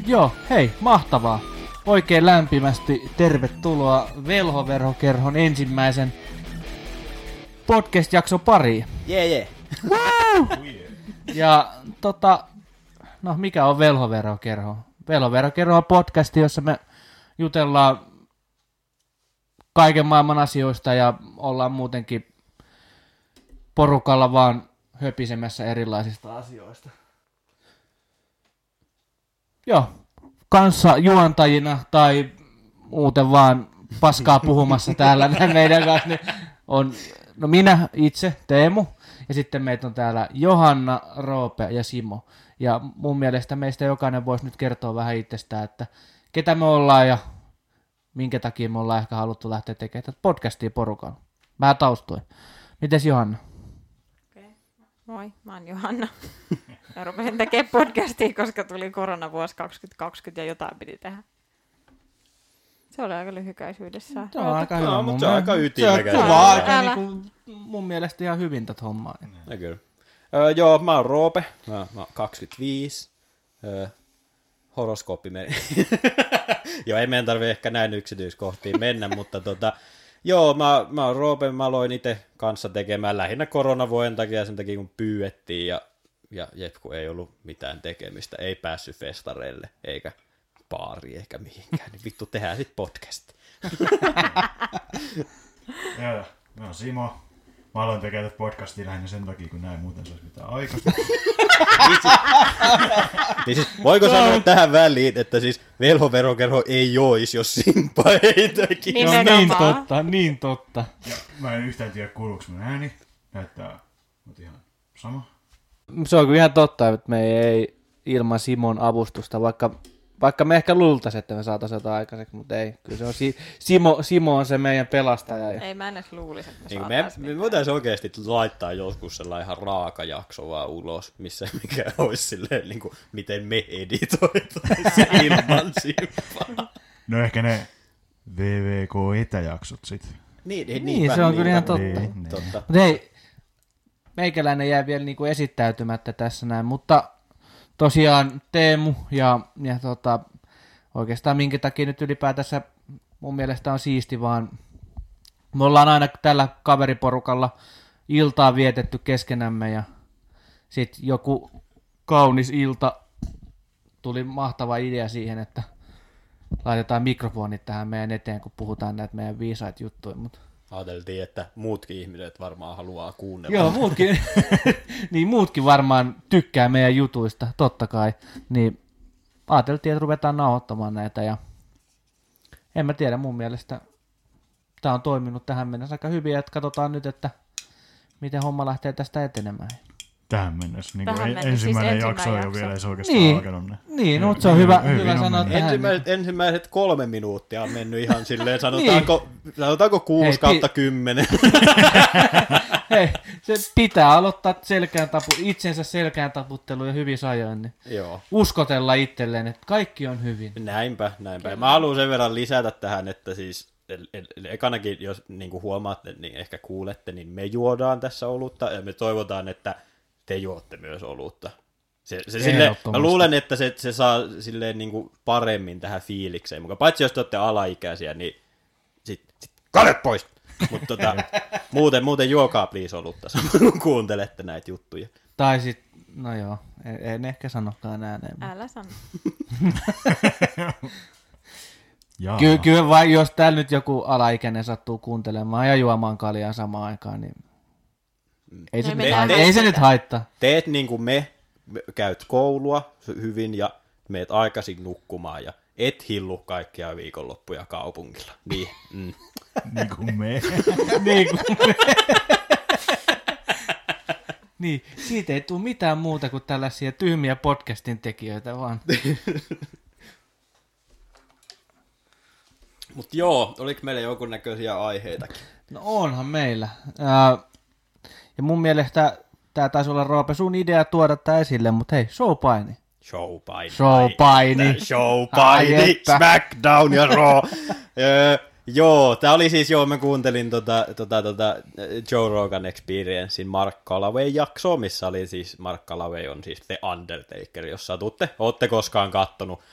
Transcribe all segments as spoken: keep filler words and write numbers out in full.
Joo, hei, mahtavaa. Oikein lämpimästi tervetuloa Velhoverhokerhon ensimmäisen podcast-jakson pariin. Jee, jee. Ja tota, no mikä on Velhoverhokerho? Velhoverhokerho on podcasti, jossa me jutellaan kaiken maailman asioista ja ollaan muutenkin porukalla vaan höpisemässä erilaisista asioista. Joo, kanssa juontajina tai muuten vaan paskaa puhumassa täällä meidän kanssa niin on no minä itse, Teemu, ja sitten meitä on täällä Johanna, Roope ja Simo. Ja mun mielestä meistä jokainen voisi nyt kertoa vähän itsestään, että ketä me ollaan ja minkä takia me ollaan ehkä haluttu lähteä tekemään tätä podcastia porukalla. Vähän taustoin. Mites Johanna? Okay. Moi, mä oon Johanna. Ja rupesin tekemään podcastia, koska tuli koronavuosi kaksituhattakaksikymmentä ja jotain piti tehdä. Se oli aika lyhykäisyydessä. Se on aika hyvä. No, mun mutta se on mielestä. aika ytimekäs. Se kuvaa aika Älä. niinku, mun mielestä ihan hyvin tätä hommaa. Ja kyllä. Öö, joo, mä oon Roope. Mä, mä oon kaksikymmentäviisi. Öö, horoskooppi meni. Joo, ei meidän tarvitse ehkä näin yksityiskohtiin mennä, mutta tota, joo, mä, mä oon Roope, mä aloin itse kanssa tekemään lähinnä koronavuoden takia sen takia kun pyydettiin ja, ja jep, kun ei ollut mitään tekemistä, ei päässyt festareille eikä baariin eikä mihinkään, niin vittu tehdään sit podcast. Joo, mä oon Simo. Mä aloin tekemään tätä podcastia lähinnä sen takia, kun näin muuten se olisi mitään aikaista. Niin siis, voiko sanoa tähän väliin, että siis Velhoverhokerho ei ois, jos Simpa ei tekisi? Niin. No, niin Nimenomaan. totta, niin totta. Ja mä en yhtään tiedä, kuuluuko mun ääni. Näyttää mut ihan sama. Se on kyllä ihan totta, että me ei ilman Simon avustusta, vaikka, vaikka me ehkä luultaisiin, että me saataisiin jotain aikaiseksi, mutta ei. Kyllä se on si- Simo, Simo on se meidän pelastaja. Ja... Ei mä en edes luulisi, että Niin, me, saataisiin me mitään. voitaisiin oikeasti laittaa joskus sellainen ihan raaka jakso vaan ulos, missä mikä olisi silleen, niin kuin, miten me editoitaisiin ilman Simpaa. No ehkä ne V V K-etäjaksot sit. Niin, niin, Niin, se on kyllä ihan totta. Niin, niin. totta. Mutta hei, meikäläinen jää vielä niinku esittäytymättä tässä näin, mutta tosiaan Teemu ja, ja tota, oikeastaan minkä takia nyt ylipäätänsä mun mielestä on siisti, vaan me ollaan aina tällä kaveriporukalla iltaa vietetty keskenämme ja sitten joku kaunis ilta tuli mahtava idea siihen, että laitetaan mikrofonit tähän meidän eteen, kun puhutaan näitä meidän viisaita juttuja, mutta Ajateltiin, että muutkin ihmiset varmaan haluaa kuunnella. joo, muutkin, niin muutkin varmaan tykkää meidän jutuista, totta kai. Niin ajateltiin, että ruvetaan nauhoittamaan näitä ja en mä tiedä, mun mielestä tämä on toiminut tähän mennessä aika hyvin ja katsotaan nyt, että miten homma lähtee tästä etenemään. Tähän mennessä. Niin Tähän kuin mennessä, ensimmäinen siis jakso ei ensimmäinen ole vielä jakso. edes oikeastaan Niin, alkanut. Ne. niin no, mutta se on hyvä, Hyvin hyvä on sanoa mennyt. tähän. Ensimmäiset, ensimmäiset kolme minuuttia on mennyt ihan silleen, sanotaanko, sanotaanko Hei, kuusi pi- kautta kymmenen. Hei, se pitää aloittaa selkään tapu, itsensä selkään taputtelu ja hyvin ajoin, niin Joo. uskotella itselleen, että kaikki on hyvin. Näinpä, näinpä. Mä haluan sen verran lisätä tähän, että siis el- el- ekanakin, jos niin kuin huomaatte, niin ehkä kuulette, niin me juodaan tässä olutta ja me toivotaan, että te juotte myös olutta. Se, se silleen, mä Ehdottomasti. luulen, että se, se saa silleen niin kuin paremmin tähän fiilikseen mukaan. Paitsi jos te olette alaikäisiä, niin sit, sit kadet pois! Mutta tota, muuten, muuten juokaa please olutta, kun kuuntelette näitä juttuja. Tai sit, no joo, en, en ehkä sanokaan ääneen. Älä sano. Jaa. Ky- kyllä vai jos täällä nyt joku alaikäinen sattuu kuuntelemaan ja juomaan kaljaa samaan aikaan, niin ei se, Ei nyt, me haittaa. tehdä ei se sitä. nyt haittaa. Teet niin kuin me, me käyt koulua hyvin ja meet aikaisin nukkumaan ja et hillu kaikkia viikonloppuja kaupungilla. Niin, mm. Niin kuin me. niin, kuin niin, siitä ei tule mitään muuta kuin tällaisia tyhmiä podcastin tekijöitä vaan. Mutta joo, oliko meillä jonkunnäköisiä aiheitakin? No onhan meillä. Ää, ja mun mielestä tää taisi olla Roope sun idea tuoda tää esille, mutta hei, showpaini. Showpaini. Showpaini. Showpaini, Ai että. Smackdown ja Raw. Öö, joo, tää oli siis, joo, mä kuuntelin tota, tota, tota Joe Rogan Experiencein Mark Calloway jaksoa, missä oli siis, Mark Calloway on siis The Undertaker, jos satutte, ootte koskaan kattonut.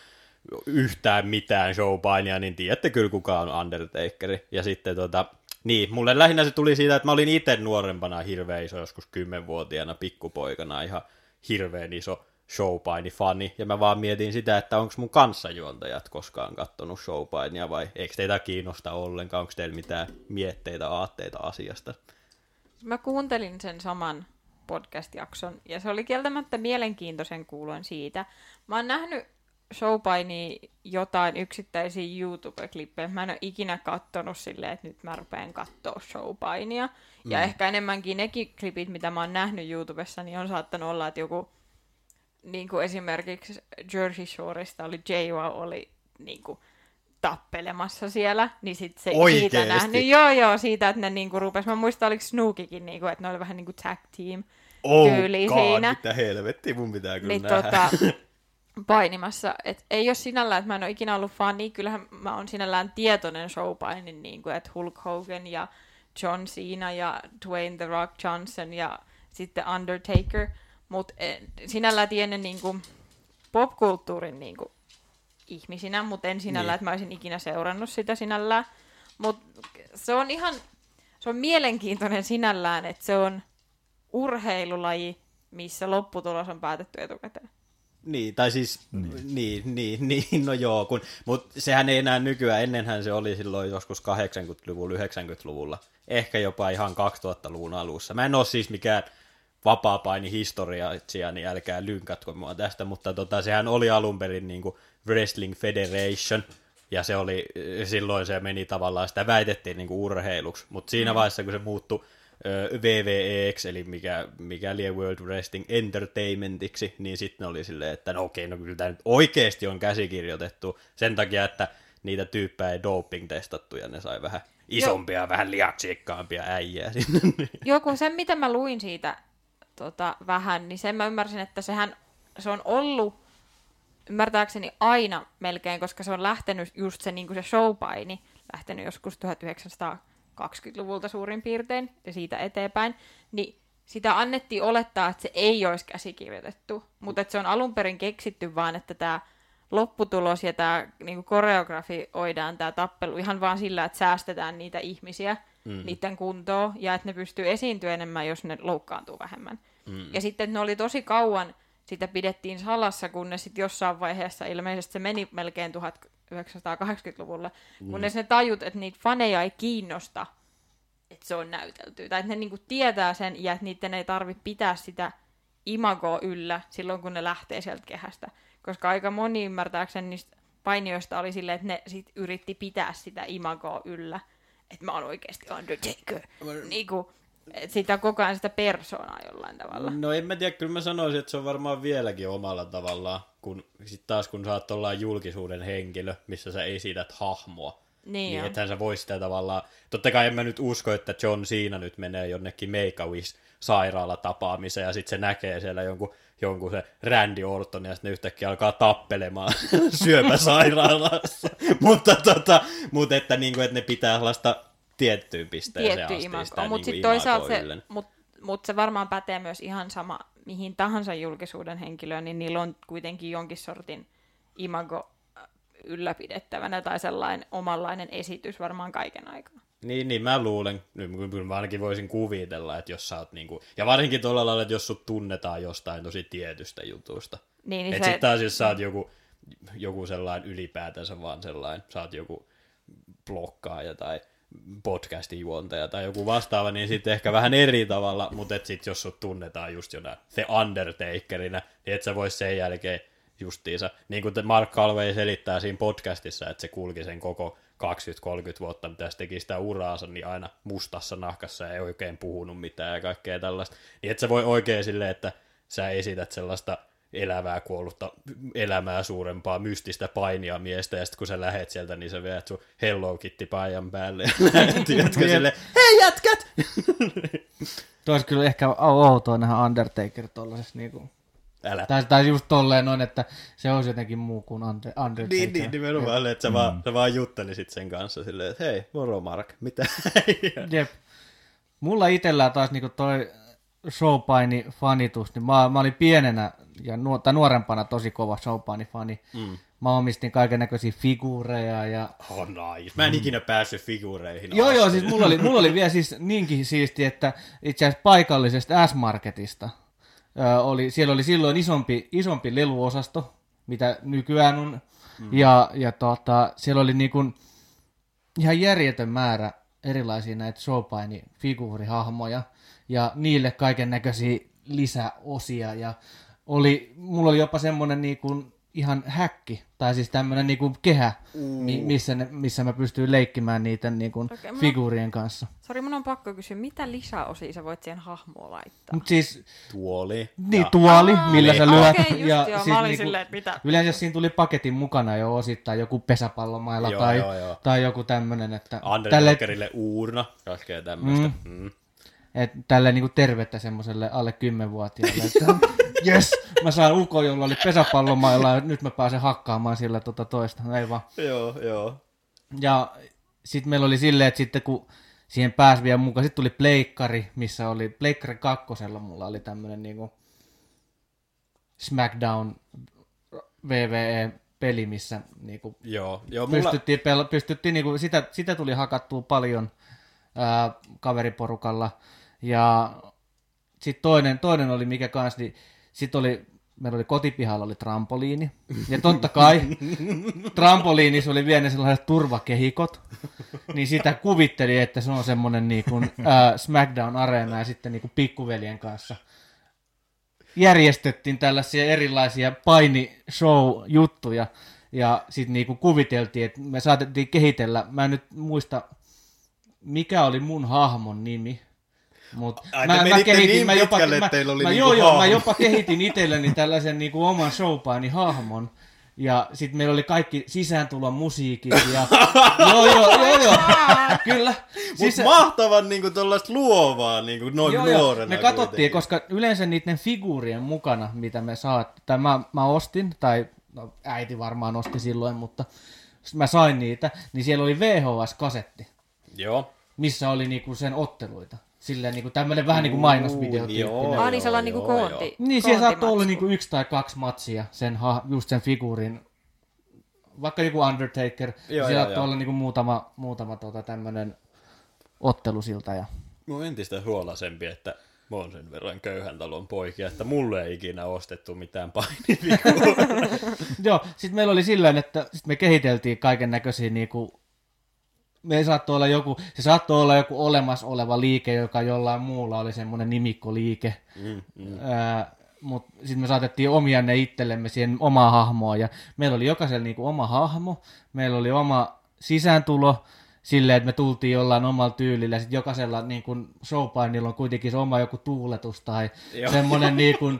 yhtään mitään showpainia, niin tiedätte kyllä kuka on Undertakeri. Ja sitten tota, niin, mulle lähinnä se tuli siitä, että mä olin itse nuorempana hirveän iso, joskus kymmenvuotiaana pikkupoikana ihan hirveän iso showpaini-fani, ja mä vaan mietin sitä, että onko mun kanssajuontajat koskaan kattonut showpainia, vai eikö teitä kiinnosta ollenkaan, onko teillä mitään mietteitä, aatteita asiasta? Mä kuuntelin sen saman podcast-jakson, ja se oli kieltämättä mielenkiintoisen kuuloin siitä. Mä oon nähnyt showpainia jotain yksittäisiä YouTube-klippejä. Mä en ole ikinä kattonut silleen, että nyt mä rupean kattoo showpainia. Ja mm. ehkä enemmänkin nekin klipit, mitä mä oon nähnyt YouTubessa, niin on saattanut olla, että joku, niin kuin esimerkiksi Jersey Shoresta oli J W oli niin kuin tappelemassa siellä, niin sit se Oikeesti? Siitä nähnyt. Joo, joo, siitä, että ne niinku rupes. Mä muistan, oliko Snookikin, niinku, että ne oli vähän niinku tag team tyyli oh, siinä. Mitä helvettiä, mun pitää kyllä niin, nähdä. Tota, painimassa. Et ei ole sinällään, että mä en ole ikinä ollut fani. Kyllähän mä oon sinällään tietoinen showpainin, niinku, että Hulk Hogan ja John Cena ja Dwayne The Rock Johnson ja sitten Undertaker. Mutta sinällään tiedän niinku popkulttuurin niinku ihmisinä, mutta en sinällään, niin. Että mä olisin ikinä seurannut sitä sinällään. Mutta se on ihan, se on mielenkiintoinen sinällään, että se on urheilulaji, missä lopputulos on päätetty etukäteen. Niin, tai siis, niin, niin, niin, niin no joo, kun, mutta sehän ei enää nykyään, ennenhän se oli silloin joskus kahdeksankymmentäluvulla, yhdeksänkymmentäluvulla, ehkä jopa ihan kaksituhattaluvun alussa. Mä en ole siis mikään vapaapainihistoriaitsija, niin älkää lynkatko mua tästä, mutta tota, sehän oli alun perin niin kuin Wrestling Federation, ja se oli, silloin se meni tavallaan, sitä väitettiin niin kuin urheiluksi, mutta siinä mm. vaiheessa, kun se muuttui W W E:ksi, eli mikä, mikä lie World Wrestling Entertainmentiksi, niin sitten oli silleen, että no okei, no kyllä tämä nyt oikeasti on käsikirjoitettu sen takia, että niitä tyyppejä ei doping-testattu, ja ne sai vähän isompia, Joo. vähän lihaksikkaampia äijää sinne. Joku sen, mitä mä luin siitä tota, vähän, niin sen mä ymmärsin, että sehän se on ollut ymmärtääkseni aina melkein, koska se on lähtenyt just se, niin kuin se showpaini, lähtenyt joskus tuhatyhdeksänsataakaksikymmentäluvulta suurin piirtein ja siitä eteenpäin, niin sitä annettiin olettaa, että se ei olisi käsikirjoitettu, mutta että se on alun perin keksitty vaan, että tämä lopputulos ja tämä niin koreografioidaan tämä tappelu ihan vaan sillä, että säästetään niitä ihmisiä, mm. niiden kuntoon, ja että ne pystyy esiintyä enemmän, jos ne loukkaantuu vähemmän. Mm. Ja sitten, että ne oli tosi kauan, sitä pidettiin salassa, kunnes sitten jossain vaiheessa, ilmeisesti se meni melkein tuhatyhdeksänsataakahdeksankymmentäluvulle, mm. kunnes ne tajut, että niitä faneja ei kiinnosta, että se on näytelty. Tai että ne niinku tietää sen, ja että niiden ei tarvitse pitää sitä imagoa yllä silloin, kun ne lähtee sieltä kehästä. Koska aika moni ymmärtääkseni niistä painijoista oli silleen, että ne sit yritti pitää sitä imagoa yllä. Että mä oon oikeasti Undertaker. Niinku, että sitä koko ajan sitä persoonaa jollain tavalla. No en mä tiedä, kyllä mä sanoisin, että se on varmaan vieläkin omalla tavallaan, kun sit taas kun sä oot ollaan julkisuuden henkilö, missä sä esität hahmoa. Niin, niin ethän sä vois sitä tavallaan, totta kai en mä nyt usko, että John Cena nyt menee jonnekin Make-A-Wish-sairaalatapaamiseen ja sit se näkee siellä jonkun, jonkun se Randy Orton ja sitten ne yhtäkkiä alkaa tappelemaan syöpäsairaalassa. mutta tota, mut että, niinku, että ne pitää sellaista tiettyyn pisteeseen Tietty asti imago. sitä Mutta niinku sitten toisaalta se, yllen. mut, mut se varmaan pätee myös ihan sama mihin tahansa julkisuuden henkilöön, niin niillä on kuitenkin jonkin sortin imago ylläpidettävänä tai sellainen omanlainen esitys varmaan kaiken aikaa. Niin, niin mä luulen, kyllä mä ainakin voisin kuvitella, että jos sä oot niinku, ja varsinkin tuolla lailla, että jos sut tunnetaan jostain tosi tietystä jutusta. Niin, niin että se... sit taas jos sä oot joku, joku sellainen ylipäätänsä vaan sellainen, sä oot joku blokkaaja tai podcastin juontaja tai joku vastaava, niin sitten ehkä vähän eri tavalla, mutta et sit jos sut tunnetaan just jonain The Undertakerina, niin et sä vois sen jälkeen justiinsa, niin kuin Mark Calvey selittää siinä podcastissa, että se kulki sen koko kaksikymmentä kolmekymmentä vuotta, mitä se teki sitä uraansa, niin aina mustassa nahkassa ja ei oikein puhunut mitään ja kaikkea tällaista. Niin että se voi oikein silleen, että sä esität sellaista elävää kuollutta elämää suurempaa mystistä painiamiestä, ja sitten kun sä lähet sieltä, niin sä viet sun Hello Kitty-paijan päälle, ja tiedätkö silleen, hei jätkät! Tuo olisi kyllä ehkä outoa nähdä Undertaker tollasessa niinku... Älä. Tai, tai just tolleen on, että se olisi jotenkin muu kuin Undertaker. Niin, niin nimenomaan, että sä, mm. vaan, sä vaan juttelisit sen kanssa silleen, että hei, moro Mark, mitä? Jep. Mulla itsellään taas niinku toi showpaini-fanitus, niin mä, mä olin pienenä ja nuor- nuorempana tosi kova showpaini-fani, mm. mä omistin kaiken näköisiä figuureja ja... Oh nice. Mä en ikinä päässyt figuureihin. Joo, asti. joo, siis mulla oli, mulla oli vielä siis niinkin siisti, että itse asiassa paikallisesta S-Marketista ö, oli, siellä oli silloin isompi, isompi leluosasto, mitä nykyään on, mm. ja, ja tota, siellä oli niinku ihan järjetön määrä erilaisia näitä showpaini-figuurihahmoja, ja niille kaiken näköisiä lisäosia, ja oli, mulla oli jopa semmoinen niinku ihan häkki, tai siis tämmöinen niinku kehä, mm. missä, ne, missä mä pystyin leikkimään niiden niinku okay, figuurien kanssa. Sori, mun on pakko kysyä, mitä lisäosia sä voit siihen hahmoon laittaa? Mut siis, tuoli. Niin, tuoli, Aa, millä niin. sä lyöt. Okei, just ja joo, siis mä olin niinku, silleen, että mitä? yleensä siinä tuli paketin mukana jo osittain joku pesäpallomailla Joo, tai, joo, joo. tai joku tämmönen, että... Underdoggerille uurna, kaikkea tämmöistä. Mm. Mm. Että tälleen niinku tervettä semmoselle alle kymmenvuotiaalle, että jes, mä saan ukon, jolla oli pesäpallomailla ja nyt mä pääsen hakkaamaan sillä tota toista, no ei vaan. Joo, joo. Ja sitten meillä oli silleen, että sitten kun siihen pääsi vielä mukaan, sitten tuli pleikkari, missä oli, pleikkari kakkosella mulla oli tämmönen niinku SmackDown V V E-peli, missä niinku Joo, joo, mulla... pystyttiin, pel- pystyttiin niinku, sitä, sitä tuli hakattua paljon ää, kaveriporukalla. Ja sitten toinen, toinen oli mikä kans, niin sitten oli, meillä oli kotipihalla oli trampoliini. Ja totta kai trampoliinissa oli vielä ne sellaiset turvakehikot. Niin sitä kuvitteli, että se on semmoinen niin kuin, ää, SmackDown-areena ja sitten niin kuin pikkuveljen kanssa järjestettiin tällaisia erilaisia paini-show-juttuja. Ja sitten niin kuin kuviteltiin, että me saatettiin kehitellä, mä en nyt muista mikä oli mun hahmon nimi. Mut Ai, mä, mä kehitin, niin mä jopa, pitkälle, mä, teillä oli mä, niinku joo, joo, hahmo. mä jopa kehitin itselleni tällaisen niinku oman showpaini hahmon. Ja sit meillä oli kaikki sisääntulon musiikit ja joo, joo, joo, joo, kyllä. Mut Sisä... mahtavan niinku tollaista luovaa niinku noin joo, joo. nuorena. Me katsottiin, kuitenkin. koska yleensä niiden figuurien mukana, mitä me saat, tai mä, mä ostin, tai no, äiti varmaan osti silloin, mutta mä sain niitä, niin siellä oli V H S-kasetti. Joo. Missä oli niinku sen otteluita. Silleen niinku tämmönen vähän niinku mainosvideotyyppinen. Ah, niin sellainen niinku koonti. Niin, siellä saattoi olla niinku yksi tai kaksi matsia, sen, ha, just sen figuurin. Vaikka joku Undertaker, Joo, siellä joo, saattoi joo. olla niinku muutama, muutama tota tämmönen ottelu siltä. Ja... Mä oon entistä huolaisempi, että mä oon sen verran köyhän talon poikia, että mulle ei ikinä ostettu mitään painifiguuria. Joo, sit meillä oli silleen, että sit me kehiteltiin kaiken näköisiä niinku me saattoi olla joku, se saattoi olla joku olemassa oleva liike, joka jollain muulla oli semmoinen nimikkoliike. Mm, mm. Ää, mutta sitten me saatettiin omia ne itsellemme siihen omaa hahmoa. Ja meillä oli jokaisella niinku oma hahmo, meillä oli oma sisääntulo, silleen, että me tultiin jollain omalla tyylillä. Sitten jokaisella niinku showpainilla on kuitenkin se oma joku tuuletus tai Joo. semmoinen niinku,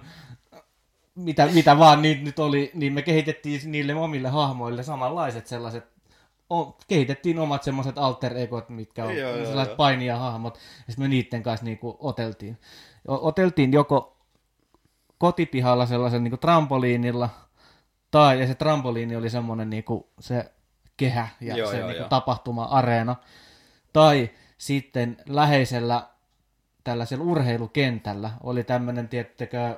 mitä, mitä vaan niitä nyt oli, niin me kehitettiin niille omille hahmoille samanlaiset sellaiset, O, kehitettiin omat semmoiset alter egot, mitkä on joo, sellaiset joo, painijahahmot, ja sitten me niiden kanssa niinku oteltiin. Oteltiin joko kotipihalla sellaisen niinku trampoliinilla, tai ja se trampoliini oli semmoinen niinku se kehä ja joo, se joo, niinku tapahtuma-areena, tai sitten läheisellä tällaisella urheilukentällä oli tämmöinen, tiettekö,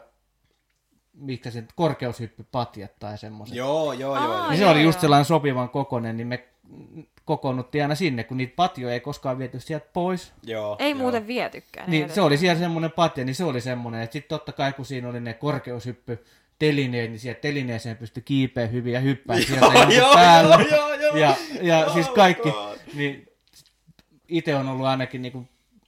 mitkä se korkeushyppypatjat tai semmoiset. Joo, joo, joo. Aa, niin se joo, oli just joo. sellainen sopivan kokoinen, niin me kokoonnuttiin aina sinne, kun niitä patjoja ei koskaan viety sieltä pois. Joo, ei joo. muuten vietykään. Niin se oli siellä semmoinen patja, niin se oli semmoinen, että sitten totta kai kun siinä oli ne korkeushyppy telineet, niin siellä telineeseen pystyi kiipeä hyvin ja hyppää sieltä jonkun joo, päällä. joo, joo, ja ja oh siis kaikki, God. niin itse on ollut ainakin niinku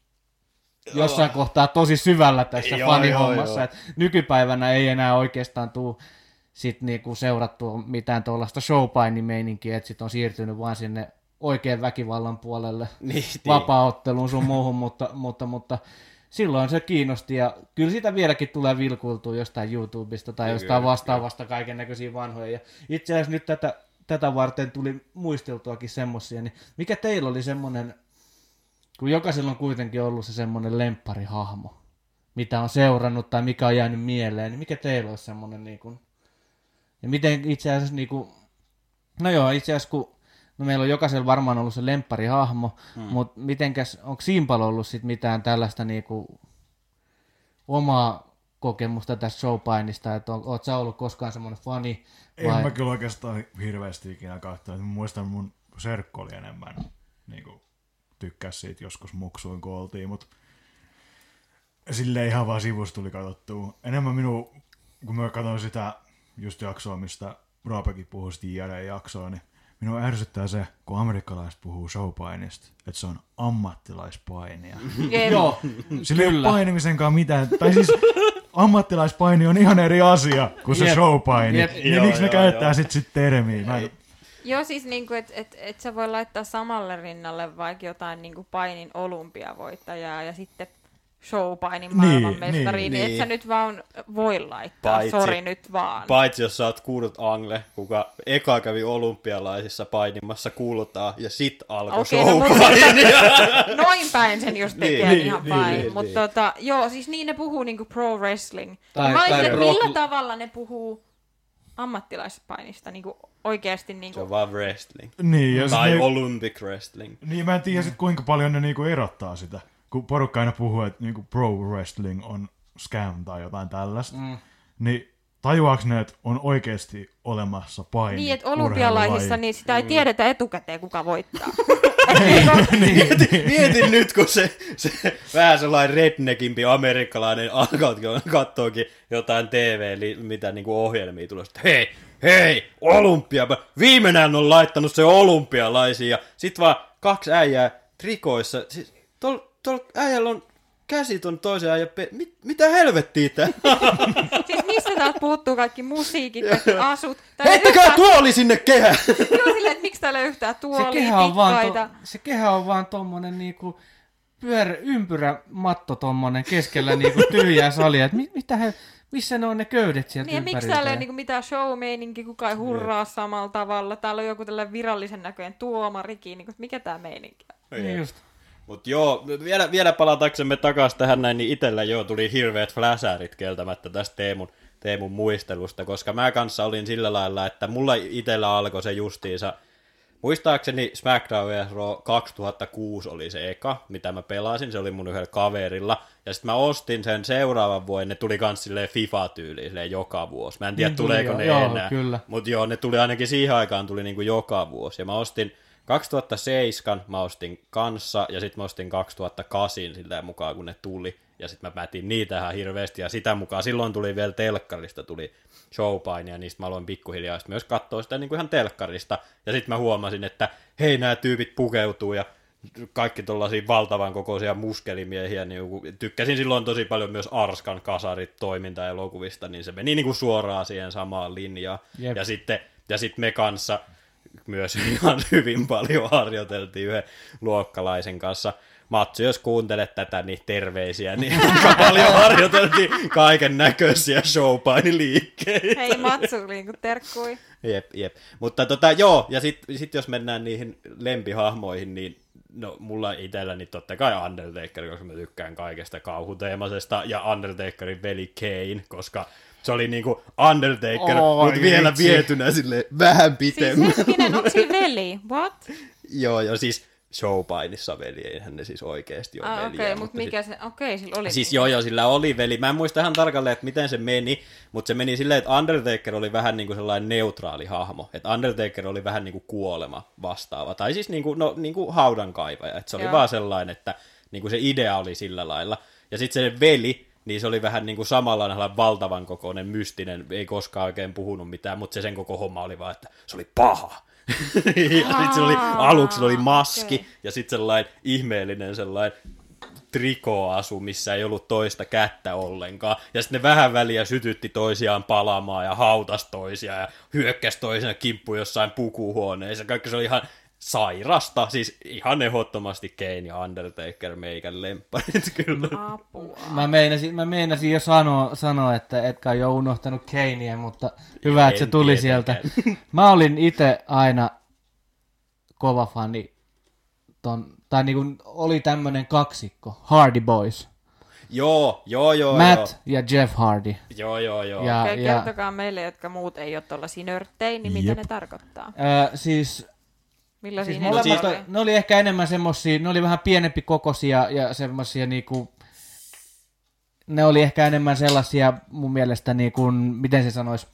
jossain kohtaa tosi syvällä tässä Joo, fanihommassa. joo, Et nykypäivänä ei enää oikeastaan tule sit niinku seurattua mitään tuollaista showpainimeininkiä, että sit on siirtynyt vaan sinne oikean väkivallan puolelle, niin, vapaaotteluun sun muuhun, mutta, mutta, mutta silloin se kiinnosti ja kyllä sitä vieläkin tulee vilkuiltua jostain YouTubesta tai jostain vastaavasta kaiken näköisiä vanhoja. Ja itse asiassa nyt tätä, tätä varten tuli muisteltuakin semmosia, niin mikä teillä oli semmonen, kun jokaisella on kuitenkin ollut se semmonen lempparihahmo, mitä on seurannut tai mikä on jäänyt mieleen, niin mikä teillä olisi semmonen niin kuin, ja miten itse asiassa niin kuin, no joo, itse asiassa kun no meillä on jokaisella varmaan ollut se lempparihahmo, hmm. mutta mitenkäs, onko Simpalla ollut sit mitään tällaista niinku omaa kokemusta tästä showpainista, että on, oot sä ollut koskaan semmoinen fani? En vai... mä kyllä oikeastaan hirveästi ikinä katsoa. Mä muistan mun serkku oli enemmän niin kuin, tykkäs siitä joskus muksuin kun oltiin, mutta silleen ihan vaan sivusta tuli katsottua. Enemmän minun, kun mä katson sitä just jaksoa, mistä Roopekin puhuu sitä J R-jaksoa, niin minua ärsyttää se, kun amerikkalaiset puhuu showpainista, että se on ammattilaispainia. Joo, sillä ei ole painimisenkaan mitään. Tai siis ammattilaispaini on ihan eri asia kuin se Jep. showpaini. Jep. Niin Joo, miksi ne joo, käyttää joo. sit, sit termiä? Mä en... Joo, siis niinku, että et, et sä voi laittaa samalle rinnalle vaikka jotain niinku painin olympiavoittajaa ja sitten showpainin Niin, maailmanmestariin, niin, niin. niin et sä nyt vaan voi laittaa, Paitsi- sori nyt vaan. Paitsi jos sä oot Kurt Angle, kuka eka kävi olympialaisissa painimassa kultaa ja sit alkoi Okei, no, mutta showpainia. noin päin sen jos tekee Niin, niin, ihan niin, fine. niin, Mutta niin. tota, joo, siis niin ne puhuu niinku pro wrestling. Tai- Mä olin tai sille, että pro- millä tavalla ne puhuu ammattilaispainista niinku oikeesti Se niinku... on vaan wrestling. Niin, ja sit Tai ne... Olympic wrestling. niin, mä en tiedä sit kuinka paljon ne niinku erottaa sitä. Kun porukka aina puhuu, että niinku pro wrestling on scam tai jotain tällaista, Mm. niin tajuaaks ne, että on oikeasti olemassa paini Niin, että olympialaisissa urheilulaji? niin sitä ei tiedetä etukäteen, kuka voittaa. Mietin nyt, kun se, se vähän sellainen redneckimpi amerikkalainen alkaa kattookin jotain T V, mitä niinku ohjelmia tulee, että hei, hei, olympia, viimeinen on laittanut se olympialaisiin, ja sit vaan kaksi äijää trikoissa, siis tol, tol äijällä on käsit on toisen äijän, pe- Mit, mitä helvettiä tää? Siis mistä täältä puuttuu kaikki musiikit, kaikki asut? Täällä ei Heittäkää yhtään- tuoli sinne kehään! Joo, silleen, että miksi täällä ei yhtään Se tuolia, kehä, on vaan tikkaita. to, se kehä on vaan tommonen niinku pyörä, ympyrä matto tommonen keskellä niinku tyhjää salia. Et mit, mitä he, missä ne on ne köydet sieltä Niin, ja miksi ympäriltä? täällä ei ole niinku mitään show-meininki, kukaan ei hurraa samalla tavalla. Täällä on joku tällainen virallisen näköinen tuomarikin. Niin, mikä tää meininki on? Niin just. Mut joo, vielä, vielä palataksemme takaisin tähän näin, niin itellä joo tuli hirveät fläsärit kieltämättä tästä Teemun, Teemun muistelusta, koska mä kanssa olin sillä lailla, että mulla itellä alkoi se justiinsa, muistaakseni SmackDown vs. Raw kaksituhattakuusi oli se eka, mitä mä pelasin, se oli mun yhdellä kaverilla, ja sitten mä ostin sen seuraavan vuoden, ne tuli kans silleen FIFA-tyyliin silleen joka vuosi, mä en tiedä Niin tuli tuleeko joo, ne joo, enää, kyllä. mutta joo, ne tuli ainakin siihen aikaan tuli niinku joka vuosi, ja mä ostin kaksituhattaseitsemän mä ostin kanssa, ja sitten mä ostin kaksituhattakahdeksan silleen mukaan, kun ne tuli, ja sitten mä mätin niitä ihan hirveästi, ja sitä mukaan silloin tuli vielä telkkarista, tuli showpaini, ja niistä mä aloin pikkuhiljaa myös katsoa sitä niin kuin ihan telkkarista, ja sitten mä huomasin, että hei, nämä tyypit pukeutuu, ja kaikki tollaisia valtavan kokoisia muskelimiehiä, niin tykkäsin silloin tosi paljon myös Arskan kasarit toimintaelokuvista, niin se meni niin kuin suoraan siihen samaan linjaan, Jep. ja sitten ja sitten me kanssa myös ihan hyvin paljon harjoiteltiin yhden luokkalaisen kanssa. Matsu, jos kuuntelet tätä, niin terveisiä, niin aika paljon harjoiteltiin kaiken näköisiä showpainiliikkeitä. Hei Matsu, niin kuin terkkui. Jep, jep. Mutta tota, joo, ja sitten sit jos mennään niihin lempihahmoihin, niin no mulla itselläni totta kai Undertaker, koska mä tykkään kaikesta kauhuteemasesta, ja Undertakerin veli Kane, koska se oli niinku Undertaker, Oi, mutta vielä vitsi. vietynä sille vähän Siis pitemmän. hetkinen, onko siinä veli? What? Joo, joo, siis showpainissa veli, eihän ne siis oikeesti ole Ah, veliä. okei, okay, mutta mutta mikä se... Okei, okay, sillä oli... Siis niin. joo, joo, sillä oli veli. Mä en muista ihan tarkalleen, että miten se meni, mutta se meni silleen, että Undertaker oli vähän niin kuin sellainen neutraali hahmo. Että Undertaker oli vähän niin kuin kuolema vastaava. Tai siis niin kuin, no, niin kuin haudankaivaja. Että se oli Joo. vaan sellainen, että niin kuin se idea oli sillä lailla. Ja sitten se veli, niin se oli vähän niin kuin samanlainen valtavan kokoinen, mystinen, ei koskaan oikein puhunut mitään, mutta se sen koko homma oli vaan, että se oli paha. ja sitten se oli, aluksi oli maski, okei. ja sitten sellainen ihmeellinen sellainen trikoasu, missä ei ollut toista kättä ollenkaan. Ja sitten ne vähän väliä sytytti toisiaan palamaan ja hautas toisiaan ja hyökkäsi toisena kimppu jossain pukuhuoneessa. Kaikki se oli ihan sairasta, siis ihan ehdottomasti Kane ja Undertaker meikän lempparit kyllä. Apua. Mä meinasin, mä meinasin jo sanoa, sanoa, että etkä ole jo unohtanut Kanea, mutta hyvä, että se En tuli tietenkään. sieltä. Mä olin itse aina kova fani, ton, tai niinku oli tämmönen kaksikko, Hardy Boys. Joo, joo, joo, Matt ja Jeff Hardy. joo, joo, joo. Ja, Okei, ja, kertokaa meille, jotka muut ei ole tuollaisia nörttejä, niin mitä Jep. ne tarkoittaa? ää, siis Millaisia Siis ne molemmat, oli? ne oli ehkä enemmän semmosia, ne oli vähän pienempi kokoisia ja semmosia niinku, ne oli ehkä enemmän sellaisia mun mielestä, niin kuin, miten se sanoisi,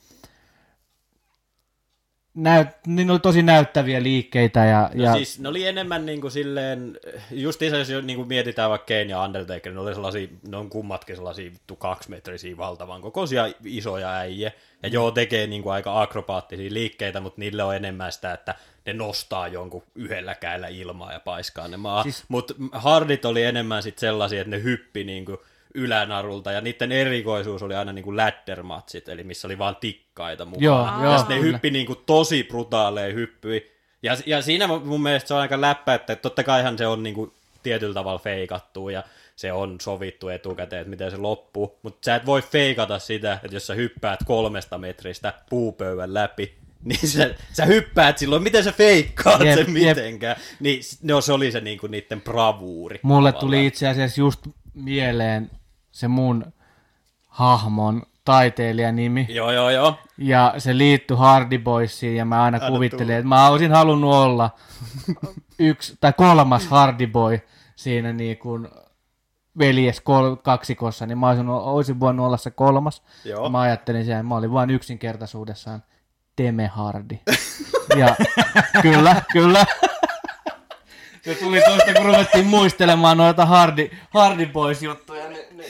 Näyt, niin oli tosi näyttäviä liikkeitä. Ja, no ja... siis ne oli enemmän niin kuin silleen, justiinsa jos niin kuin mietitään vaikka Kane ja Undertaker, ne oli sellaisia, ne on kummatkin sellaisia vittu kaksimetrisiä valtavan kokoisia isoja äijä. Ja joo, tekee niin kuin aika akrobaattisia liikkeitä, mutta niille on enemmän sitä, että ne nostaa jonkun yhdellä kädellä ilmaa ja paiskaa ne maa. Siis... Mutta Hardit oli enemmän sit sellaisia, että ne hyppi niin kuin ylänarulta, ja niiden erikoisuus oli aina niinku ladder-matsit, eli missä oli vaan tikkaita mukana. Joo, ja joo, sitten ne hyppi niinku tosi brutaaleja hyppyi. Ja, ja siinä mun mielestä se on aika läppä, että totta kaihan se on niinku tietyllä tavalla feikattu, ja se on sovittu etukäteen, että miten se loppuu. Mutta sä et voi feikata sitä, että jos sä hyppäät kolmesta metristä puupöydän läpi, niin sä, sä hyppäät silloin, miten sä feikkaat jep, sen mitenkään. Jep. Niin no, se oli se niinku niiden bravuuri. Mulle tavallaan tuli itse asiassa just mieleen se mun hahmon taiteilijan nimi. Joo, joo, joo. Ja se liittyi Hardy Boysiin, ja mä aina Aina kuvittelin, tuli. että mä olisin halunnut olla yksi tai kolmas Hardy Boy siinä niin kuin veljes kol- kaksikossa, niin mä olisin, olisin voinut olla se kolmas. Joo. Mä ajattelin sen, mä olin vain yksinkertaisuudessaan Teme Hardy. Ja kyllä, kyllä. Se tuli tuosta, kun ruvettiin muistelemaan noita Hardy, Hardy Boys-juttuja. Ne, ne.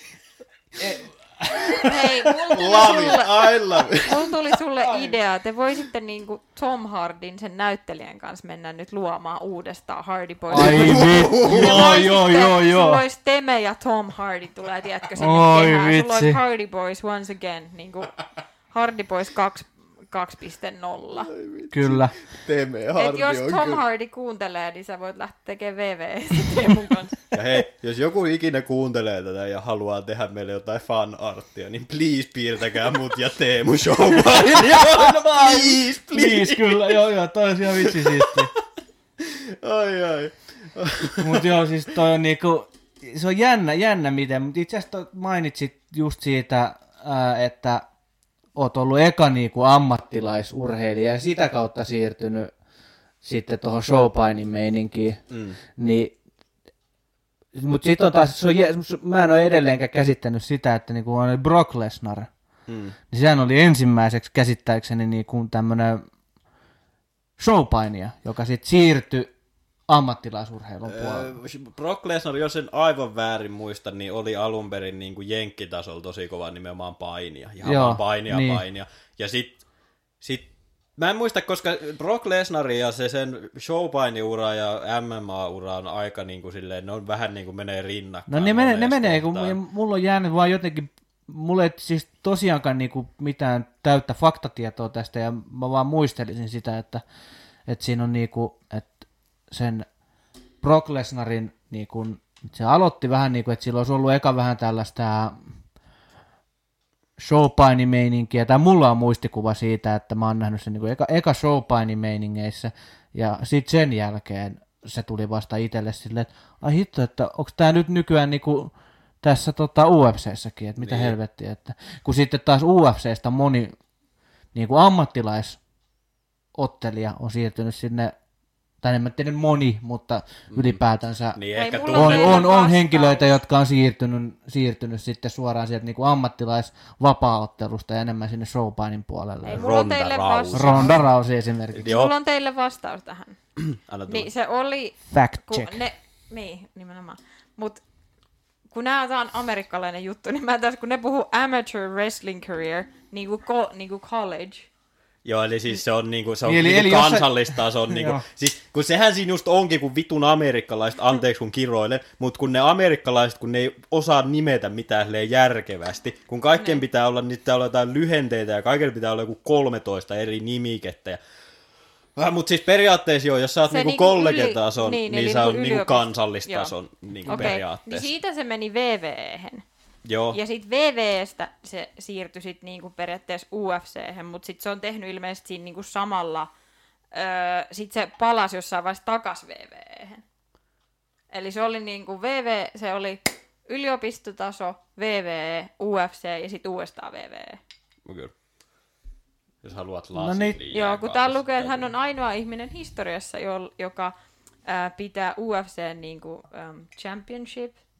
Hei, mulla tuli Love it, sulle, I love it. mulla tuli sulle idea. Te voisitte niinku Tom Hardin, sen näyttelijän kanssa mennä nyt luomaan uudestaan Hardy Boys. Ai vittu, joo, joo, joo, joo. Sulla olisi Teme ja Tom Hardy tulee, tiedätkö, sinne Oi kehään. Sulla vitsi. olisi Hardy Boys once again, niinku Hardy Boys kaksi piste nolla. Kyllä. Teme Et Hardy jos on Tom kyllä. Hardy kuuntelee, niin sä voit lähteä tekemään V V Teemun kanssa. Ja hei, jos joku ikinä kuuntelee tätä ja haluaa tehdä meille jotain fan-arttia, niin please piirtäkää mut ja Teemu showmaan. please, please. Please, kyllä, joo, joo, toi on ihan vitsi siistiä. Ai, ai. Mut joo, siis toi on niinku, se on jännä, jännä miten, mutta itse asiassa mainitsit just siitä, ää, että oot ollut eka niinku ammattilaisurheilija ja sitä kautta siirtynyt sitten tuohon showpainin meininkiin, Mm. niin mutta sitten on taas, se on, jä- mä en ole edelleenkään käsittänyt sitä, että niinku on Brock Lesnar, Mm. niin sehän oli ensimmäiseksi käsittääkseni niinku tämmönen showpainija, joka sitten siirtyi ammattilaisurheilun puolelle. Öö, Brock Lesnar, jos en aivan väärin muista, niin oli alun perin niin kuin jenkkitasolla tosi kova nimenomaan painia. Ihan Joo, vaan painia, niin. painia. Ja sit, sit, mä en muista, koska Brock Lesnar ja se sen showpainiura ja M M A-ura on aika niin kuin silleen, ne on vähän niin kuin menee rinnakkain. No ne menee, ne monessa menee kun kohtaa. mulla on jäänyt vaan jotenkin, mulla ei siis tosiaankaan niinku mitään täyttä faktatietoa tästä, ja mä vaan muistelisin sitä, että, että siinä on niinku, että sen Brock Lesnarin, niinku, se aloitti vähän niin kuin, että sillä olisi ollut eka vähän tällaista showpainimeininkiä, tai mulla on muistikuva siitä, että mä oon nähnyt sen niinku eka, eka showpainimeiningeissä, ja sitten sen jälkeen se tuli vasta itselle silleen, että ai hitto, että onko tää nyt nykyään niinku tässä tota U F C:ssäkin, että mitä Niin. helvettiä, että kun sitten taas U F C:stä moni niinku ammattilaisottelija on siirtynyt sinne, tai en mä tiedä moni, mutta ylipäätänsä Niin Ei, ehkä mulla on, tunne... teille on, on vastaus. henkilöitä, jotka on siirtynyt, siirtynyt sitten suoraan sieltä niinku ammattilaisvapaaottelusta ja enemmän sinne showpainin puolelle. Ei, mulla on Ronda teille Rousey. vastaus. Ronda Rousey esimerkiksi. Joo. Mulla on teille vastaus tähän. Anna tulla. Niin se oli, Fact kun check. ne, niin nimenomaan, mut kun nää on amerikkalainen juttu, niin mä taas, kun ne puhuu amateur wrestling career, niinku, ko, niinku college, Joo, eli siis se on, niinku, se on Eli- niinku eli jos se- kansallista, se on niinku, Joo. siis kun sehän siinä just onkin, kun vitun amerikkalaiset, anteeksi kun kiroilen, mutta kun ne amerikkalaiset, kun ne ei osaa nimetä mitään silleen järkevästi, kun kaikkien Niin. pitää olla, niitä pitää olla jotain lyhenteitä ja kaikilla pitää olla joku kolmetoista eri nimikettä ja Äh, mutta siis periaatteessa joo, jos sä oot Se niinku niinku kollegetason, yli- niin, niin, niin eli sä oot niinku niinku yliopisto- kansallistason niinku okei, niin periaatteessa. siitä se meni V V-hen. Joo, Ja sitten V V:stä se siirtyi sitten niinku periaatteessa U F C:hen, mutta sitten se on tehnyt ilmeisesti siinä niinku samalla, öö, sitten se palasi jossain vaiheessa takas V V:hen. Eli se oli niinku V V, se oli yliopistotaso, V V, U F C ja sitten uudestaan V V. kyllä. Jos haluat No lasin niin. liian Joo, kun täällä lukee, että hän kaapista. on ainoa ihminen historiassa, jo, joka ää, pitää U F C niinku, um, championship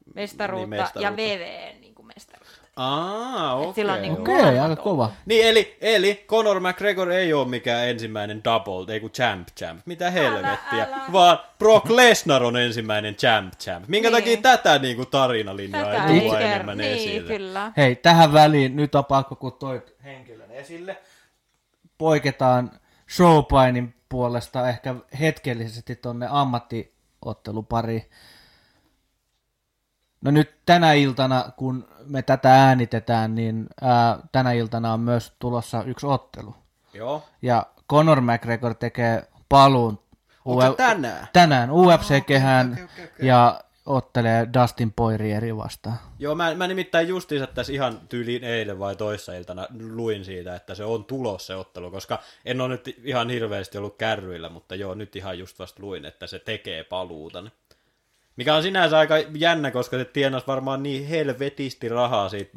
mestaruutta niin, mestaruutta. ja V V E niin kuin mestaruutta. Aa, okei. sillä on niinku Okei, okay, molemmat aika kova. Niin, eli, eli Conor McGregor ei ole mikään ensimmäinen double, ei kun champ champ. Mitä helvettiä. älä. Vaan Brock Lesnar on ensimmäinen champ champ. Minkä Niin. takia tätä niinku tarinalinjaa Tätä ei ei tuo ker- enemmän niin, esille? kyllä. Hei, tähän väliin nyt on pakko, kun toi henkilön esille. Poiketaan showpainin puolesta ehkä hetkellisesti tonne ammattiottelupariin. No nyt tänä iltana, kun me tätä äänitetään, niin ää, tänä iltana on myös tulossa yksi ottelu. Joo. Ja Conor McGregor tekee paluun Onko se tänään? tänään U F C-kehään okei, okei, okei. ja ottelee Dustin Poirieri vastaan. Joo, mä, mä nimittäin justiinsa tässä ihan tyyliin eilen vai toissa iltana luin siitä, että se on tulossa se ottelu, koska en ole nyt ihan hirveästi ollut kärryillä, mutta joo, nyt ihan just vasta luin, että se tekee paluutan. Mikä on sinänsä aika jännä, koska se tienasi varmaan niin helvetisti rahaa siitä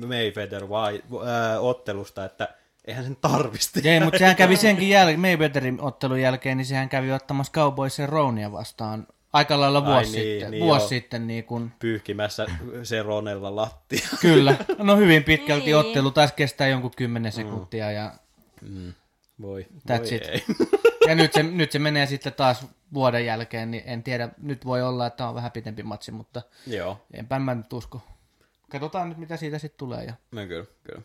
Mayweather-ottelusta, että eihän sen tarvitse. Ei, mutta sehän kävi senkin jälkeen, Mayweatherin ottelun jälkeen, niin sehän kävi ottamassa Cowboysen Ronia vastaan aika lailla vuosi Ai niin, sitten. niin vuosi joo. sitten niin kun, Pyyhkimässä se Ronella lattia. kyllä, no hyvin pitkälti Niin. ottelu taisi kestää jonkun kymmenen sekuntia ja, Mm. Voi, That's voi it. ei. ja nyt, se, nyt se menee sitten taas vuoden jälkeen, niin en tiedä, nyt voi olla, että on vähän pitempi matsi, mutta Joo, enpä mä nyt usko. Katsotaan nyt, mitä siitä sitten tulee. Ja... no kyllä, kyllä.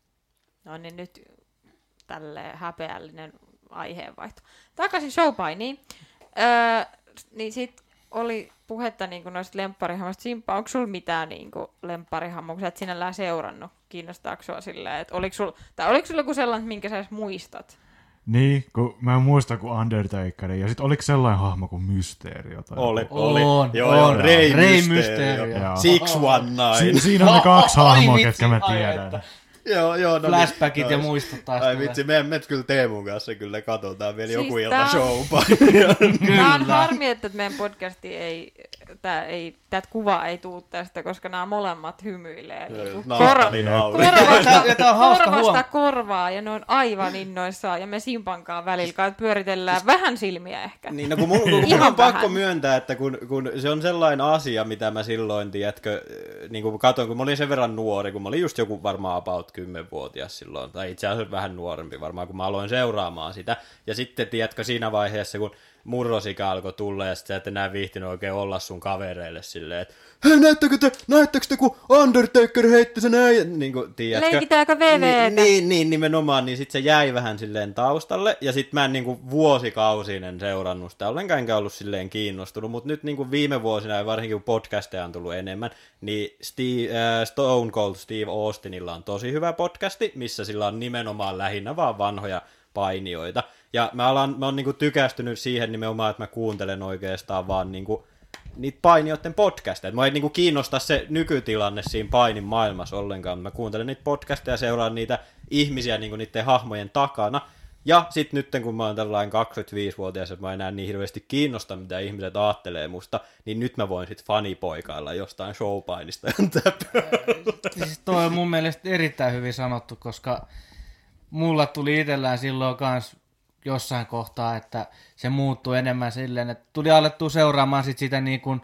No niin nyt tälleen häpeällinen aiheenvaihto. Takaisin showpainiin. Öö, niin sit oli puhetta niinku noista lempparihammoista. Simppa, onko sulla mitään niinku lempparihammoa, kun sä et sinällään seurannut? Kiinnostaako sua silleen, että oliko sulla, tai oliko sulla joku sellainen, minkä sä edes muistat? Niin, kun mä en muista kuin Undertaker, ja sit oliko sellainen hahmo kuin Mysteerio? Tai Oli, joku? oli. On, joo, joo, on. Rey, Rey Mysterio. Mysterio. Joo. Six One Nine. Si- siinä on ne kaksi Ai hahmoa, vitsi, ketkä mä ai tiedän. että. Joo, joo. No Flashbackit niin, ja nois. muistot taas Ai tulee. vitsi, me, me kyllä Teemun kanssa kyllä katsotaan vielä Siis joku ilta tää- showpa. Tämä on harmi, että meidän podcasti ei, tää ei, tätä kuvaa ei tuu tästä, koska nämä molemmat hymyilee. Niin Nahtali nauri. korvasta, Ja tää on hauska korvasta huom- korvaa ja ne on aivan innoissaan ja me Simpankaan välillä kai pyöritellään vähän silmiä ehkä. Niin, no kun mun, kun mun Ihan on pakko vähän. myöntää, että kun, kun se on sellainen asia, mitä mä silloin, tiedätkö, niin kun katsoin, kun mä olin sen verran nuori, kun mä olin just joku varmaan about kymmenvuotias silloin, tai itse asiassa vähän nuorempi varmaan, kun mä aloin seuraamaan sitä, ja sitten, tiedätkö, siinä vaiheessa, kun murrosikä alkoi tulla, ja sitten sä et enää viihtynyt oikein olla sun kavereille silleen, että hei, näettekö te, näettekö te, kun Undertaker heitti sen äijän, niin kuin, tiedätkö? Leikitäänkö V V:tä? Niin, niin, niin, nimenomaan, niin sitten se jäi vähän silleen taustalle, ja sitten mä en niin kuin vuosikausinen seurannut sitä, ollenkaan enkä ollut silleen kiinnostunut, mutta nyt niin kuin viime vuosina, ja varsinkin kun podcasteja on tullut enemmän, niin Steve, äh, Stone Cold Steve Austinilla on tosi hyvä podcasti, missä sillä on nimenomaan lähinnä vaan vanhoja painijoita, ja mä, alan, mä oon niin kuin tykästynyt siihen nimenomaan, että mä kuuntelen oikeastaan vaan niin kuin niitä painijoiden podcasteja. Mä ei niinku kiinnosta se nykytilanne siinä painin maailmassa ollenkaan. Mä kuuntelen niitä podcasteja ja seuraan niitä ihmisiä niinku niiden hahmojen takana. Ja sit nyt kun mä oon tällainen kaksikymmentäviisivuotias, että mä enää niin hirveästi kiinnosta, mitä ihmiset aattelee musta, niin nyt mä voin sit fanipoikailla jostain showpainista. Siis toi on mun mielestä erittäin hyvin sanottu, koska mulla tuli itsellään silloin kans jossain kohtaa, että se muuttui enemmän silleen, että tuli alettua seuraamaan sit sitä niin kuin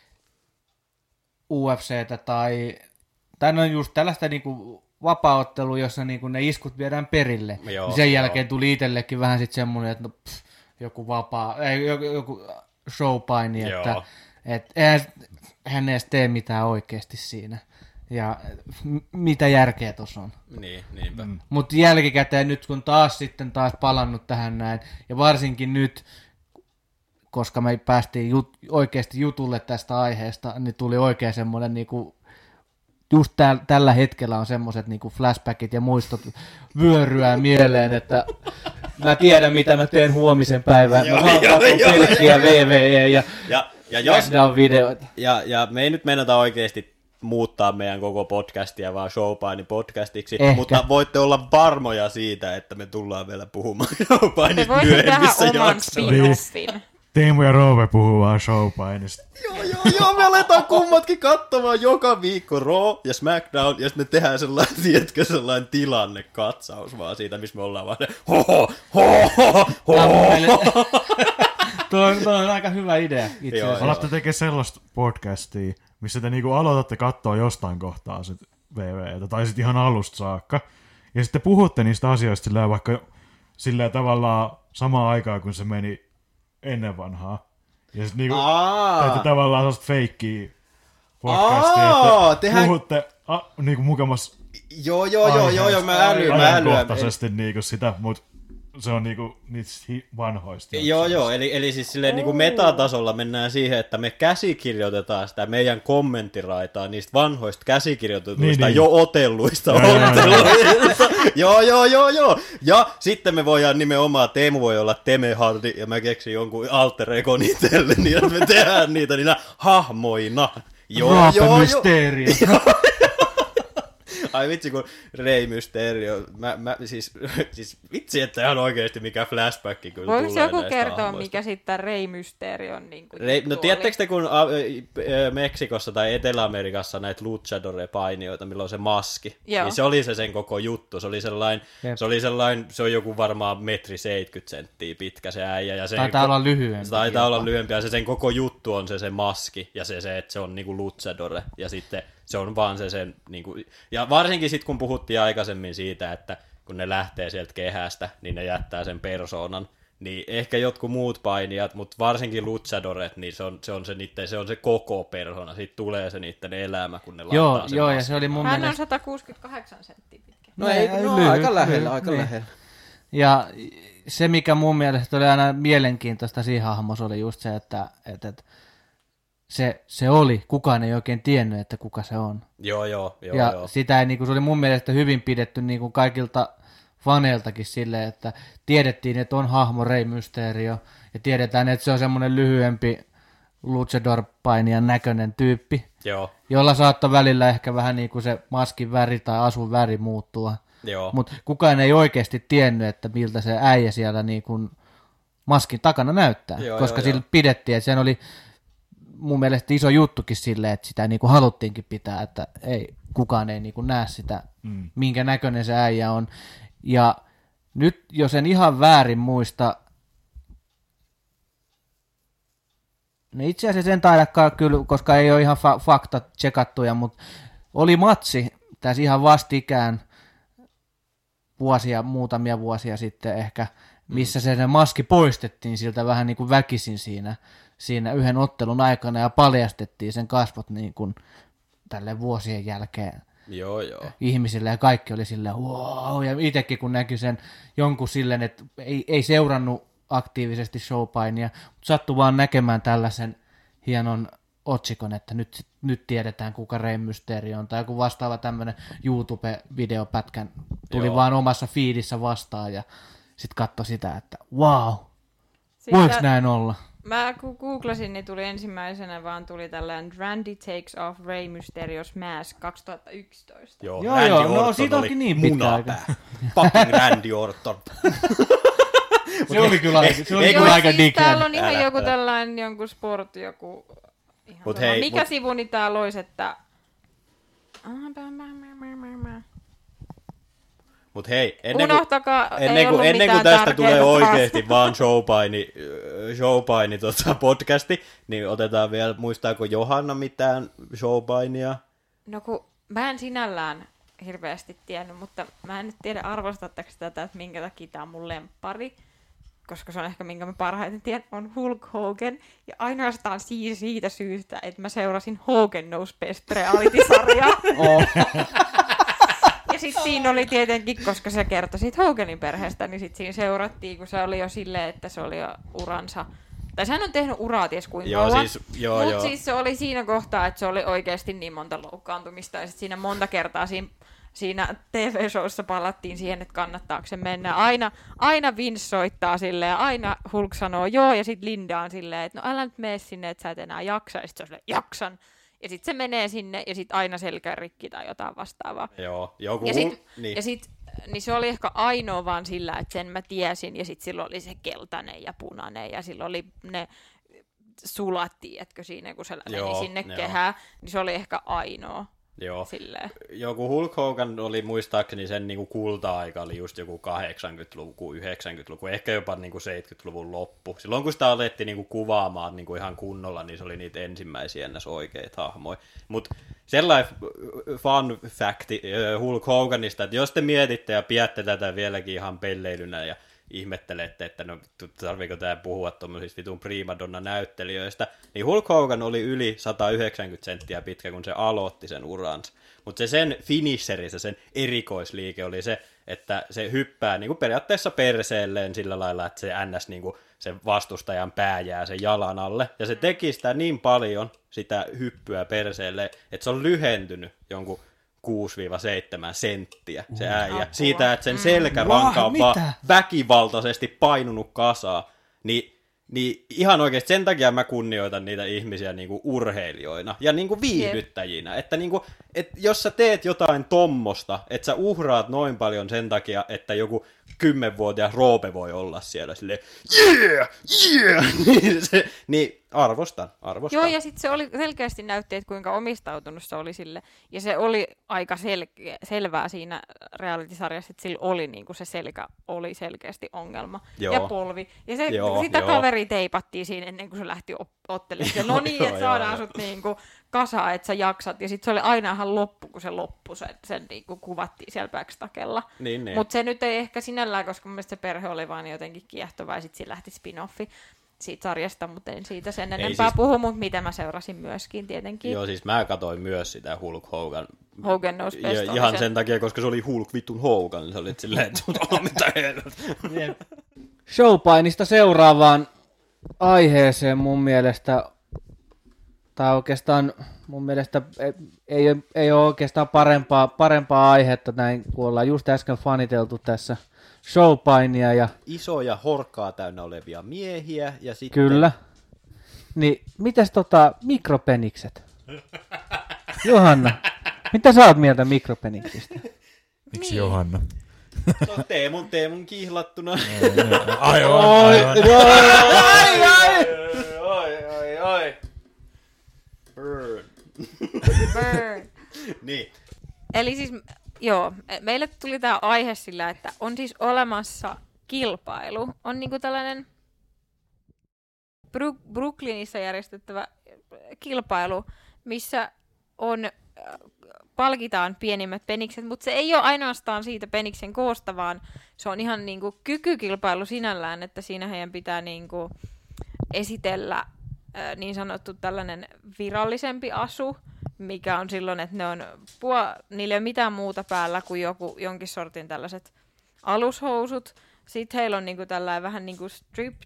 U F C:tä tai, tai no just tällaista niin kuin vapaaottelua, jossa niin kuin ne iskut viedään perille. Joo, niin sen joo. jälkeen tuli itsellekin vähän sit semmoinen, että no, pff, joku vapaa, ei, joku, joku showpaini, Joo. että et, eihän hän edes tee mitään oikeasti siinä. Ja m- mitä järkeä tuossa on. niin, niinpä. Mm. Mutta jälkikäteen nyt, kun taas sitten taas palannut tähän näin, ja varsinkin nyt, koska me päästiin jut, oikeasti jutulle tästä aiheesta, niin tuli oikein semmoinen, niinku, just täl, tällä hetkellä on semmoiset niinku flashbackit ja muistot vyöryä mieleen, että mä tiedän, mitä mä teen huomisen päivän. Mä Joo, vaan joo, katson joo, pelkkiä V V E ja Ja, ja, jos, SmackDown-videoita. ja, ja me ei nyt mennä oikeasti muuttaa meidän koko podcastia vaan showpaini podcastiksi, Ehkä. mutta voitte olla varmoja siitä, että me tullaan vielä puhumaan showpainista Me voimme tehdä myöhemmissä oman jaksoissa. spin-offin. Teemu ja Rove puhuu vaan showpainista. Joo, joo, joo, me aletaan kummatkin katsomaan joka viikko Raw ja SmackDown, ja sitten me tehdään sellainen, tiedätkö, sellainen tilannekatsaus vaan siitä, missä me ollaan vaan se ho ho ho ho Tää on mun ho mielestä- Tuo on, tuo on aika hyvä idea itse Joo, asiassa. Alatte tekemään sellaista podcastia, missä te niinku aloitatte katsoa jostain kohtaa sit V V:tä, tai sitten ihan alusta saakka. Ja sitten puhutte niistä asioista silleen vaikka silleen tavallaan samaan aikaan, kun se meni ennen vanhaa. Ja sitten niinku Aa. teette tavallaan sellaista feikkiä podcastia, Aa, että tehdään- puhutte a, niinku mukamas Joo, joo, joo, joo, joo, mä älyyn, mä älyyn. ajankohtaisesti niinku sitä, mutta se on niinku niistä hi- vanhoista. Joo, joo, eli, eli siis silleen niin kuin metatasolla mennään siihen, että me käsikirjoitetaan sitä meidän kommenttiraitaa niistä vanhoista käsikirjoitetuista, Niin, niin. jo otelluista Joo, joo, otteluista. Joo, joo, joo, joo. Ja sitten me voidaan nimenomaan, Teemu voi olla Temehardi, ja mä keksin jonkun alter egon itselle, niin että me tehdään niitä niinä hahmoina. Joo, Raape joo, joo. Mysteerio. Ai vitsi, kun Rey Mysterio, mä, mä, siis, siis vitsi, että ihan oikeasti mikä flashback kyllä Voiko tulee joku näistä kertoa, hahmoista. mikä sitten Rey Mysterion niin kuin Rey, juttu no oli? tiedättekö te, kun a, ä, Meksikossa tai Etelä-Amerikassa näitä luchadore-painijoita, millä on se maski, Joo. niin se oli se sen koko juttu. Se oli sellainen, Jep. se oli sellainen, se on joku varmaan metri seitsemänkymmentä senttiä pitkä se äijä. Ja se Taitaa olla lyhyempi. Se taitaa jopa. olla lyhyempi, ja se sen koko juttu on se, se maski, ja se, se että se on niinku luchadore, ja sitten se on vaan se sen, niinku, ja varsinkin sitten kun puhuttiin aikaisemmin siitä, että kun ne lähtee sieltä kehästä, niin ne jättää sen persoonan, niin ehkä jotkut muut painijat, mutta varsinkin luchadoret, niin se on se, on se, niitten, se, on se koko persona, siitä tulee se niiden elämä, kun ne Joo, laittaa sen joo, ja maskin. se oli mun Hän on mielestä... sata kuusikymmentäkahdeksan senttiä pitkä. No, ei, no lyhyt, aika lähellä, lyhyt, aika niin. lähellä. Ja se, mikä mun mielestä oli aina mielenkiintoista siinä hahmossa, oli just se, että, että, että se, se oli, kukaan ei oikein tiennyt, että kuka se on. Joo, joo, joo, ja joo. sitä ei, niin kuin, se oli mun mielestä hyvin pidetty niin kuin kaikilta faneiltakin silleen, että tiedettiin, että on hahmo Rey Mysterio, ja tiedetään, että se on semmoinen lyhyempi luchador-painijan näköinen tyyppi, Joo, jolla saattoi välillä ehkä vähän niin kuin se maskin väri tai asun väri muuttua. joo. Mutta kukaan ei oikeasti tiennyt, että miltä se äijä siellä niin kuin maskin takana näyttää, Joo, koska joo, sillä joo. pidettiin, että sen oli mun mielestä iso juttukin silleen, että sitä niin kuin haluttiinkin pitää, että ei, kukaan ei niin kuin näe sitä, Mm. minkä näköinen se äijä on. Ja nyt, jos en ihan väärin muista, no itse asiassa en taidakaan kyllä, koska ei ole ihan fa- faktat tsekattuja, mutta oli matsi tässä ihan vastikään vuosia, muutamia vuosia sitten ehkä, missä se, se maski poistettiin siltä vähän niin kuin väkisin siinä, siinä yhden ottelun aikana ja paljastettiin sen kasvot niin kuin tälle vuosien jälkeen Joo, joo. ihmisille ja kaikki oli silleen wow, ja itsekin kun näki sen jonkun silleen, että ei, ei seurannut aktiivisesti showpainia, mutta sattui vaan näkemään tällaisen hienon otsikon, että nyt, nyt tiedetään kuka Rey Mysterio on, tai joku vastaava tämmöinen YouTube-videopätkän tuli Joo. vaan omassa feedissä vastaan, ja sitten katsoi sitä, että wow, Siitä- voiko näin olla? Mä kun googlasin, niin tuli ensimmäisenä vaan tuli tällainen Randy Takes Off Rey Mysterio's Mask kaksituhattayksitoista. Joo, Joo, Randy joo, no Orton siitä oli onkin niin pitkä munapää. Fucking Randy Orton. Se oli kyllä aika, se oli ei, kyllä kun- aika siis dickhead. täällä on ihan Älä, joku älä. tällainen jonkun sport, joku... Ihan Mut sama. hei, Mikä mut- sivu niin täällä olisi, että... Mut hei, ennen kuin, Unohtakaa, ei ennen kuin, ollut ennen kuin mitään tästä tärkeää tulee taas. oikeasti vaan showpaini, äh, showpaini tota podcasti, niin otetaan vielä, muistaako Johanna mitään showpainia? No kun mä en sinällään hirveästi tiennyt, mutta mä en nyt tiedä arvostatteko tätä, että minkä takia tää on mun lemppari, koska se on ehkä minkä mä parhaiten tiedän, on Hulk Hogan. Ja ainoastaan si- siitä syystä, että mä seurasin Hogan Knows Best reality-sarjaa. Oh. Ja sitten siinä oli tietenkin, koska se kertoi siitä Hoganin perheestä, niin sitten siinä seurattiin, kun se oli jo silleen, että se oli jo uransa. Tai sehän on tehnyt uraa ties kuinka Joo, kauan. siis, joo, Mutta joo. siis se oli siinä kohtaa, että se oli oikeasti niin monta loukkaantumista. Ja sit siinä monta kertaa siinä, siinä T V-showssa palattiin siihen, että kannattaako se mennä. Aina, aina Vince soittaa silleen, ja aina Hulk sanoo joo, ja sitten Linda on silleen, että no älä nyt mene sinne, että sä et enää jaksa. Ja sitten se on silleen, jaksan. Ja sitten se menee sinne, ja sitten aina selkärikki tai jotain vastaavaa. Joo, joku, Ja sit, niin. ja sit, niin se oli ehkä ainoa vaan sillä, että sen mä tiesin, ja sitten silloin oli se keltainen ja punainen, ja silloin oli ne sulat, tiedätkö, siinä kun se meni Joo, sinne joo. kehään, niin se oli ehkä ainoa. Joo. Silleen. Joku Hulk Hogan oli muistaakseni sen niinku kulta-aika oli just joku kahdeksankymmentäluku, yhdeksänkymmentäluku, ehkä jopa niinku seitsemänkymmentäluvun loppu. Silloin kun sitä alettiin niinku kuvaamaan niinku ihan kunnolla, niin se oli niitä ensimmäisiä ennäs oikeita hahmoja. Mutta sellainen fun facti Hulk Hoganista, että jos te mietitte ja pidätte tätä vieläkin ihan pelleilynä ja ihmettelette, että no tarviiko tämä puhua tuommoisista vitun primadonna-näyttelijöistä, niin Hulk Hogan oli yli sata yhdeksänkymmentä senttiä pitkä, kun se aloitti sen uransa. Mutta se sen finisheri, se sen erikoisliike oli se, että se hyppää niin kuin periaatteessa perseelleen sillä lailla, että se ns. Niin kuin sen vastustajan pää jää sen jalan alle. Ja se teki sitä niin paljon, sitä hyppyä perseelleen, että se on lyhentynyt jonkun kuusi seitsemän senttiä se äijä. Apua. Siitä, että sen selkäranka on vaan mitä? väkivaltaisesti painunut kasaan. Niin, niin ihan oikeasti sen takia mä kunnioitan niitä ihmisiä niinku urheilijoina ja niinku viihdyttäjinä. Että niinku, et jos sä teet jotain tommosta, että sä uhraat noin paljon sen takia, että joku kymmenvuotias Roope voi olla siellä silleen yeah, yeah, niin, se, niin arvostan, arvostan. Joo, ja sitten se oli selkeästi näytti, että kuinka omistautunut se oli sille. Ja se oli aika selkeä, selvää siinä reality-sarjassa, että sillä oli niin kuin se selkä oli selkeästi ongelma. Joo. Ja polvi. Ja se, Joo, sitä joo. kaveri teipattiin siinä ennen kuin se lähti op- ottelemaan. No niin, Joo, että joo, saadaan joo. sut niin kuin kasaan, että sä jaksat. Ja sitten se oli aina ihan loppu, kun se loppui. Sen, sen niin kuin kuvattiin siellä backstakella. Niin, niin. Mutta se nyt ei ehkä sinällään, koska mun mielestä se perhe oli vaan jotenkin kiehtova ja sitten siinä lähti spin-offi siitä sarjasta, mutta en siitä sen enempää siis- puhu, mutta mitä mä seurasin myöskin tietenkin. Joo, siis mä katsoin myös sitä Hulk Hogan. Hogan Knows Best Ja oli ihan se. sen takia, koska se oli Hulk vittun Hogan. Se oli silleen, että oh, mitä helvettiä. Showpainista seuraavaan aiheeseen mun mielestä, tai oikeastaan mun mielestä ei, ei, ei ole oikeastaan parempaa, parempaa aihetta näin, kun ollaan just äsken faniteltu tässä showpainia ja Isoja horkkaa täynnä olevia miehiä ja sitten... kyllä. Niin, mitäs tota mikropeniikset? Johanna, mitä sä oot mieltä mikropeniksistä? Miksi Niin. Johanna? Se on Teemun, Teemun kihlattuna. Aivan, Oi, aivan. Ai, ai! Oi, oi, oi. Burn. Burn. Niin. Eli siis, joo, meille tuli tämä aihe sillä, että on siis olemassa kilpailu. On niinku tällainen Bru- Brooklynissa järjestettävä kilpailu, missä on, äh, palkitaan pienimmät penikset, mutta se ei ole ainoastaan siitä peniksen koosta, vaan se on ihan niinku kykykilpailu sinällään, että siinä heidän pitää niinku esitellä äh, niin sanottu tällainen virallisempi asu, mikä on silloin, että ne on puo- niillä ei ole mitään muuta päällä kuin joku, jonkin sortin tällaiset alushousut. Sitten heillä on niinku tällainen vähän niin kuin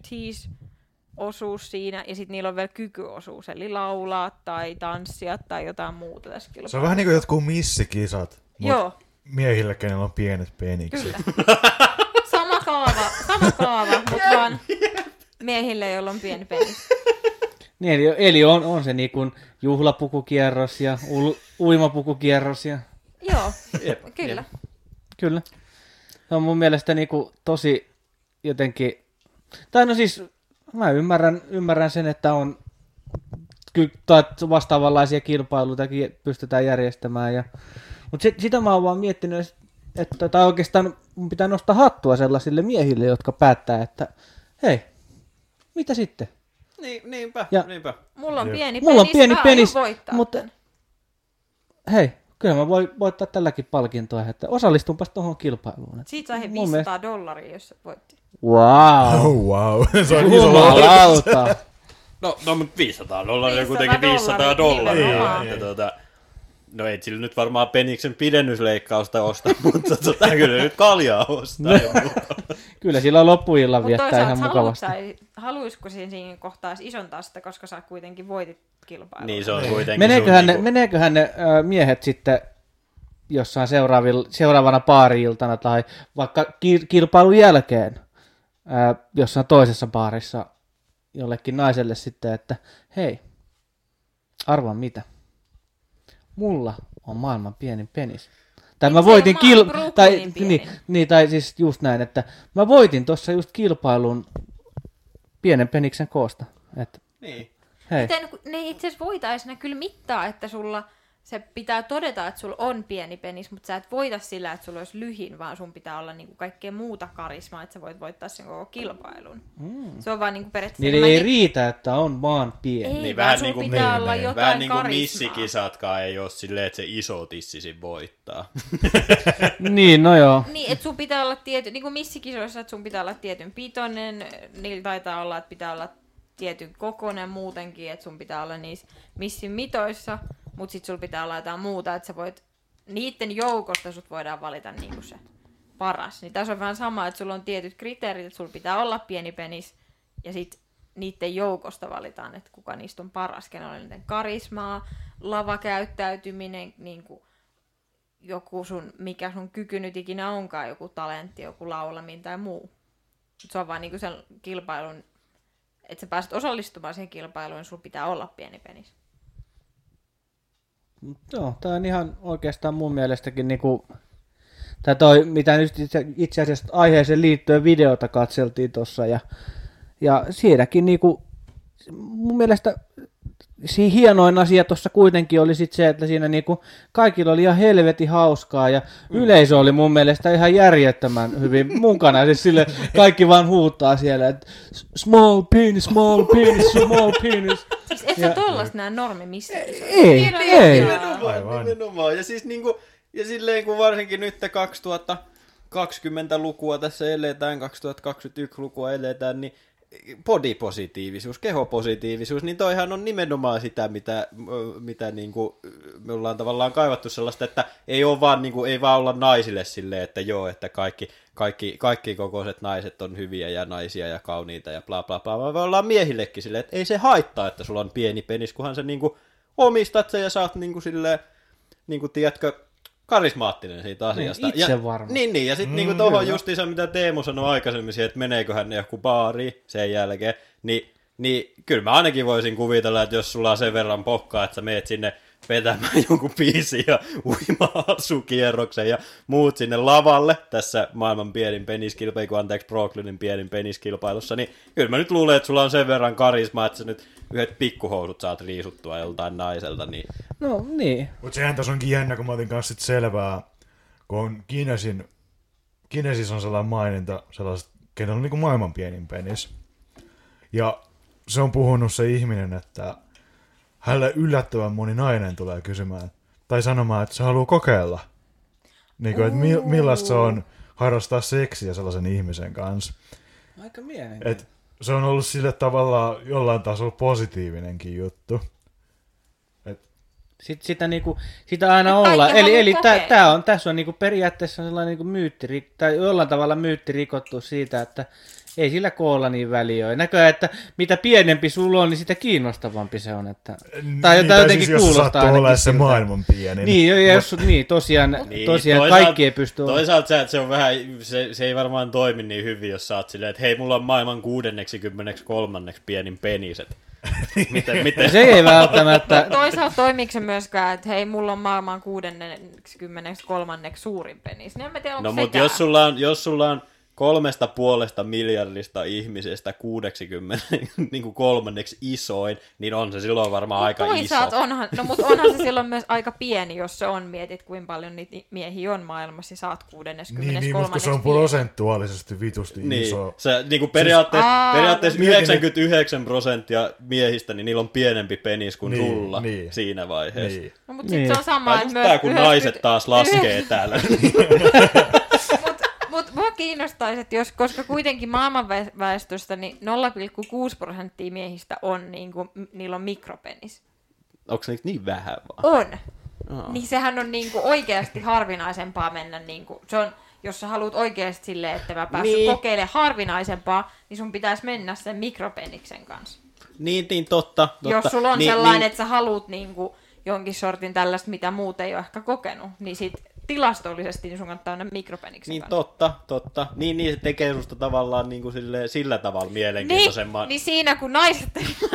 striptease-osuus siinä, ja sitten niillä on vielä kykyosuus, eli laulaa tai tanssia tai jotain muuta tässä kilpailussa. Se on vähän niin kuin jotkut missikisat, Joo, mutta miehillä, kenellä on pienet penikset. kyllä. Sama kaava, sama kaava, mutta vaan miehille, joilla on pieni penis. Niin, eli, eli on, on se niin kuin juhlapukukierros ja ul, uimapukukierros ja Joo, Jep, kyllä. kyllä. Se on mun mielestä niin kuin tosi jotenkin, tai no siis mä ymmärrän, ymmärrän sen, että on kyllä vastaavanlaisia kilpailuitakin pystytään järjestämään. Ja, mutta sit, sitä mä oon vaan miettinyt, että tai oikeastaan mun pitää nostaa hattua sellaisille miehille, jotka päättää, että hei, mitä sitten? Niin, niinpä, Ja- niinpä. Mulla on Jep. pieni Mulla on penis, pieni mä penis, aion voittaa mutta tän. hei, kyllä mä voin voittaa tälläkin palkintoa, että osallistunpas tuohon kilpailuun. Että Siitä sai he mun viisisataa dollaria, jos sä voitti. wow, Oh wow, se on iso jumalauta. No, no mutta viisisataa dollaria on viisisataa kuitenkin viisisataa dollaria, dollaria. nimenomaan. Että tuota, no ei sillä nyt varmaan peniksen pidennysleikkausta osta, mutta tota, kyllä nyt kaljaa ostaa. ja muuta. Kyllä sillä loppuillan Mutta viettää toisaalta ihan mukavasti. haluatko haluaisiko siinä, siinä kohtaa edes isontaa sitä, koska sä kuitenkin voitit kilpailun. Niin se on kuitenkin Meneeköhän sun ne, niinku- meneeköhän ne ö, miehet sitten jossain seuraavilla, seuraavana baari-iltana tai vaikka ki- kilpailun jälkeen ö, jossain toisessa baarissa jollekin naiselle sitten, että hei, arvaa mitä, mulla on maailman pienin penis. Tai mä Miksi voitin ei ole kil... maa- tai, Brooklynin niin, pienin? niin, tai siis just näin, että mä voitin tuossa just kilpailun pienen peniksen koosta. Että Niin. hei. Miten, kun ne itse asiassa voitaisiin ne kyllä mittaa, että sulla se pitää todeta, että sulla on pieni penis, mutta sä et voita sillä, että sulla olisi lyhin, vaan sun pitää olla niinku kaikkea muuta karismaa, että sä voit voittaa sen koko kilpailun. Mm. Se on vaan niinku periaatteessa... Niin ei riitä, että on vaan pieni. Ei, Niin, vaan vähän sulla niinku- pitää niin, olla niin. jotain Vähän niin kuin karismaa. missikisatkaan ei ole silleen, että se iso tissisi voittaa. Niin, no joo. Niin, että sun pitää olla tietyn, niin kuin missikisoissa, että sun pitää olla tietyn pitoinen, niillä taitaa olla, että pitää olla tietyn kokoinen muutenkin, että sun pitää olla niissä missin mitoissa, mutta sit sulla pitää olla jotain muuta, että sä voit, niiden joukosta sut voidaan valita niinku se paras. Niin tässä on vähän sama, että sulla on tietyt kriteerit, että sulla pitää olla pieni penis, ja sit niiden joukosta valitaan, että kuka niistä on paras, kenellä on niiden karismaa, lavakäyttäytyminen, niinku joku sun, mikä sun kyky nyt ikinä onkaan, joku talentti, joku laulaminen tai muu. Se on vaan niinku sen kilpailun, että sä pääset osallistumaan siihen kilpailuun, niin sulla pitää olla pieni penis. Joo, tää on ihan oikeastaan mun mielestäkin niinku, tää toi, mitä nyt itse, itse asiassa aiheeseen liittyen videota katseltiin tossa ja, ja siinäkin niinku, mun mielestä siinä hienoin asia tuossa kuitenkin oli sit se, että siinä niinku kaikilla oli ihan helvetin hauskaa ja mm. yleisö oli mun mielestä ihan järjettömän hyvin mukana. Siis sille kaikki vaan huutaa siellä, että small penis, small penis, small penis. Siis et sä tollasta nää normi missä? Ei, ei. Nimenomaan, nimenomaan. Ja siis niinku, ja silleen kun varsinkin nyt kaksituhattakaksikymmentä-lukua tässä eletään, kaksituhattakaksikymmentäyksi-lukua eletään, niin bodypositiivisuus, kehopositiivisuus, niin toihan on nimenomaan sitä, mitä, mitä niinku, me ollaan tavallaan kaivattu sellaista, että ei ole vaan, niinku, ei vaan olla naisille silleen, että joo, että kaikki, kaikki, kaikki kokoiset naiset on hyviä ja naisia ja kauniita ja bla bla bla, vaan me ollaan miehillekin silleen, että ei se haittaa, että sulla on pieni penis, kunhan sä niinku omistat sen ja saat niinku silleen, niinku tiedätkö, karismaattinen siitä asiasta. Niin, itse varma. Niin, niin, ja sitten mm, niinku tohon justiinsa, mitä Teemu sanoi aikaisemmin siihen, että meneeköhän ne joku baariin sen jälkeen, niin, niin kyllä mä ainakin voisin kuvitella, että jos sulla on sen verran pokkaa, että sä meet sinne vetämään jonkun biisin ja uima-asukierroksen ja muut sinne lavalle tässä maailman pienin peniskilpailu, anteeksi Brooklynin pienin peniskilpailussa, niin kyllä mä nyt luulen, että sulla on sen verran karismaa, että sä nyt yhdet pikkuhousut saat riisuttua joltain naiselta. Niin... No niin. Mutta sehän tässä onkin jännä, kun mä otin kanssa sit selvää, kun on Guinnessin, Guinnessiss on sellainen maininta sellaisesta, kenellä on niinku maailman pienin penis. Ja se on puhunut se ihminen, että hänelle yllättävän moni nainen tulee kysymään, tai sanomaan, että se haluaa kokeilla. Niin kuin, että mi- millaista se on harrastaa seksiä sellaisen ihmisen kanssa. Aika mielenkiintoista. Se on ollut sille tavallaan jollain tasolla positiivinenkin juttu. Et... Sitten sitä, niinku, sitä aina Et ollaan. kaikki Eli, eli haluaa tää, kokeilla. tää on, tässä on niinku periaatteessa sellainen niinku myytti, tai jollain tavalla myytti rikottu siitä, että ei sillä koolla niin väliä ole. Näköjään, että mitä pienempi sulla on, niin sitä kiinnostavampi se on. Että... Tai niin, jotenkin siis jos kuulostaa sattuu ainakin olla se siltä. maailman pieni. Niin, jo, ja jos, niin tosiaan, Niin, tosiaan toisaalta- kaikki ei pysty olemaan. Toisaalta se, se on vähän, se, se ei varmaan toimi niin hyvin, jos sä oot silleen, että hei, mulla on maailman kuudenneksi kymmeneksi kolmanneksi pienin peniset. Miten, miten? Se ei välttämättä. Toisaalta toimiiko se myöskään, että hei, mulla on maailman kuudenneksikymmeneksi kolmanneksi suurin penis. Niin en mä tiedä, onko No mutta sekään. jos sulla on, jos sulla on kolmesta puolesta miljardista ihmisestä kuudeksikymmentä niin kuin kolmanneksi isoin, niin on se silloin varmaan Mut aika iso. toisaalta onhan, no mutta onhan se silloin myös aika pieni, jos se on, mietit kuinka paljon niitä miehiä on maailmassa, ja saat kuudenneksikymmeneksi Niin, niin mutta kun se on kolmanneksi prosentuaalisesti vitusti Niin, iso. se, niin kuin periaatteessa, Aa, periaatteessa mietin, yhdeksänkymmentäyhdeksän prosenttia miehistä, niin niillä on pienempi penis kuin Niin, sulla niin. siinä vaiheessa. Niin. No mutta Niin. sitten se on sama, Tai että just myös tää, kun yhdeksänkymmentä naiset taas laskee täällä. Mutta mut mua kiinnostaisi, että jos, koska kuitenkin maailman vä- väestöstä niin nolla pilkku kuusi prosenttia miehistä on, niin kuin, niillä on mikropenis. Onko se niitä niin vähän vaan? On. Oh. Niin sehän on niin kuin oikeasti harvinaisempaa mennä, niin kuin, se on, jos sä haluat oikeasti silleen, että mä päässyt Niin. kokeilemaan harvinaisempaa, niin sun pitäisi mennä sen mikropeniksen kanssa. Niin, niin totta, totta. Jos sulla on niin, sellainen, niin, että sä haluat niin kuin, jonkin sortin tällaista, mitä muut ei ole ehkä kokenut, niin sit tilastollisesti niin sun kannattaa mennä mikropeniksen niin kanssa. totta, totta. Niin, niin se tekee susta tavallaan niin kuin sille, sillä tavalla Niin, mielenkiintoisemman. niin siinä kun naiset...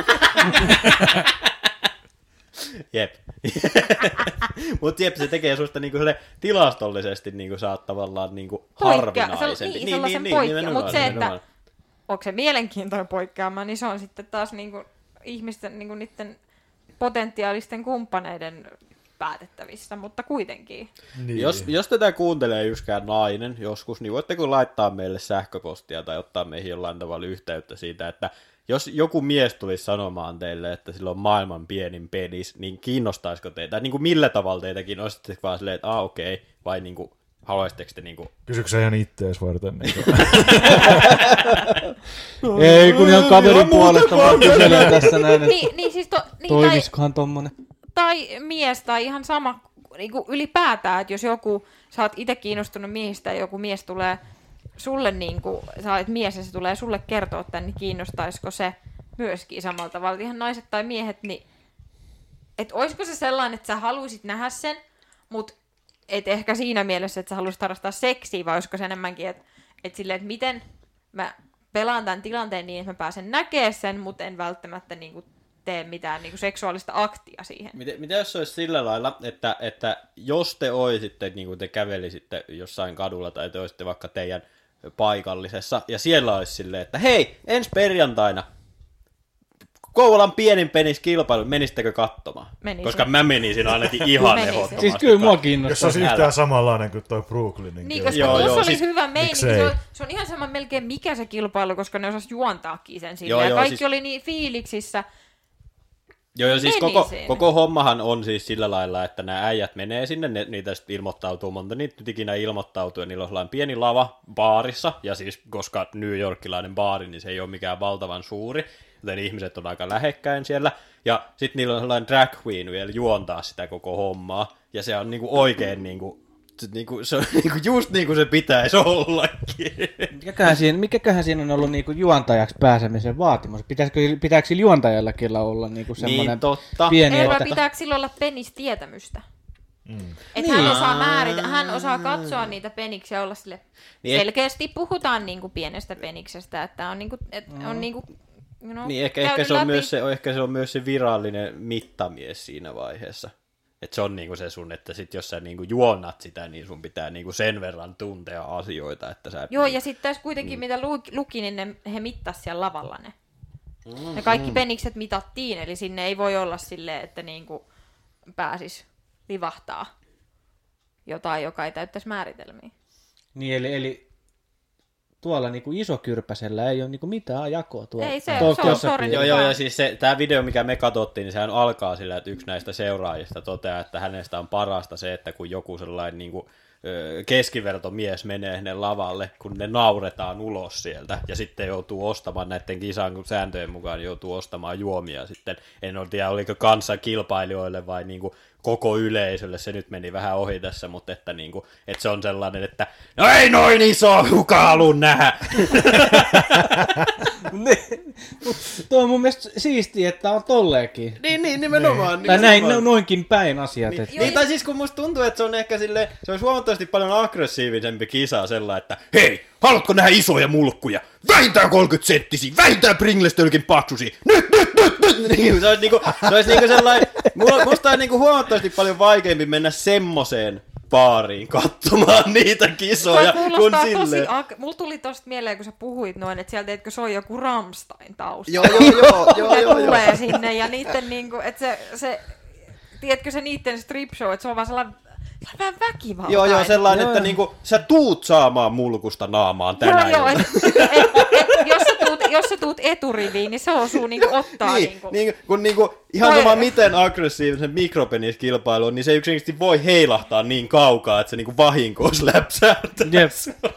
Jep. Mutta jep, se tekee susta niinku tilastollisesti niinku sä oot tavallaan niinku Poikkea- harvinaisempi. sel- niin, sellaisen poikkea- nimenomaan, mut se, että- nimenomaan. Onko se mielenkiintoinen poikkeama, niin se on sitten taas niinku ihmisten niinku niiden potentiaalisten kumppaneiden päätettävissä, mutta kuitenkin. Niin. Jos, jos tätä kuuntelee yksikään nainen joskus, niin voitteko laittaa meille sähköpostia tai ottaa meihin jollain tavalla yhteyttä siitä, että jos joku mies tulisi sanomaan teille, että sillä on maailman pienin penis, niin kiinnostaisiko teitä? Niin kuin millä tavalla teitä kiinnostaisi vaan silleen, että ah okei, okay, vai niin kuin, haluaisitteko te niin kuin... Kysytkö sä ihan ittees varten? Niin Ei, kun ihan kaverin puolesta vaan kyselee tässä näin, että Niin, niin siis to, niin, tai, toimiskohan tommonen. tai mies tai ihan sama niin kuin ylipäätään, että jos joku, sä oot itse kiinnostunut miehistä ja joku mies tulee sulle, niin kuin, sä olet mies ja se tulee sulle kertoa tämän, niin kiinnostaisiko se myöskin samalla tavalla, ihan naiset tai miehet, niin että olisiko se sellainen, että sä haluaisit nähdä sen, mutta et ehkä siinä mielessä, että sä haluaisit harrastaa seksiä, vai olisiko se enemmänkin, että et silleen, että miten mä pelaan tämän tilanteen niin, että mä pääsen näkemään sen, mutta en välttämättä niin kuin tee mitään niin kuin seksuaalista aktia siihen. Mitä, mitä jos se olisi sillä lailla, että, että jos te oisitte, niin kuin te kävelisitte jossain kadulla tai te olisitte vaikka teidän paikallisessa, ja siellä olisi silleen, että hei, ensi perjantaina Kouvolan pienin penis kilpailu, menisittekö katsomaan? Menisin. Koska mä menisin ainakin ihan Menisin. ehdottomasti. Siis kyllä mua katsomaan. kiinnostaa. Jos se olisi yhtään samanlainen kuin toi Brooklynin. Niin, koska Joo, tuossa joo, olisi siis hyvä meininki. miksei? Se on, se on ihan sama melkein mikä se kilpailu, koska ne osas juontaakin sen silleen. Joo, Ja joo, kaikki siis- oli niin fiiliksissä. Joo, joo, siis koko, Menisin. koko hommahan on siis sillä lailla, että nämä äijät menee sinne, ne, niitä sitten ilmoittautuu, monta niitä nyt ikinä ilmoittautuu, ja niillä on sellainen pieni lava baarissa, ja siis koska New Yorkilainen baari, niin se ei ole mikään valtavan suuri, joten ihmiset on aika lähekkäin siellä, ja sitten niillä on sellainen drag queen vielä juontaa sitä koko hommaa, ja se on niinku oikein niinku, se, niinku, se on niinku just niin kuin se pitäisi ollakin. Mikäköhän siinä, mikäköhän siinä on ollut niinku juontajaksi pääsemisen vaatimus? Pitäisikö, pitääkö sillä juontajallakin olla niinku semmoinen Niin, totta. pieni, Ei, vai että... pitääkö sillä olla penistietämystä? Mm. Että Niin. hän osaa määritä, hän osaa katsoa niitä peniksiä ja olla sille Niin, et- selkeästi puhutaan niinku pienestä peniksestä, että on niinku, et on niinku, you know, Niin, ehkä, ehkä, käynyt se on läpi. myös se, ehkä se on myös se virallinen mittamies siinä vaiheessa. Että se on niinku se sun, että sit jos sä niinku juonnat sitä, niin sun pitää niinku sen verran tuntea asioita, että sä... Joo, ja sitten tässä kuitenkin, mm. mitä lu, luki, niin ne, he mittas siellä lavalla ne. Mm, ne kaikki mm. penikset mitattiin, eli sinne ei voi olla silleen, että niinku pääsis livahtaa jotain, joka ei täyttäisi määritelmiä. Niin, eli, eli tuolla niinku isokyrpäsellä ei ole niinku mitään jakoa tuolla. Ei se- tuolla se on tuossa sorry. pienessä. Joo, joo, ja siis se, tämä video, mikä me katsottiin, niin sehän alkaa sillä, että yksi näistä seuraajista toteaa, että hänestä on parasta se, että kun joku sellainen niin kuin, keskivertomies menee sinne lavalle, kun ne nauretaan ulos sieltä, ja sitten joutuu ostamaan näiden kisan sääntöjen mukaan, joutuu ostamaan juomia sitten. En ole tiedä, oliko kanssa kilpailijoille vai niin kuin koko yleisölle, se nyt meni vähän ohi tässä, mutta että, niin kuin, että se on sellainen, että no ei noin iso, kuka halua nähdä. Tuo on mun mielestä siistiä, että on tolleenkin. niin, niin, nimenomaan. Tai näin, nimenomaan. no, noinkin päin asiat. Niin, Että... niin, tai siis kun musta tuntuu, että se on ehkä silleen, se olisi huomattavasti paljon aggressiivisempi kisa sellainen, että hei, haluatko nähdä isoja mulkkuja? Vähintään kolmekymmentä senttisiä, vähintään Pringlestölkin paksusia, nyt, nyt, nyt, nyt! Niin, se olisi niinku, se olisi niinku sellainen, mulla, musta olisi niinku huomattavasti paljon vaikeampi mennä semmoseen baariin katsomaan niitä kisoja, Toi kun kuulostaa tosi, silleen. ag- mulla tuli tosta mieleen, kun sä puhuit noin, että sieltä eikö soi joku Rammstein tausta. Joo, joo, joo, joo, ne joo, joo. tulee sinne ja niitten niinku, että se, se, tiedätkö se niitten strip show, että se on vaan sellainen, sellainen vähän väkivaltainen. Joo, joo, sellainen, Joo, että joo. niinku, sä tuut saamaan mulkusta naamaan tänään. Joo, joo, et, et, et, jos, sä tuut, jos sä tuut eturiviin, niin se osuu niinku ottaa Niin, niinku. niin, kun niinku, ihan Toi- sama miten aggressiivisen mikropeniskilpailu on, niin se yksinkertaisesti voi heilahtaa niin kaukaa, että se niinku vahinkoos läpsähtää. Jep.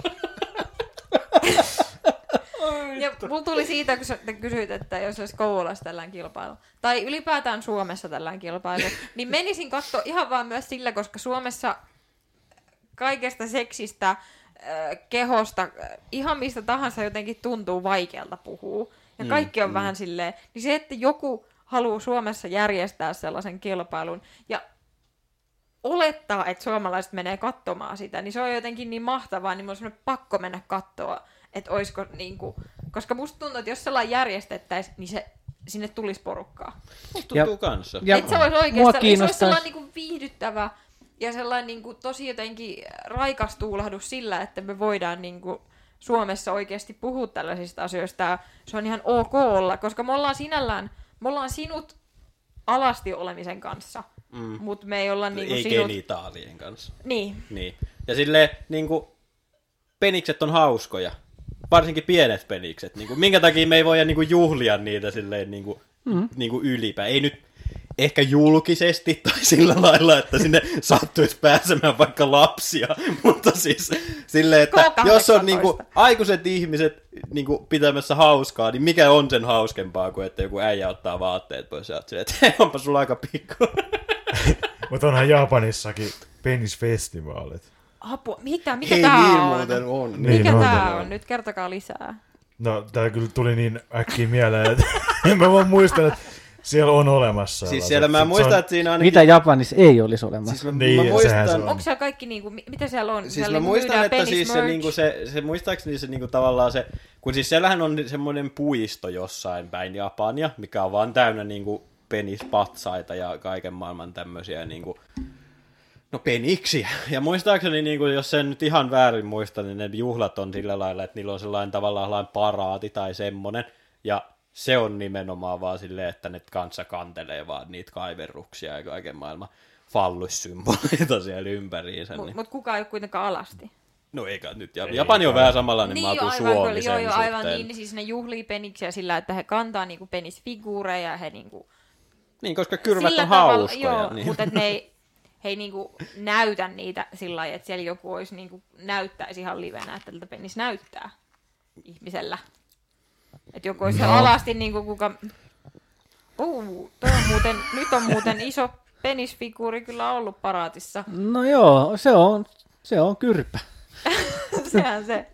Ja mulla tuli siitä, kun sä te kysyit, että jos olisi Kouvolassa tällainen kilpailu, tai ylipäätään Suomessa tällainen kilpailu, niin menisin katsoa ihan vaan myös sillä, koska Suomessa kaikesta seksistä, äh, kehosta, äh, ihan mistä tahansa jotenkin tuntuu vaikealta puhua. Ja kaikki on mm, vähän silleen, niin se, että joku haluaa Suomessa järjestää sellaisen kilpailun, ja olettaa, että suomalaiset menee katsomaan sitä, niin se on jotenkin niin mahtavaa, niin mulla on semmoinen pakko mennä katsoa, että oisko niinku, koska musta tuntuu, että jos sellainen järjestettäisiin, niin se, sinne tulisi porukkaa. Musta Ja- tuntuu kanssa. Ja Että se olisi mua oikeastaan, se olisi kiinnostaisi- sellainen niinku viihdyttävä ja sellainen niinku tosi jotenkin raikas tuulahdus sillä, että me voidaan niinku Suomessa oikeasti puhua tällaisista asioista. Ja se on ihan ok olla, koska me ollaan sinällään, me ollaan sinut alasti olemisen kanssa, mm. mutta me ei olla niinku ei sinut... genitaalien kanssa. Niin. Niin. Ja silleen niinku penikset on hauskoja. Varsinkin pienet penikset. Niinku, minkä takia me ei voida niinku juhlia niitä silleen niinku, mm. niinku ylipä. Ei nyt ehkä julkisesti tai sillä lailla, että sinne sattuisi pääsemään vaikka lapsia, mutta siis silleen, että jos on niinku aikuiset ihmiset niinku pitämässä hauskaa, niin mikä on sen hauskempaa kuin että joku äijä ottaa vaatteet pois ja silleen, että hei, onpa sulla aika pikku. Mutta onhan Japanissakin penisfestivaalit. Apua, mitä, mikä Hei, tää niin on? muuten on. Niin Mikä on, tää niin on? on. Nyt kertokaa lisää. No, tää kyllä tuli niin äkkiä mieleen, että mä vaan muistan, että siellä on olemassa. Siis siellä mä muistan, että siinä ainakin... Mitä Japanissa ei olisi olemassa? Siis mä, Niin, mä sehän muistan... se on. Onko siellä kaikki, niinku, mi- mitä siellä on? Siis siellä mä niinku muistan, myydään että siis se, penismerch. niinku se, se muistaakseni se niinku tavallaan se, kun siis siellähän on semmoinen puisto jossain päin Japania, mikä on vaan täynnä niinku penispatsaita ja kaiken maailman tämmöisiä niinku, no peniksiä. Ja muistaakseni, niinku, jos sen nyt ihan väärin muistan, niin ne juhlat on sillä lailla, että niillä on sellainen tavallaan sellainen paraati tai semmoinen, ja se on nimenomaan vaan silleen, että ne kanssa kantelee vaan niitä kaiverruksia ja kaiken maailman fallussymboleita siellä ympäriinsä. Mutta Niin. mut kukaan ei ole kuitenkaan alasti. No eikä nyt. Ja Japani on vähän samanlainen maa kuin aivan, Suomi kyllä, sen joo, joo, aivan suhteen. niin, niin siis ne juhlii peniksiä sillä, että he kantaa niinku penisfiguureja ja he niinku... Niin, koska kyrvät sillä on tavalla- hauskoja. Joo, Niin. mutta ne ei, he ei niinku näytä niitä sillä lailla, että siellä joku olisi niinku näyttäisi ihan livenä, että tältä penis näyttää ihmisellä. Että joku olisi no. alasti niinku kuka... Uh, toi on muuten, nyt on muuten iso penisfiguuri kyllä ollut paraatissa. No joo, se on, se on kyrpä. Sehän se.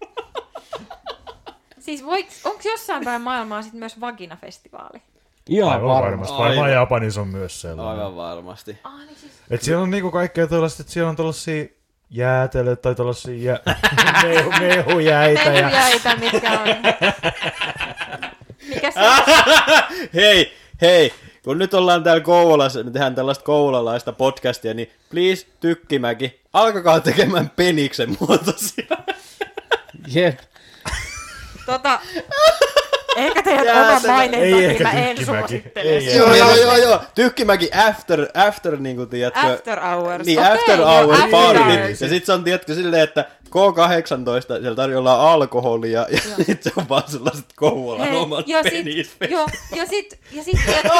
Siis onko jossain päin maailmaa sit myös vaginafestivaali? Ihan Aivan varmasti. varmasti. Varmaan Aivan. Japanissa on myös sellainen. Aivan varmasti. Ah, niin siis... Et siellä on niinku kaikkea tällaista, että siellä on tällaisia jäätelöitä tai tällaisia jä... mehu, mehujäitä. Ja... Mehujäitä, mitkä on... Mikä se on? hei, hei, kun nyt ollaan täällä Kouvolassa, me tehdään tällaista kouvolalaista podcastia, niin please, Tykkimäki, alkakaa tekemään peniksen muotoisia. Jep. Tota... Ehkä teidän Jää oma se- maineen ei takia ehkä mä en Tykkimäki. suosittele Ei, sitä. joo, joo, joo, joo, Tykkimäki after, after niinku, tiedätkö? After hours. Niin, Okei, after joo, hours after party. hours. Ja sit se on, tiedätkö, silleen, että K kahdeksantoista, siellä tarjolla alkoholia, ja sit se on vaan sellaiset Kouvolan Hei, omat ja sit, penisfestit. joo, ja sit, ja sit, tiedätkö...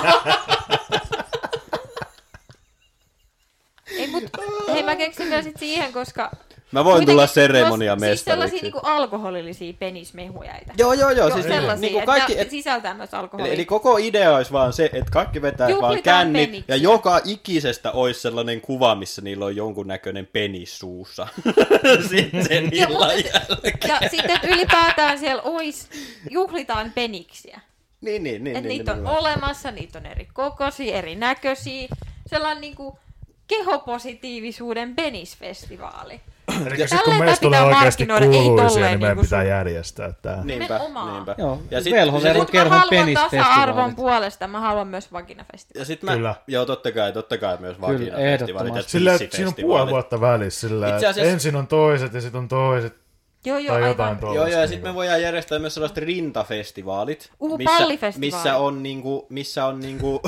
Ei, mut, hei, mä keksin vielä sit siihen, koska... Mä voin tulla kuitenkin- seremoniamestariksi. Siis sellaisia niinku alkoholillisia penismehujäitä. Joo, joo, joo. Joo, Siis sellaisia, niinku että kaikki, ne et, sisältää myös alkoholia. eli, eli koko idea olisi vaan se, että kaikki vetää vaan Juhlitaan kännit, peniksiä. ja joka ikisestä olisi sellainen kuva, missä niillä on jonkunnäköinen penis suussa. Sitten sen Ja, illan mutta- jälkeen. ja sitten että ylipäätään siellä ois, juhlitaan peniksiä. Niin, niin, niin. Että niin, niitä on niin, olemassa, niitä on eri kokoisia, eri näköisiä. Sellainen niinku kehopositiivisuuden penisfestivaali. Eli sit kun Tälleen meistä tää tulee pitää oikeasti markkinoida, ei kuuluisia, tolleen niin meidän niinku pitää sun- järjestää tää. Niinpä, Nimenomaan. niinpä. Joo, Ja sit, velhoveron sit, Mutta mä kerhon haluan penisfestivaalit. tasa-arvon puolesta, mä haluan myös vaginafestivaalit. ja sit mä, Kyllä. joo, totta kai, totta kai myös Kyllä, vaginafestivaalit ja ehdottomasti. Sillä, että siinä on tissifestivaalit. puoli vuotta välissä. Sillä, Itse että asiassa- ensin on toiset ja sitten on toiset. Joo, joo, Tai jotain aivan. tuolla. Joo, joo, ja sitten me voidaan järjestää myös sellaiset rintafestivaalit, Uu, missä, pallifestivaali. missä on niinku, missä on niinku,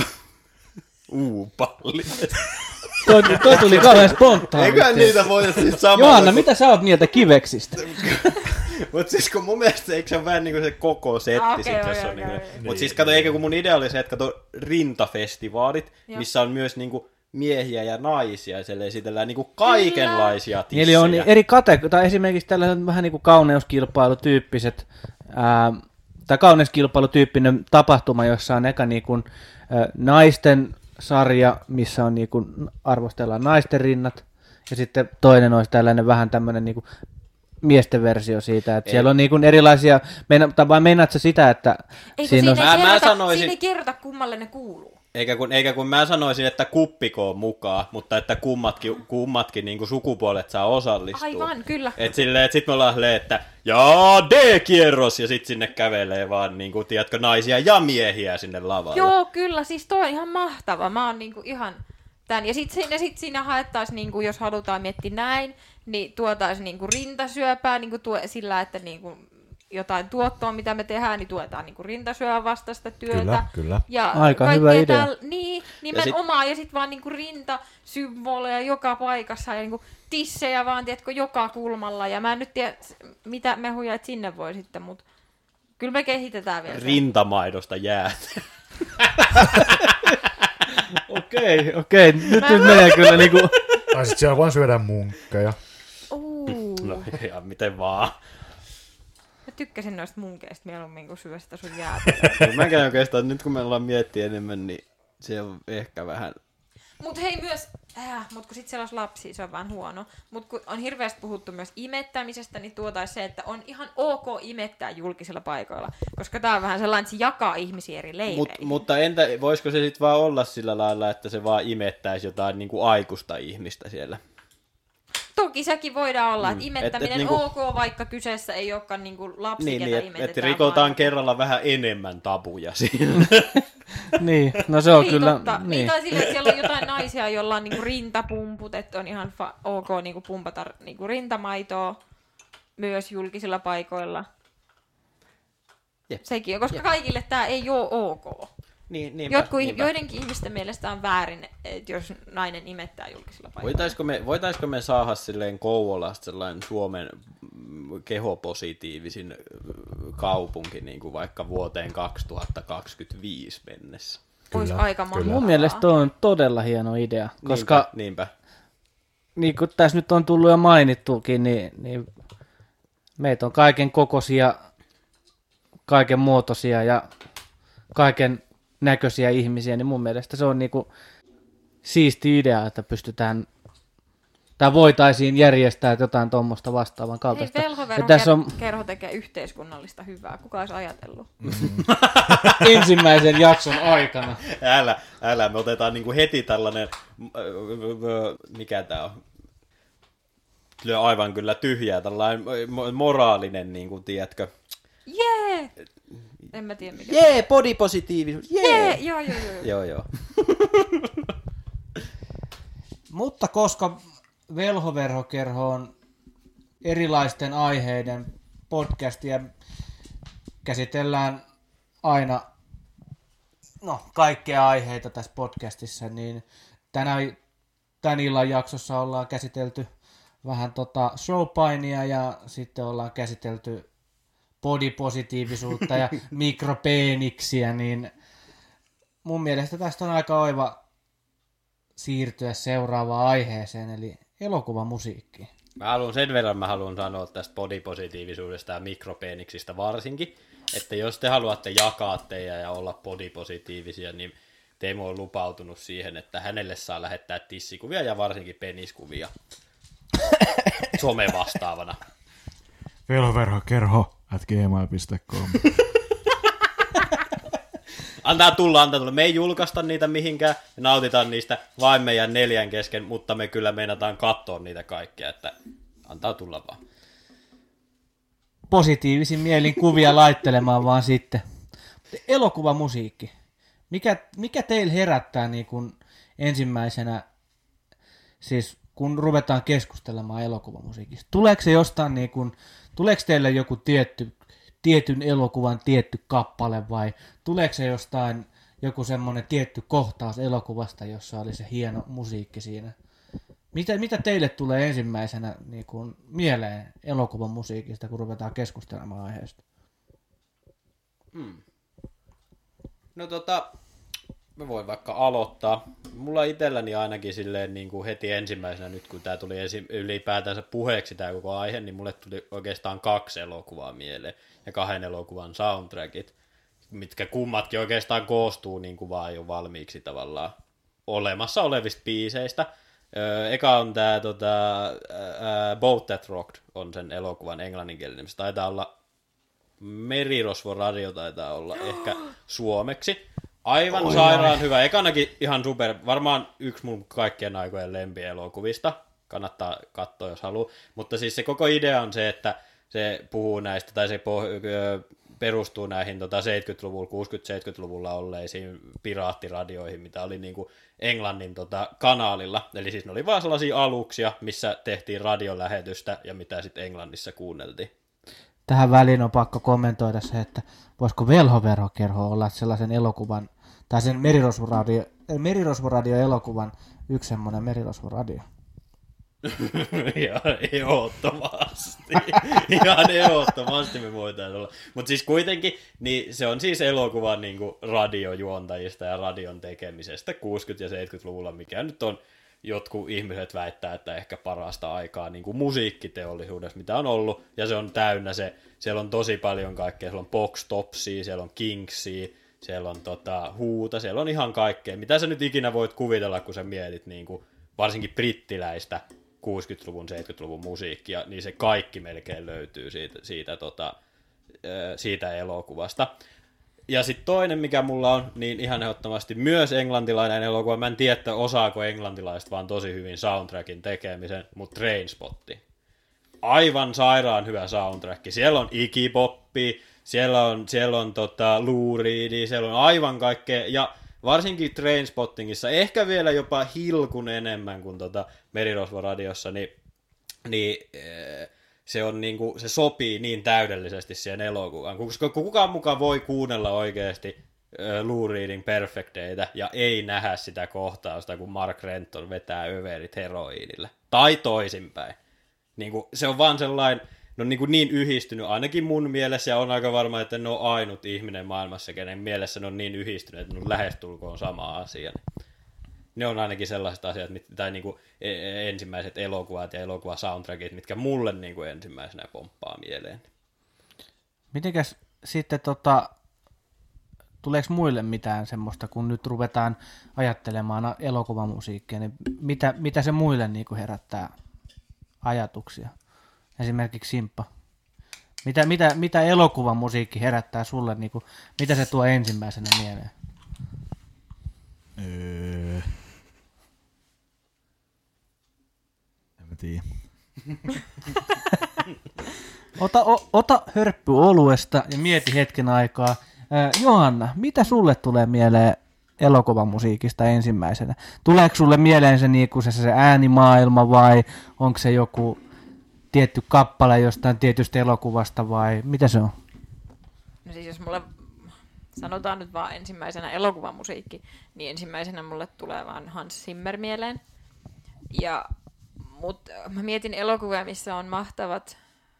uu, palli. Toi, toi tuli kauhean spontaanisti. Eiköhän niitä voida siis samalla. Johanna, kun- mitä sä oot mieltä kiveksistä? Mut siis kun mun mielestä eikö se ole vähän niinku se koko setti Ah, okei, sit, jos okei, on okei, niinku... okei. Mut siis kato, eikä kun mun idea oli se, että kato rintafestivaalit, Joo. missä on myös niinku miehiä ja naisia, ja siellä esitellään niinku kaikenlaisia tissejä. Eli on eri kategorioita, tai esimerkiksi tällaiset vähän niin kuin kauneuskilpailutyyppiset, ää, tai kauneuskilpailutyyppinen tapahtuma, jossa on eka niin kuin, ää, naisten sarja, missä on niin kuin, arvostellaan naisten rinnat, ja sitten toinen olisi tällainen vähän tämmöinen niin kuin miesten versio siitä, että Ei. siellä on niin kuin erilaisia, meina, tai vai meinaatko sitä, että Eikö siinä on... siinä, Mä- ei mä kerrota, sanoisin- siinä ei kerrota, kummalle ne kuuluu. Eikä kun, eikä kun mä sanoisin, että kuppikoon mukaan, mutta että kummatkin, kummatkin niin kuin sukupuolet saa osallistua. Aivan, kyllä. Et silleen, et sit me ollaan silleen, että jaa, D-kierros, ja sit sinne kävelee vaan, niin kuin, tiedätkö, naisia ja miehiä sinne lavalle. Joo, kyllä, siis toi on ihan mahtava. Mä oon niinku ihan tän. Ja sit siinä, sit siinä haettaisiin, niinku, jos halutaan miettiä näin, niin tuotaisiin niinku rintasyöpää niinku tuo, sillä, että niinku jotain tuottoa, mitä me tehdään, niin tuetaan niin kuin rintasyövän vastaista työtä. Kyllä, kyllä. Ja Aika kaikkea hyvä idea. Täällä, niin, nimenomaan. Ja sitten sit vaan niin kuin rintasymboleja joka paikassa ja niin kuin tissejä vaan, tiedätkö, joka kulmalla. Ja mä en nyt tiedä, mitä mehuja et sinne voi sitten, mutta kyllä me kehitetään vielä. Rintamaidosta jäät. Okei, okei. Nyt, nyt menee kyllä niinku... Tai sit siellä vaan syödään munkkeja. Uh. No ihan miten vaan. Mä tykkäsin noista munkeista mieluummin kuin syö sitä sun jäätä. Mäkin oikeastaan, nyt kun me ollaan miettiä enemmän, niin se on ehkä vähän... Mut hei myös, äh, mut kun sit siellä olisi lapsia, se on vähän huono. Mut kun on hirveästi puhuttu myös imettämisestä, niin tuotais se, että on ihan ok imettää julkisilla paikoilla. Koska tää on vähän sellainen, että se jakaa ihmisiä eri leireihin. Mut, mutta entä, voisiko se sitten vaan olla sillä lailla, että se vaan imettäisi jotain niin kuin aikuista ihmistä siellä? Toki sekin voidaan olla, Mm. että imettäminen Et- et niinku- ok, vaikka kyseessä ei olekaan niinku lapsi, Niin, ketä niin että imetetään. et rikotaan vaan- kerralla vähän enemmän tabuja siinä. Niin, no se on niin, kyllä... totta. Niin. Niin. Tai silleen, että siellä on jotain naisia, joilla on niinku rintapumput, että on ihan fa- ok niinku pumpata niinku rintamaitoa myös julkisilla paikoilla. Jep. Sekin on, koska kaikille tämä ei ole ok. Niin, niinpä, Jotkut, niinpä. joidenkin ihmisten mielestä on väärin, että jos nainen imettää julkisilla paikoilla. Voitaisko me, voitaisko me saada silleen Kouvolasta sellainen Suomen mm, kehopositiivisin mm, kaupunki niin kuin vaikka vuoteen kaksituhattakaksikymmentäviisi mennessä? Olisi Kyllä, aika kyllä. mahtavaa. Mun mielestä toi on todella hieno idea, koska Niinpä, niinpä. niin kuin tässä nyt on tullut jo mainittukin, niin, niin meitä on kaiken kokoisia, kaiken muotoisia ja kaiken näköisiä ihmisiä, niin mun mielestä se on niinku siisti idea, että pystytään, tai voitaisiin järjestää jotain tuommoista vastaavan Hei, kaltaista. Ja velhoverhon tässä on kerho tekee yhteiskunnallista hyvää. Kuka olisi ajatellut? ensimmäisen jakson aikana. Älä, älä, me otetaan niinku heti tällainen, äh, äh, mikä tää on? Kyllä aivan kyllä tyhjää, tällainen mo- moraalinen, niin kuin, tiedätkö? Jee! En mä tiedä mikä. Jee, bodypositiivisuus, jee! Jee! Joo, joo, joo. joo. Joo, joo. Mutta koska Velhoverhokerho on erilaisten aiheiden podcast ja käsitellään aina no, kaikkea aiheita tässä podcastissa, niin tänä, tämän illan jaksossa ollaan käsitelty vähän tota showpainia ja sitten ollaan käsitelty bodypositiivisuutta ja mikropeeniksiä, niin mun mielestä tästä on aika oiva siirtyä seuraavaan aiheeseen, eli elokuvamusiikkiin. Mä haluan sen verran, mä haluan sanoa tästä bodypositiivisuudesta ja mikropeeniksistä varsinkin, että jos te haluatte jakaa teidän ja olla bodypositiivisia, niin Teemu on lupautunut siihen, että hänelle saa lähettää tissikuvia ja varsinkin peniskuvia some vastaavana. Velhoverhokerho at gmail piste com. Antaa tulla, antaa tulla. Me ei julkaista niitä mihinkään, me nautitaan niistä vain meidän neljän kesken, mutta me kyllä meinataan katsoa niitä kaikkia, että antaa tulla vaan. Positiivisin mielin kuvia laittelemaan vaan sitten. Elokuvamusiikki. Mikä, mikä teillä herättää niin kuin ensimmäisenä, siis kun ruvetaan keskustelemaan elokuvamusiikista? Tuleeko se jostain, niin kuin, tuleeko teille joku tietty, tietyn elokuvan tietty kappale vai tuleeko se jostain joku semmoinen tietty kohtaus elokuvasta, jossa oli se hieno musiikki siinä? Mitä, mitä teille tulee ensimmäisenä niin kuin, mieleen elokuvan musiikista, kun ruvetaan keskustelemaan aiheesta? Hmm. No tota, mä voin vaikka aloittaa. Mulla itselläni ainakin silleen niin kuin heti ensimmäisenä, nyt kun tää tuli esi- ylipäätänsä puheeksi tää koko aihe, niin mulle tuli oikeastaan kaksi elokuvaa mieleen ja kahden elokuvan soundtrackit, mitkä kummatkin oikeastaan koostuu niin kuin vaan jo valmiiksi tavallaan olemassa olevista biiseistä. Öö, eka on tää tota, ää, Boat That Rocked on sen elokuvan englanninkielinen. Se taitaa olla Merirosvo Radio taitaa olla ehkä suomeksi. Aivan Oi, sairaan ai. hyvä. Ekanakin ihan super. Varmaan yksi mun kaikkien aikojen lempielokuvista. Kannattaa katsoa, jos haluaa. Mutta siis se koko idea on se, että se puhuu näistä, tai se poh- ö, perustuu näihin tota seitsemänkymmentäluvulla, kuusikymmentä-seitsemänkymmentäluvulla olleisiin piraattiradioihin, mitä oli niinku Englannin tota kanaalilla. Eli siis ne oli vaan sellaisia aluksia, missä tehtiin radiolähetystä ja mitä sitten Englannissa kuunneltiin. tähän väliin on pakko kommentoida se, että voisiko Velhoverhokerho olla sellaisen elokuvan, tai sen Merirosvoradio, Merirosvoradio-elokuvan yksi semmoinen Merirosvoradio. Ihan ehdottomasti. Ihan ehdottomasti me voitaisiin olla. Mutta siis kuitenkin, niin se on siis elokuvan niin kuin radiojuontajista ja radion tekemisestä kuusikymmentä- ja seitsemänkymmentäluvulla, mikä nyt on, jotkut ihmiset väittää, että ehkä parasta aikaa niin kuin musiikkiteollisuudessa, mitä on ollut, ja se on täynnä se, siellä on tosi paljon kaikkea, siellä on Box Topsia, siellä on Kingsia, siellä on tota, Huuta, siellä on ihan kaikkea, mitä sä nyt ikinä voit kuvitella, kun sä mietit niin kuin, varsinkin brittiläistä kuusikymmentäluvun, seitsemänkymmentäluvun musiikkia, niin se kaikki melkein löytyy siitä, siitä, tota, siitä elokuvasta. Ja sitten toinen, mikä mulla on, niin ihan ehdottomasti myös englantilainen elokuva. Mä en tiedä, että osaako englantilaiset vaan tosi hyvin soundtrackin tekemisen, mutta Trainspotting. Aivan sairaan hyvä soundtrack. Siellä on Iggy Poppi, siellä on, siellä on tota Lou Reed, siellä on aivan kaikkea. Ja varsinkin Trainspottingissa, ehkä vielä jopa hilkun enemmän kuin tota Merirosvoradiossa, niin, niin se, on niinku, se sopii niin täydellisesti siihen elokuvaan. Koska kukaan mukaan voi kuunnella oikeasti Lou Reedin Perfect Daytä ja ei nähdä sitä kohtausta, kun Mark Renton vetää överit heroiinille. Tai toisinpäin. Niinku, se on vaan sellainen, ne on niin, niin yhdistynyt, ainakin mun mielessä, ja on aika varma, että ne on ainut ihminen maailmassa, kenen mielessä ne on niin yhdistynyt, että ne on lähestulkoon sama asia. Ne on ainakin sellaiset asiat, tai niin kuin ensimmäiset elokuvat ja elokuvasoundtrackit, mitkä mulle niin kuin ensimmäisenä pomppaa mieleen. Mitenkäs sitten, tota, tuleeko muille mitään semmoista, kun nyt ruvetaan ajattelemaan elokuvamusiikkia, niin mitä, mitä se muille niin kuin herättää ajatuksia? Esimerkiksi Simppa. Mitä, mitä, mitä elokuvamusiikki herättää sulle, niin kuin, mitä se tuo ensimmäisenä mieleen? Öö... En mä tiedä. ota, o, ota hörppy oluesta ja mieti hetken aikaa. Äh, Johanna, mitä sulle tulee mieleen elokuvamusiikista ensimmäisenä? Tuleeko sulle mieleen se, niin kuin se, se äänimaailma vai onko se joku tietty kappale jostain tietystä elokuvasta vai mitä se on? No siis jos mulle sanotaan nyt vaan ensimmäisenä elokuvamusiikki, niin ensimmäisenä mulle tulee vaan Hans Zimmer mieleen. Ja, mut mä mietin elokuvia, missä on mahtavat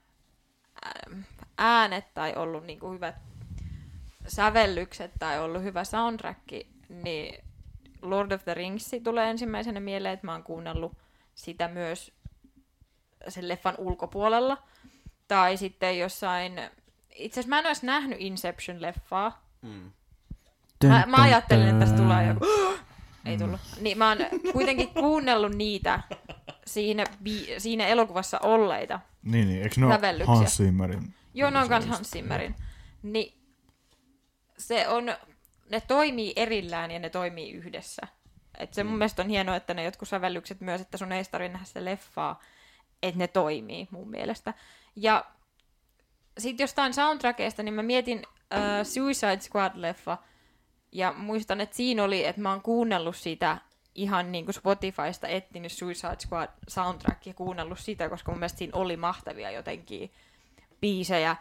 äänet tai ollut niinku hyvät sävellykset tai ollut hyvä soundtrack, niin Lord of the Rings tulee ensimmäisenä mieleen, että mä oon kuunnellut sitä myös sen leffan ulkopuolella. Tai sitten jossain, itse asiassa mä en olisi nähnyt Inception-leffaa. Mm. Mä, mä ajattelin, että tässä tulee joku, ei tullut. Niin mä oon kuitenkin kuunnellut niitä siinä, siinä elokuvassa olleita niin, niin. Eikö ne ole Hans Zimmerin? Joo, ne on kans Hans Zimmerin. Niin se on, ne toimii erillään ja ne toimii yhdessä. Et se mun mielestä on hienoa, että ne jotkut sävellykset myös, että sun ei tarvitse nähdä sitä leffaa, että ne toimii mun mielestä. Ja sitten jostain soundtrackeista, niin mä mietin uh, Suicide Squad-leffa, ja muistan, että siinä oli, että mä oon kuunnellut sitä ihan niin kuin Spotifysta, etsinyt Suicide Squad soundtrack ja kuunnellut sitä, koska mun mielestä siinä oli mahtavia jotenkin biisejä.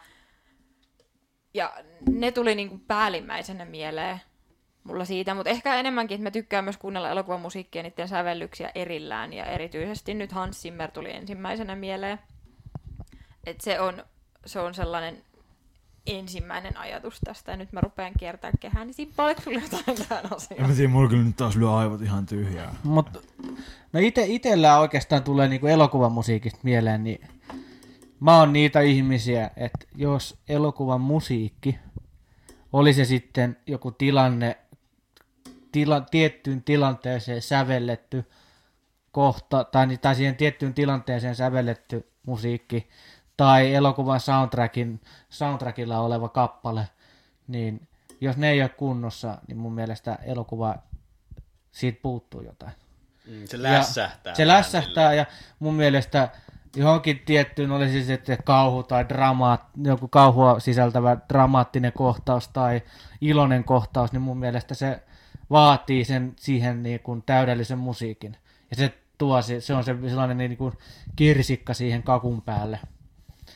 Ja ne tuli niin kuin päällimmäisenä mieleen mulla siitä, mutta ehkä enemmänkin, että mä tykkään myös kuunnella elokuvamusiikkia ja niiden sävellyksiä erillään, ja erityisesti nyt Hans Zimmer tuli ensimmäisenä mieleen. Että se on, se on sellainen ensimmäinen ajatus tästä, ja nyt mä rupean kiertämään kehään, niin Sippa, oliko sulla jotain tähän asiaan? En mä tiedä, mulla kyllä nyt taas lyö aivot ihan tyhjää. Mut, no ite, itellä oikeastaan tulee niinku elokuvamusiikista mieleen, niin mä oon niitä ihmisiä, että jos elokuvan musiikki oli se sitten joku tilanne, tila, tiettyyn tilanteeseen sävelletty kohta, tai, tai siihen tiettyyn tilanteeseen sävelletty musiikki, tai elokuvan soundtrackin, soundtrackilla oleva kappale, niin jos ne ei ole kunnossa, niin mun mielestä elokuva, siitä puuttuu jotain. Mm, se lässähtää. Ja se lässähtää, ja mun mielestä johonkin tiettyyn oli siis sitten kauhu tai dramaat, joku kauhua sisältävä dramaattinen kohtaus tai iloinen kohtaus, niin mun mielestä se vaatii sen siihen niin kuin täydellisen musiikin. Ja se tuo, se on se sellainen niin kuin kirsikka siihen kakun päälle.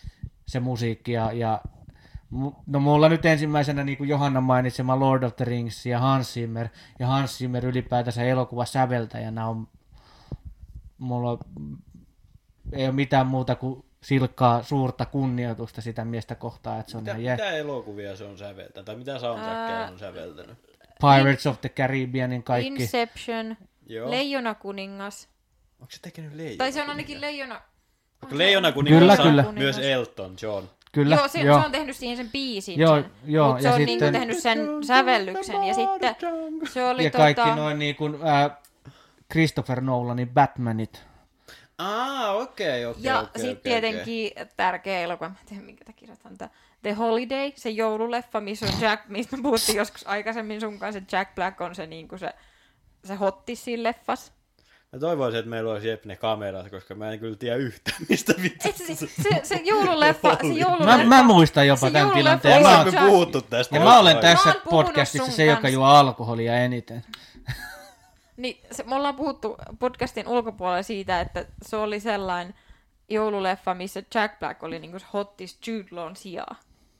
se musiikki ja, ja no mulla nyt ensimmäisenä niin kuin Johanna mainitsema Lord of the Rings ja Hans Zimmer, ja Hans Zimmer ylipäätänsä elokuvasäveltäjänä on, mulla ei ole mitään muuta kuin silkkaa suurta kunnioitusta sitä miestä kohtaan, että se on Mitä, ihan jä... mitä elokuvia se on säveltänyt, tai mitä soundtrackia Ää, se on säveltänyt? Pirates of the Caribbeanin kaikki. Inception, Joo. Leijona kuningas. Onko se tekenyt Leijona? Tai se on ainakin Leijona... Onko Leijona Kyllä, kuningas kyllä. myös Elton John? Kyllä, Joo, se, joo. se on tehnyt siihen sen biisin. Joo, sen. joo, Mut se ja on sitten- niinku tehnyt sen sävellyksen. Ja sitten se oli Ja tota... kaikki noin niin kuin äh, Christopher Nolanin Batmanit. Ah, okei, okei, Ja okei. sitten okei, tietenkin tärkeä elokuva, mä en tiedä minkä takia se on tää The Holiday, se joululeffa, missä on Jack, mistä me puhuttiin joskus aikaisemmin sun kanssa, että Jack Black on se, niinku se, se hotti siinä leffas. Mä toivoisin, että meillä olisi ne kamerat, koska mä en kyllä tiedä yhtään, mistä vittu. Et se, se, se joululeffa, se joululeffa... Mä, mä muistan jopa se tämän joululeffa tilanteen. Mä on oon, Ollaan me Jack- puhuttu tästä. ja mä olen jostain. tässä Mä oon puhunut podcastissa sun se, joka kanssa. juo alkoholia eniten. Niin, se, me ollaan puhuttu podcastin ulkopuolella siitä, että se oli sellainen joululeffa, missä Jack Black oli niinku se hottis Jude Lawn sijaa.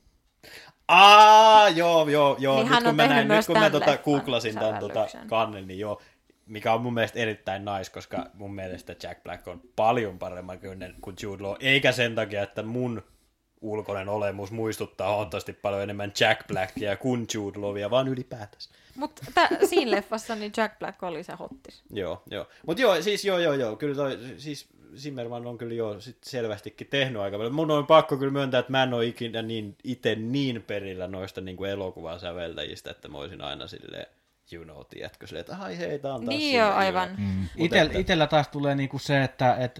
Aa, joo, joo, joo. Niin Nyt hän kun on mä, tehnyt näin, nyt myös kun mä tämän tota, leffan googlasin tämän tota, sävellyksen. kannen, niin joo, mikä on mun mielestä erittäin nice, koska mun mielestä Jack Black on paljon paremman kynnen kuin Jude Law, eikä sen takia, että mun ulkoinen olemus muistuttaa huomattavasti paljon enemmän Jack Blackia kuin Jude Lawia, vaan ylipäätänsä. Mutta siinä leffassa niin Jack Black oli se hottis. Joo, joo. Mutta joo, siis joo, joo, joo. Kyllä toi, siis Zimmerman on kyllä jo sit selvästikin tehnyt aika paljon. Mun on pakko kyllä myöntää, että mä en ole ikinä niin, itse niin perillä noista niin kuin elokuvasäveltäjistä, että mä olisin aina silleen, you know, tiedätkö, silleen, että ai hei, tää on taas Niin siinä, joo, aivan. Mm. Mut Itel, että- itellä taas tulee niinku se, että et,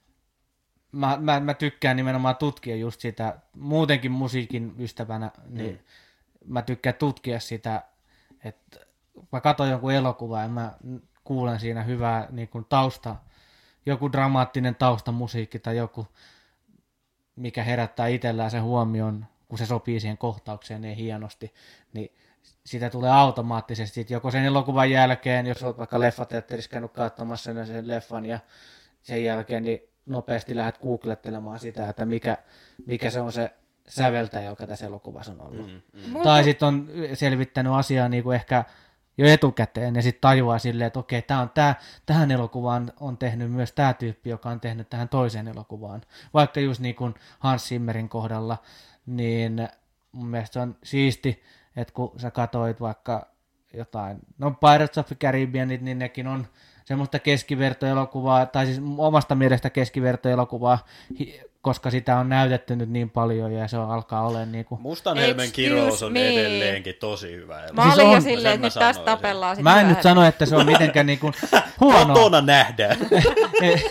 mä, mä, mä tykkään nimenomaan tutkia just sitä, muutenkin musiikin ystävänä, niin mm. mä tykkään tutkia sitä, että mä katson jonkun elokuvan ja mä kuulen siinä hyvää niin kuin tausta, joku dramaattinen taustamusiikki tai joku, mikä herättää itsellään sen huomion, kun se sopii siihen kohtaukseen niin hienosti, niin sitä tulee automaattisesti, sit joko sen elokuvan jälkeen, jos olet vaikka leffateatterissa käynyt katsomassa sen leffan ja sen jälkeen niin nopeasti lähdet googlettelemaan sitä, että mikä, mikä se on se säveltäjä, joka tässä elokuvassa on ollut. Mm, mm. Tai sitten on selvittänyt asiaa niin kuin ehkä jo etukäteen ja sitten tajuaa silleen, että okei, tää on tää, tähän elokuvaan on tehnyt myös tämä tyyppi, joka on tehnyt tähän toiseen elokuvaan. Vaikka just niin kuin Hans Zimmerin kohdalla, niin mun mielestä se on siisti, että kun sä katoit vaikka jotain, no Pirates of the Caribbean, niin nekin on semmoista keskivertoelokuvaa, tai siis omasta mielestä keskivertoelokuvaa, koska sitä on näytetty nyt niin paljon ja se on, alkaa olemaan niin kuin... Mustanhelmen Excuse kirous on me. edelleenkin tosi hyvä elokuva. Mä Siis olin jo on. silleen, Sen että mä nyt tästä sanoisin. tapellaan. sit Mä en nyt myöhemmin. sano, että se on mitenkään niin kuin huono. Kotona nähdään. ei,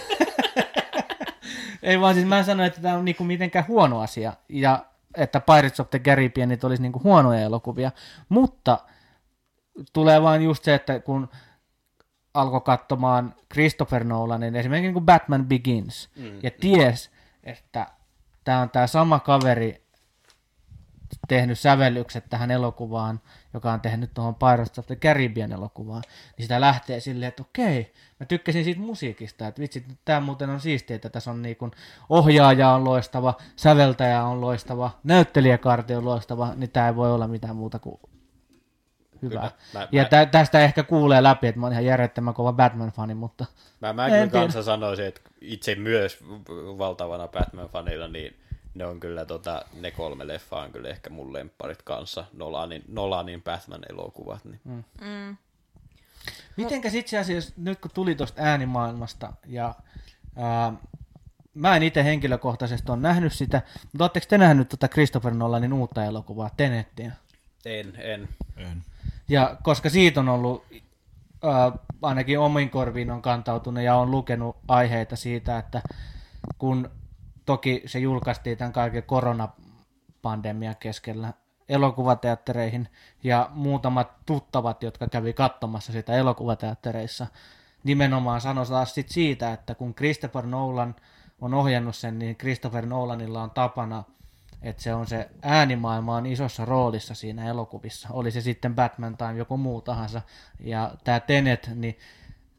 ei vaan siis mä en sano, että tämä on niinku mitenkään huono asia ja että Pirates of the Caribbeanit olisi niinku huonoja elokuvia, mutta tulee vaan just se, että kun alkoi katsomaan Christopher Nolanin esimerkiksi niin kuin Batman Begins Mm, ja ties, että tämä on tämä sama kaveri tehnyt sävellykset tähän elokuvaan, joka on tehnyt tuohon Pirates of the Caribbean elokuvaan, niin sitä lähtee silleen, että okei, mä tykkäsin siitä musiikista, että vitsi, tämä muuten on siistiä, että tässä on niin kuin ohjaaja on loistava, säveltäjä on loistava, näyttelijäkaarti on loistava, niin tämä ei voi olla mitään muuta kuin hyvää. Kyllä. Mä- ja mä- tä, tästä ehkä kuulee läpi, että mä oon ihan järjettömän kova Batman-fani, mutta Mä, mä En kyllä tiedä. kanssa sanoisin, että itse myös valtavana Batman-fanilla, niin ne on kyllä tota, ne kolme leffaa on kyllä ehkä mun lempparit kanssa, Nolanin, Nolanin Batman-elokuvat. Niin. Mm. Mm. mitenkäs itse asiassa nyt kun tuli tuosta äänimaailmasta ja ää, mä en itse henkilökohtaisesti ole nähnyt sitä, mutta ootteko te nähnyt tuota Christopher Nolanin uutta elokuvaa, Tenettiä? En, en. En. Ja koska siitä on ollut, ää, ainakin omiin korviin on kantautunut ja on lukenut aiheita siitä, että kun toki se julkaistiin tämän kaiken koronapandemian keskellä elokuvateattereihin ja muutamat tuttavat, jotka kävi katsomassa sitä elokuvateattereissa, nimenomaan sanoi taas sit siitä, että kun Christopher Nolan on ohjannut sen, niin Christopher Nolanilla on tapana, että se on se äänimaailma on isossa roolissa siinä elokuvissa, oli se sitten Batman tai joku muu tahansa, ja tämä Tenet, niin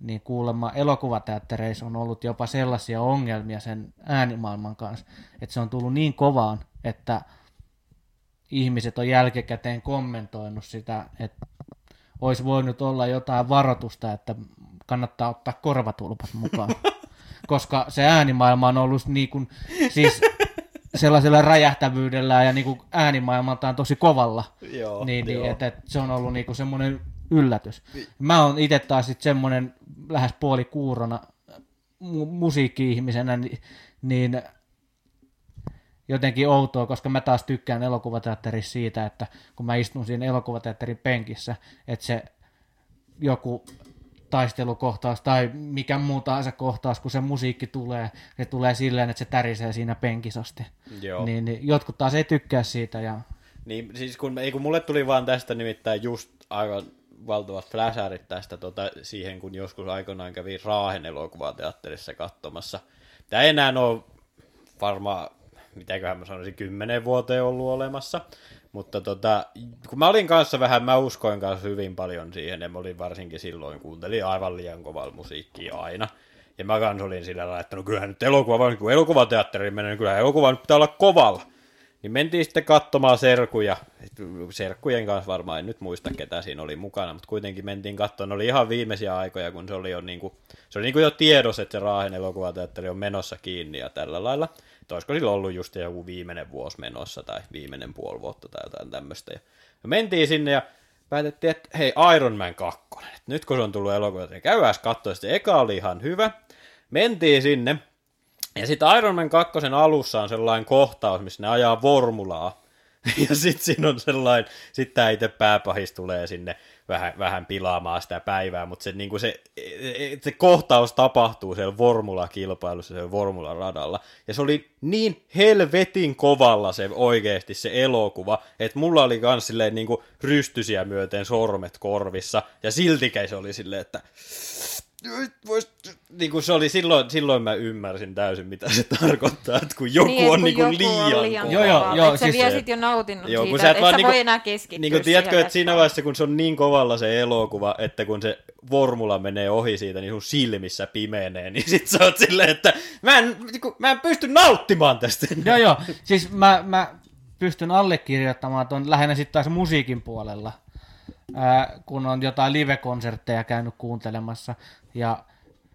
niin kuulemma elokuvateattereissa on ollut jopa sellaisia ongelmia sen äänimaailman kanssa, että se on tullut niin kovaan, että ihmiset on jälkikäteen kommentoinut sitä, että olisi voinut olla jotain varoitusta, että kannattaa ottaa korvatulpat mukaan. Koska se äänimaailma on ollut niin kuin, siis sellaisella räjähtävyydellä ja niin kuin äänimaailmaltaan tosi kovalla. Joo, niin, joo. niin että, että se on ollut niin kuin semmoinen yllätys. Mä oon itse taas sitten semmoinen lähes puolikuurona mu- musiikki-ihmisenä, niin, niin jotenkin outoa, koska mä taas tykkään elokuvateatterissa siitä, että kun mä istun siinä elokuvateatterin penkissä, että se joku taistelukohtaus tai mikä muu tahansa kohtaus, kun se musiikki tulee, se tulee silleen, että se tärisee siinä penkissä asti. Joo. Niin, niin jotkut taas ei tykkää siitä. Ja... Niin, siis kun, ei, kun mulle tuli vaan tästä nimittäin just aivan valtavat flasharit tästä tota, siihen, kun joskus aikoinaan kävi Raahen elokuvateatterissa katsomassa. Tämä ei enää ole varmaan, mitäköhän mä sanoisin, kymmenen vuoteen ollut olemassa. Mutta tota, kun mä olin kanssa vähän, mä uskoin kanssa hyvin paljon siihen, ja mä olin varsinkin silloin, kuuntelin aivan liian kovalla musiikkia aina. Ja mä kanssa olin sillä lailla, että no kyllähän nyt elokuva, kun elokuvateatteriin mennään, niin kyllähän elokuva nyt pitää olla kovalla. Niin mentiin sitten katsomaan serkuja, serkkujen kanssa varmaan, en nyt muista ketä siinä oli mukana, mutta kuitenkin mentiin katsomaan, ne oli ihan viimeisiä aikoja, kun se oli jo, niin kuin, se oli niin kuin jo tiedos, että se Raahen elokuvateatteri on menossa kiinni ja tällä lailla. Että olisiko sillä ollut just joku viimeinen vuosi menossa tai viimeinen puoli vuotta tai jotain tämmöistä. Ja mentiin sinne ja päätettiin, että hei, Iron Man kaksi, että nyt kun se on tullut elokuvateatteri, käydään katsoa, sitten eka oli ihan hyvä. Mentiin sinne. Ja sitten Iron Man kaksi alussa on sellainen kohtaus, missä ne ajaa formulaa. Ja sitten siinä on sellainen, sitten tämä itse pääpahis tulee sinne vähän, vähän pilaamaan sitä päivää, mutta se, niinku se, se kohtaus tapahtuu siellä formulakilpailussa, siellä formularadalla. Ja se oli niin helvetin kovalla se oikeasti se elokuva, että mulla oli kans silleen niinku rystysiä myöten sormet korvissa, ja siltikin se oli silleen, että... Vois, niin kuin se oli silloin, silloin mä ymmärsin täysin, mitä se tarkoittaa, että kun joku niin, on kun niin kuin joku liian, on liian Joo, joo, joo, et sä siis vie se- sit jo nautinnut Joo, kun siitä, sä et että et vaan sä niinku- voi enää keskittyä niin kuin tiedätkö, siihen että siinä leffaan. vaiheessa, kun se on niin kovalla se elokuva, että kun se formula menee ohi siitä, niin sun silmissä pimenee, niin sit sä oot silleen, että mä en, niinku, mä en pysty nauttimaan tästä. Joo, joo. Siis mä, mä pystyn allekirjoittamaan tuon lähinnä sitten taas musiikin puolella, ää, kun on jotain live-konsertteja käynyt kuuntelemassa. Ja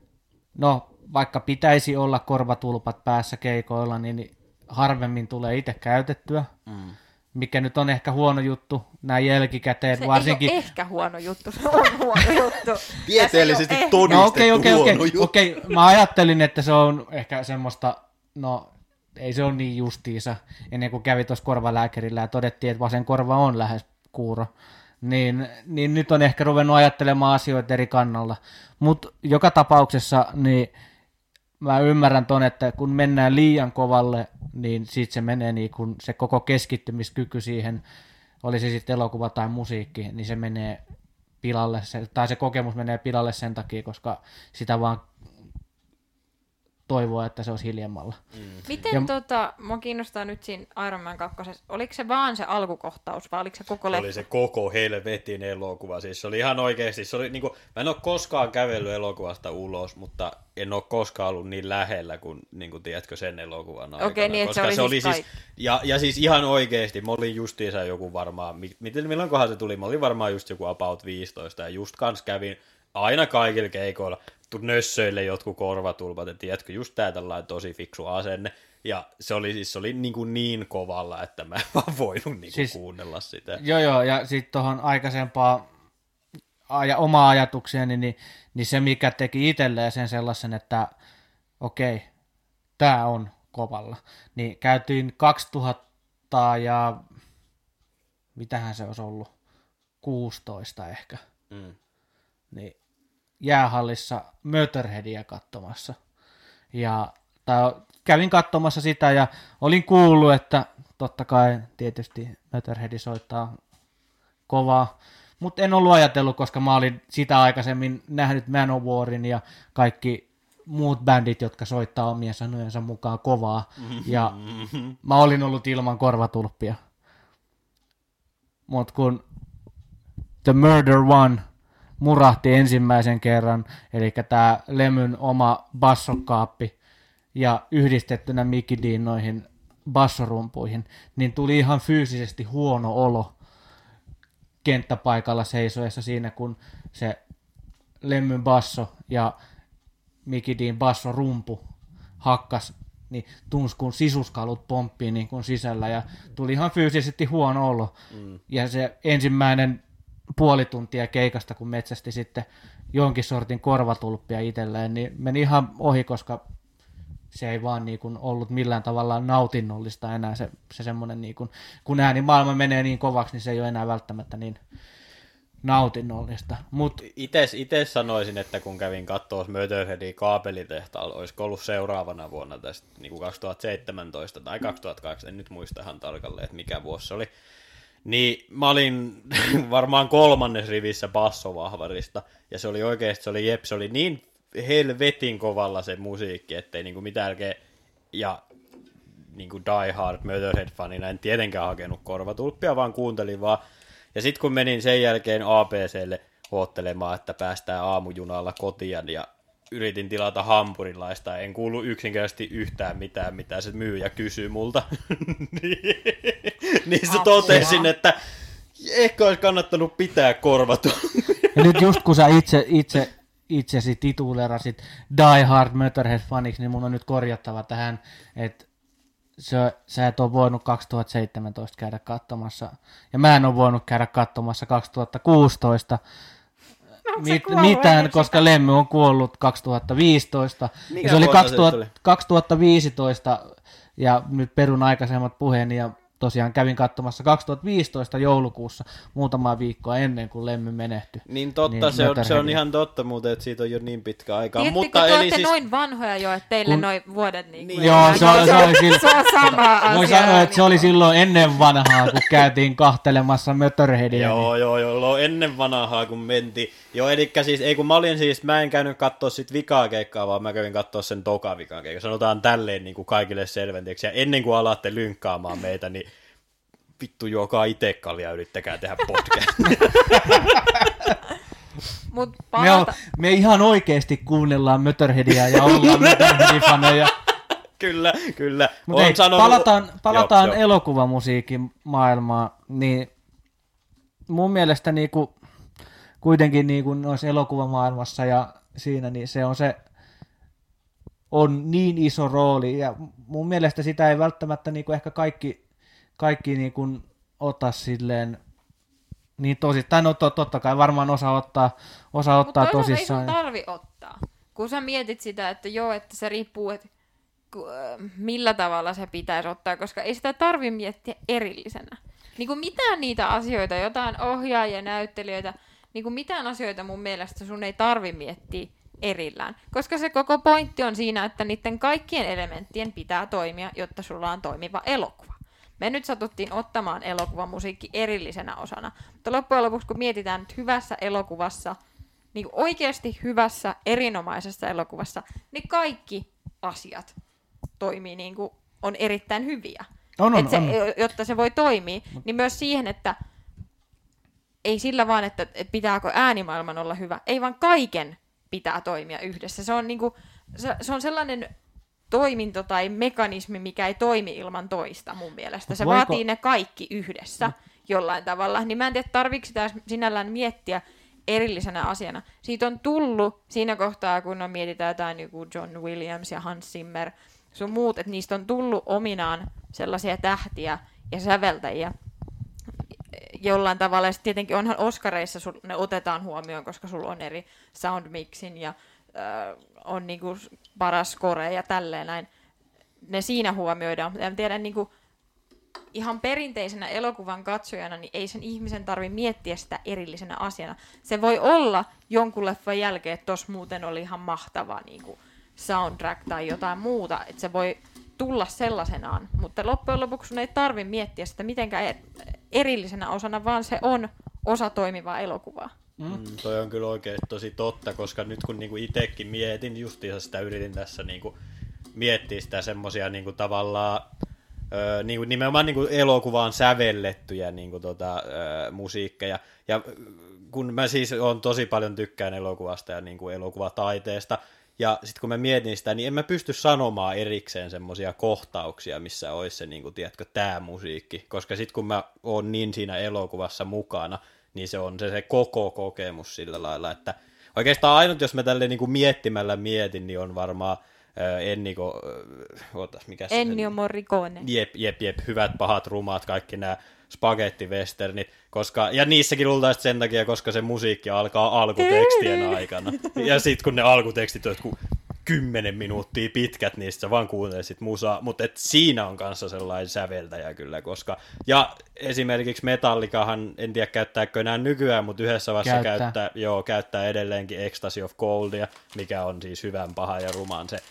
no, vaikka pitäisi olla korvatulpat päässä keikoilla, niin harvemmin tulee itse käytettyä. Mm. Mikä nyt on ehkä huono juttu näin jälkikäteen. Se varsinkin... ei ole ehkä huono juttu, se on huono juttu. Tieteellisesti Ja se ei ole todistettu No okei, okei, huono okei. juttu. Okei, mä ajattelin, että se on ehkä semmoista, no ei se ole niin justiisa, ennen kuin kävi tuossa korvalääkärillä ja todettiin, että vasen korva on lähes kuuro. Niin, niin nyt on ehkä ruvennut ajattelemaan asioita eri kannalla. Mutta joka tapauksessa niin mä ymmärrän ton, että kun mennään liian kovalle, niin siitä se menee niin kun se koko keskittymiskyky siihen, oli se sitten elokuva tai musiikki, niin se menee pilalle, se, tai se kokemus menee pilalle sen takia, koska sitä vaan toivoa, että se olisi hiljemmalla. Miten Ja- tota, mua kiinnostaa nyt siinä Iron Man kaksi, oliko se vaan se alkukohtaus vai oliko se koko Se leffa? oli se koko helvetin elokuva. Siis se oli ihan oikeasti, se oli niinku, mä en ole koskaan kävellyt elokuvasta ulos, mutta en ole koskaan ollut niin lähellä kuin, niinku, tiedätkö, sen elokuvan aikana. Okei, niin, että se koska oli siis siis, ja, ja siis ihan oikeasti, mä olin justiinsa joku varmaan, mi- miten, milloinkohan se tuli, mä olin varmaan just joku about viisitoista, ja just kans kävin aina kaikilla keikoilla, tu- nössöille jotkut korvatulpat, että tiedätkö, just tää tällainen tosi fiksu asenne, ja se oli siis se oli niin, kuin niin kovalla, että mä en vaan voinut niin kuin Siis- kuunnella sitä. Joo, joo, ja sitten tuohon aikaisempaan aja, omaa ajatukseeni, niin, niin se mikä teki itselleen sen sellaisen, että okei, tämä on kovalla, niin käytiin kaksituhatta ja mitähän se olisi ollut, kuusitoista ehkä, Mm. niin jäähallissa Motorheadia katsomassa. Ja tai kävin katsomassa sitä ja olin kuullut, että totta kai tietysti Motorhead soittaa kovaa, mutta en ollut ajatellut, koska mä olin sitä aikaisemmin nähnyt Manowarin ja kaikki muut bändit, jotka soittaa omien sanojensa mukaan kovaa. Ja mä olin ollut ilman korvatulppia. Mutta kun The Murder One murahti ensimmäisen kerran, eli tämä Lemyn oma bassokaappi ja yhdistettynä Mikkey Dean noihin bassorumpuihin, niin tuli ihan fyysisesti huono olo kenttäpaikalla seisoessa siinä, kun se Lemmyn basso ja Mikkey Dean bassorumpu hakkas, niin tunsi kun sisuskalut pomppii niin kuin sisällä ja tuli ihan fyysisesti huono olo. Mm. Ja se ensimmäinen puoli tuntia keikasta, kun metsästi sitten jonkin sortin korvatulppia itselleen, niin meni ihan ohi, koska se ei vaan niin kuin ollut millään tavalla nautinnollista enää se, se semmoinen, niin kuin, kun äänimaailma menee niin kovaksi, niin se ei ole enää välttämättä niin nautinnollista. Mut Itse sanoisin, että kun kävin katsoa Motörheadin kaapelitehtaalla, olisiko ollut seuraavana vuonna tästä niin kuin kaksituhattaseitsemäntoista tai kaksituhattakahdeksan, en nyt muista ihan tarkalleen, että mikä vuosi se oli, niin mä olin varmaan kolmannes rivissä bassovahvarista, ja se oli oikeasti, se oli jep, se oli niin helvetin kovalla se musiikki, ettei niinku mitään jälkeen, ja niinku Die Hard Motörhead-fanina en tietenkään hakenut korvatulppia, vaan kuuntelin vaan. Ja sitten kun menin sen jälkeen A B C:lle oottelemaan, että päästään aamujunalla kotiin, ja yritin tilata hampurilaista, en kuulu yksinkertaisesti yhtään mitään, mitä se myyjä kysyy multa. niin se totesin, että ehkä olisi kannattanut pitää korvatulppia. Ja nyt just kun sä itse, itse itsesi titulerasit Die Hard Motorhead-faniksi, niin mun on nyt korjattava tähän, että se, sä et ole voinut kaksituhattaseitsemäntoista käydä katsomassa, ja mä en ole voinut käydä katsomassa kaksituhattakuusitoista mit, mitään, koska Lemmy on kuollut kaksituhattaviisitoista, Mikä ja se oli kaksituhatta, kaksituhattaviisitoista, ja nyt perun aikaisemmat puheeni, ja tosiaan kävin katsomassa kaksituhattaviisitoista joulukuussa muutamaa viikkoa ennen kuin Lemmy menehtyi. Niin totta, niin se, on, se on ihan totta muuten, että siitä on jo niin pitkä aikaa. Tiedättekö, mutta te eli olette siis noin vanhoja jo, että teille kun noin vuodet niin kuin... Joo, se, on, se, oli sillä, se on sama asia. Voi sanoa, että se oli silloin ennen vanhaa, kun käytiin kahtelemassa Motorheadia. Joo, joo, joo, ennen vanhaa kun mentiin. Joo, eli siis, ei kun mä olin siis, mä en käynyt katsoa sit vikaa keikkaa, vaan mä kävin katsoa sen toka vikaa keikkaa. Sanotaan tälleen niin kuin kaikille selventeeksi. Ja ennen kuin alatte lynkkaamaan meitä, niin vittu juokaa ite kaljaa, yrittäkää tehdä podcast. Mut me, palata... me ihan oikeasti kuunnellaan Motorheadia ja ollaan Motorheadin faneja. Kyllä, kyllä. Mutta ei, sanonut... palataan, palataan jo, elokuvamusiikin maailmaan, niin mun mielestä niinku, kuitenkin niinku noissa elokuvamaailmassa ja siinä, niin se on se on niin iso rooli, ja mun mielestä sitä ei välttämättä niinku ehkä kaikki kaikki niin kuin ota silleen niin tosi, tai no to, totta kai varmaan osa ottaa, osa ottaa Mutta tosissaan. Mutta ei sun tarvi ottaa, kun sä mietit sitä, että joo, että se riippuu, että millä tavalla se pitäisi ottaa, koska ei sitä tarvi miettiä erillisenä. Niin kuin mitään niitä asioita, jotain ohjaajia, näyttelijöitä, niin kuin mitään asioita mun mielestä sun ei tarvi miettiä erillään, koska se koko pointti on siinä, että niiden kaikkien elementtien pitää toimia, jotta sulla on toimiva elokuva. Me nyt satuttiin ottamaan elokuvamusiikki erillisenä osana, mutta loppujen lopuksi kun mietitään nyt hyvässä elokuvassa, niin oikeasti hyvässä, erinomaisessa elokuvassa, niin kaikki asiat toimii niin kuin on erittäin hyviä. On, on, se, on. Jotta se voi toimia, niin myös siihen, että ei sillä vaan, että pitääkö äänimaailman olla hyvä, ei vaan kaiken pitää toimia yhdessä. Se on, niin kuin, se, se on sellainen toiminto tai mekanismi, mikä ei toimi ilman toista mun mielestä. Se Voiko... vaatii ne kaikki yhdessä no. jollain tavalla. Niin mä en tiedä, tarviiko sitä sinällään miettiä erillisenä asiana. Siitä on tullut siinä kohtaa, kun on mietitään jotain niin kuin John Williams ja Hans Zimmer, sun muut, että niistä on tullut ominaan sellaisia tähtiä ja säveltäjiä jollain tavalla. Ja tietenkin onhan Oscareissa sul, ne otetaan huomioon, koska sulla on eri soundmixin ja äh, on niinku paras score ja tälleen näin. Ne siinä huomioidaan. Ja tiedän niinku ihan perinteisenä elokuvan katsojana, niin ei sen ihmisen tarvitse miettiä sitä erillisenä asiana. Se voi olla jonkun leffan jälkeen, että tossa muuten oli ihan mahtava niinku soundtrack tai jotain muuta, että se voi tulla sellaisenaan, mutta loppujen lopuksi sun ei tarvitse miettiä sitä mitenkään erillisenä osana, vaan se on osa toimivaa elokuvaa. Mm, toi on kyllä oikein tosi totta, koska nyt kun niinku itsekin mietin, justiinsa sitä yritin tässä niinku miettiä sitä semmosia niinku tavallaan öö, niinku nimenomaan niinku elokuvaan sävellettyjä niinku tota, öö, musiikkeja. Ja kun mä siis on tosi paljon tykkään elokuvasta ja niin kuin elokuvataiteesta, ja sitten kun mä mietin sitä, niin en mä pysty sanomaan erikseen semmoisia kohtauksia, missä olisi se, niin kuin, tiedätkö, tää musiikki, koska sitten kun mä oon niin siinä elokuvassa mukana, niin se on se, se koko kokemus sillä lailla, että oikeastaan ainut, jos mä tälleen niin kuin miettimällä mietin, niin on varmaan äh, Enniko, äh, ootas, mikä se Ennio Morricone. Jep, jep, jep, hyvät, pahat, rumat, kaikki nämä spagettivesternit, koska, ja niissäkin luultavasti sen takia, koska se musiikki alkaa alkutekstien aikana. Ja sitten kun ne alkutekstit on jotkut kymmenen minuuttia pitkät, niin sä vaan kuuntelet sit musaa, mutta et siinä on kanssa sellainen säveltäjä kyllä, koska, ja esimerkiksi Metallikahan, en tiedä käyttääkö enää nykyään, mutta yhdessä vaiheessa Käyttää. käyttää, joo, käyttää edelleenkin Ecstasy of Goldia, mikä on siis hyvän, pahan ja ruman se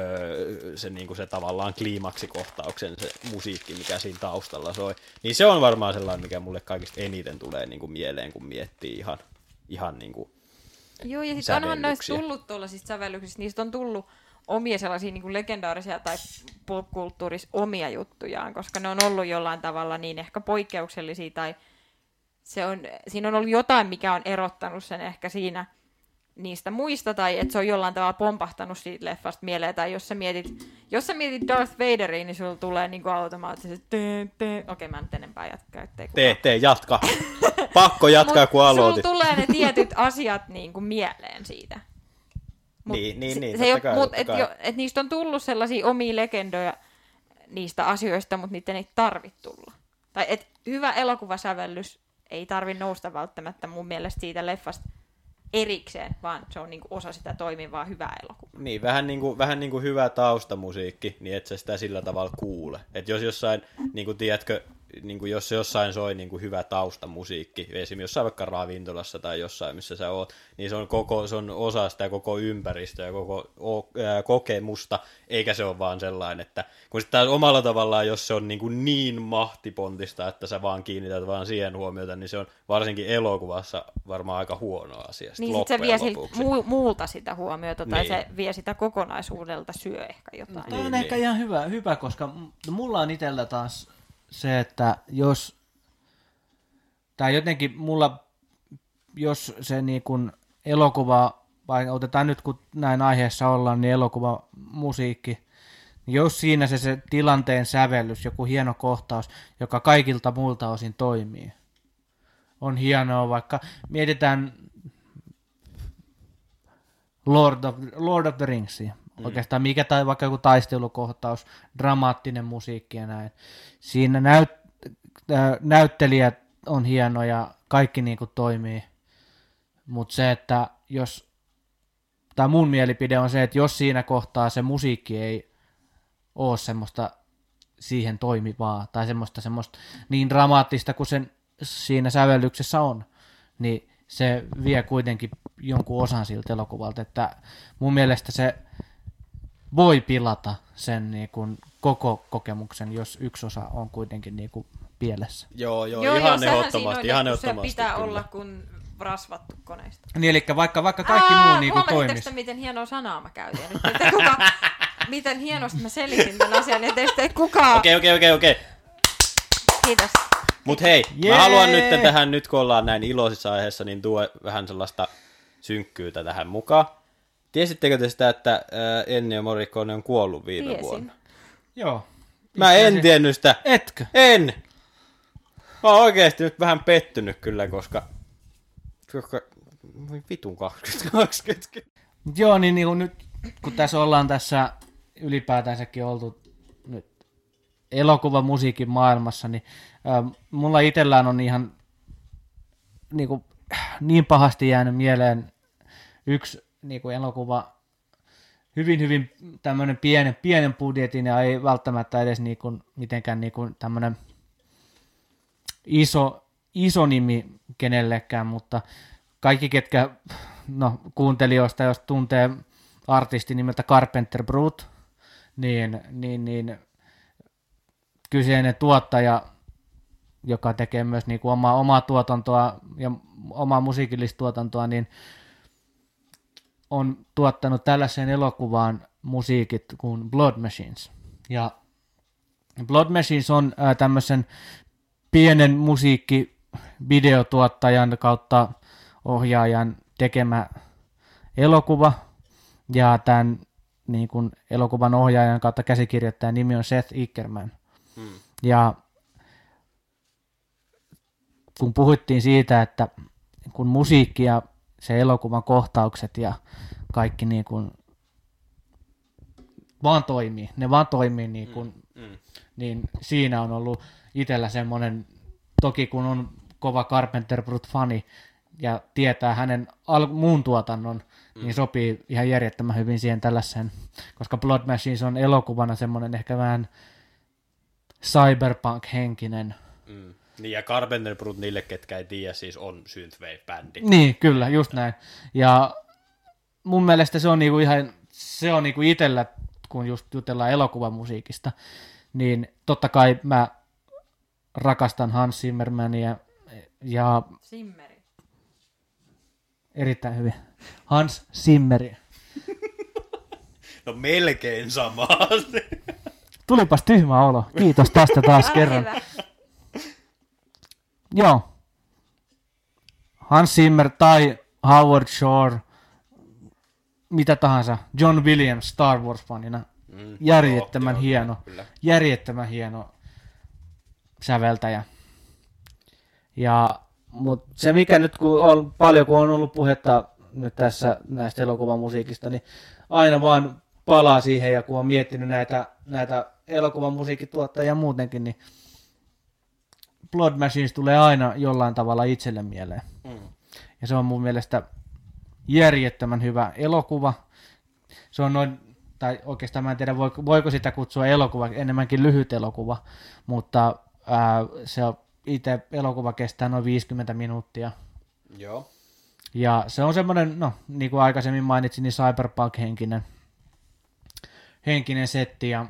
Öö, se, niin kuin se tavallaan kliimaksikohtauksen se musiikki, mikä siinä taustalla soi, niin se on varmaan sellainen, mikä mulle kaikista eniten tulee niin kuin mieleen, kun miettii ihan, ihan niin kuin Joo, ja sitten onhan noista sävellyksiä. tullut tuollaisista sävellyksistä, niistä on tullut omia sellaisia niin kuin legendaarisia tai popkulttuuris omia juttujaan, koska ne on ollut jollain tavalla niin ehkä poikkeuksellisia, tai se on, siinä on ollut jotain, mikä on erottanut sen ehkä siinä niistä muista, tai että se on jollain tavalla pompahtanut siitä leffasta mieleen, tai jos sä mietit, jos sä mietit Darth Vaderia, niin sulla tulee niinku automaattisesti tee, tee. Okei, mä en nyt enempää jatka, ettei kukaan. Tee, tee, jatka. Pakko jatkaa, kun aloitit. Sulla tulee ne tietyt asiat niinku mieleen siitä. Mut Niin, niin, se, niin, se ei totta ole, kai, mut totta et, kai. jo, et niistä on tullut sellaisia omia legendoja niistä asioista, mutta niiden ei tarvitse tulla. Tai et hyvä elokuvasävellys ei tarvi nousta välttämättä mun mielestä siitä leffasta erikseen, vaan se on niinku osa sitä toimivaa hyvää elokuvaa. Niin, vähän niin kuin, vähän niin kuin hyvä taustamusiikki, niin et sä sitä sillä tavalla kuule. Että jos jossain, niin kuin tiedätkö, niin kuin jos jossain soi niin kuin hyvä taustamusiikki, esimerkiksi jossain vaikka ravintolassa tai jossain, missä sä oot, niin se on, koko, se on osa sitä koko ympäristöä ja koko o, ää, kokemusta, eikä se ole vaan sellainen, että kun sitten taas omalla tavallaan, jos se on niin, kuin niin mahtipontista, että sä vaan kiinnität vaan siihen huomiota, niin se on varsinkin elokuvassa varmaan aika huono asia. Niin sit se vie siltä muu, muulta sitä huomiota, tai Niin. se vie sitä kokonaisuudelta, syö ehkä jotain. Tämä Niin, on niin. ehkä ihan hyvä, hyvä koska m- no mulla on itsellä taas se, että jos, tai jotenkin mulla, jos se niin kun elokuva, vai otetaan nyt kun näin aiheessa ollaan, niin elokuva, musiikki, niin jos siinä se, se tilanteen sävellys, joku hieno kohtaus, joka kaikilta muilta osin toimii, on hienoa, vaikka mietitään Lord of, Lord of the Ringsia, mm. oikeastaan mikä tai vaikka joku taistelukohtaus, dramaattinen musiikki ja näin. Siinä näyt, äh, näyttelijät on hienoja, kaikki niinku toimii, mutta se, että jos, tai mun mielipide on se, että jos siinä kohtaa se musiikki ei ole semmoista siihen toimivaa, tai semmoista, semmoista niin dramaattista kuin sen siinä sävellyksessä on, niin se vie kuitenkin jonkun osan siltä elokuvalta, että mun mielestä se voi pilata sen niin kuin koko kokemuksen, jos yksi osa on kuitenkin niin kuin pielessä. Joo, joo, Joo, ihan joo, sehän ehdottomasti, siinä ihan on, että se ehdottomasti. pitää kyllä. olla kuin rasvattu koneista. Niin, eli vaikka, vaikka kaikki muu niin kuin huomasitteko toimisi. te, miten hienoa sanaa mä käytin? Ja nyt ette kuka, miten hienosti mä selitin tämän asian, ja teistä ei kukaan... Okei, okei, okei, okei. Kiitos. Mut hei, Jee! mä haluan nyt tähän, nyt kun ollaan näin iloisissa aiheessa, niin tuo vähän sellaista synkkyyttä tähän mukaan. Tiesittekö te sitä, että ää, Ennio Morricone on kuollut viime Tiesin. vuonna? Joo. Mä en tiennyt sitä. Etkö? En! Mä oon oikeesti nyt vähän pettynyt kyllä, koska... koska... voi vitun kaksituhattakaksikymmentä. Mut joo, niin, niin kuin nyt kun tässä ollaan tässä ylipäätänsäkin oltu nyt elokuvan musiikin maailmassa, niin äh, mulla itsellään on ihan niin, kuin, niin pahasti jäänyt mieleen yksi niin kuin elokuva, hyvin hyvin tämmöinen pienen, pienen budjetin ja ei välttämättä edes niin kuin, mitenkään niin kuin tämmöinen iso, iso nimi kenellekään, mutta kaikki ketkä no, kuuntelijoista, jos tuntee artisti nimeltä Carpenter Brut, niin, niin, niin kyseinen tuottaja, joka tekee myös niin kuin omaa, omaa tuotantoa ja omaa musiikillista tuotantoa, niin on tuottanut tällaiseen elokuvaan musiikit kuin Blood Machines. Ja Blood Machines on ää, tämmöisen pienen musiikkivideotuottajan kautta ohjaajan tekemä elokuva, ja tämän niin kuin elokuvan ohjaajan kautta käsikirjoittajan nimi on Seth Ickerman. Hmm. Ja kun puhuttiin siitä, että kun musiikki ja se elokuvan kohtaukset ja kaikki niin kuin vaan toimii, ne vaan toimii niin kuin, mm, mm. niin siinä on ollut itsellä semmoinen, toki kun on kova Carpenter Brut-fani ja tietää hänen al- muun tuotannon, mm. niin sopii ihan järjettömän hyvin siihen tällaiseen, koska Blood Machines on elokuvana semmoinen ehkä vähän cyberpunk-henkinen. Mm. Niin ja Carpenter Brut, niille ketkä ei tiedä, siis on synthwave-bändi. Niin, kyllä, just näin. Ja mun mielestä se on niinku ihan, se on niinku itsellä, kun just jutellaan elokuvamusiikista, niin totta kai mä rakastan Hans Zimmermania ja... Zimmeri. Erittäin hyvin. Hans Zimmeri. No melkein sama. Tulipas tyhmä olo. Kiitos tästä taas kerran. Joo. Hans Zimmer tai Howard Shore, mitä tahansa, John Williams Star Wars-fanina, mm, järjettömän joo, hieno, joo, järjettömän hieno säveltäjä. Ja, mut se mikä nyt, kun on paljon, kun on ollut puhetta nyt tässä näistä elokuvamusiikista, niin aina vaan palaa siihen, ja kun on miettinyt näitä, näitä elokuvamusiikkituottajia muutenkin, niin Blood Machines tulee aina jollain tavalla itselle mieleen. Mm. Ja se on mun mielestä järjettömän hyvä elokuva. Se on noin, tai oikeastaan mä en tiedä voiko, voiko sitä kutsua elokuva, enemmänkin lyhyt elokuva, mutta ää, se on, itse elokuva kestää noin viisikymmentä minuuttia. Joo. Ja se on semmoinen, no niin kuin aikaisemmin mainitsin, niin cyberpunk-henkinen henkinen setti. Ja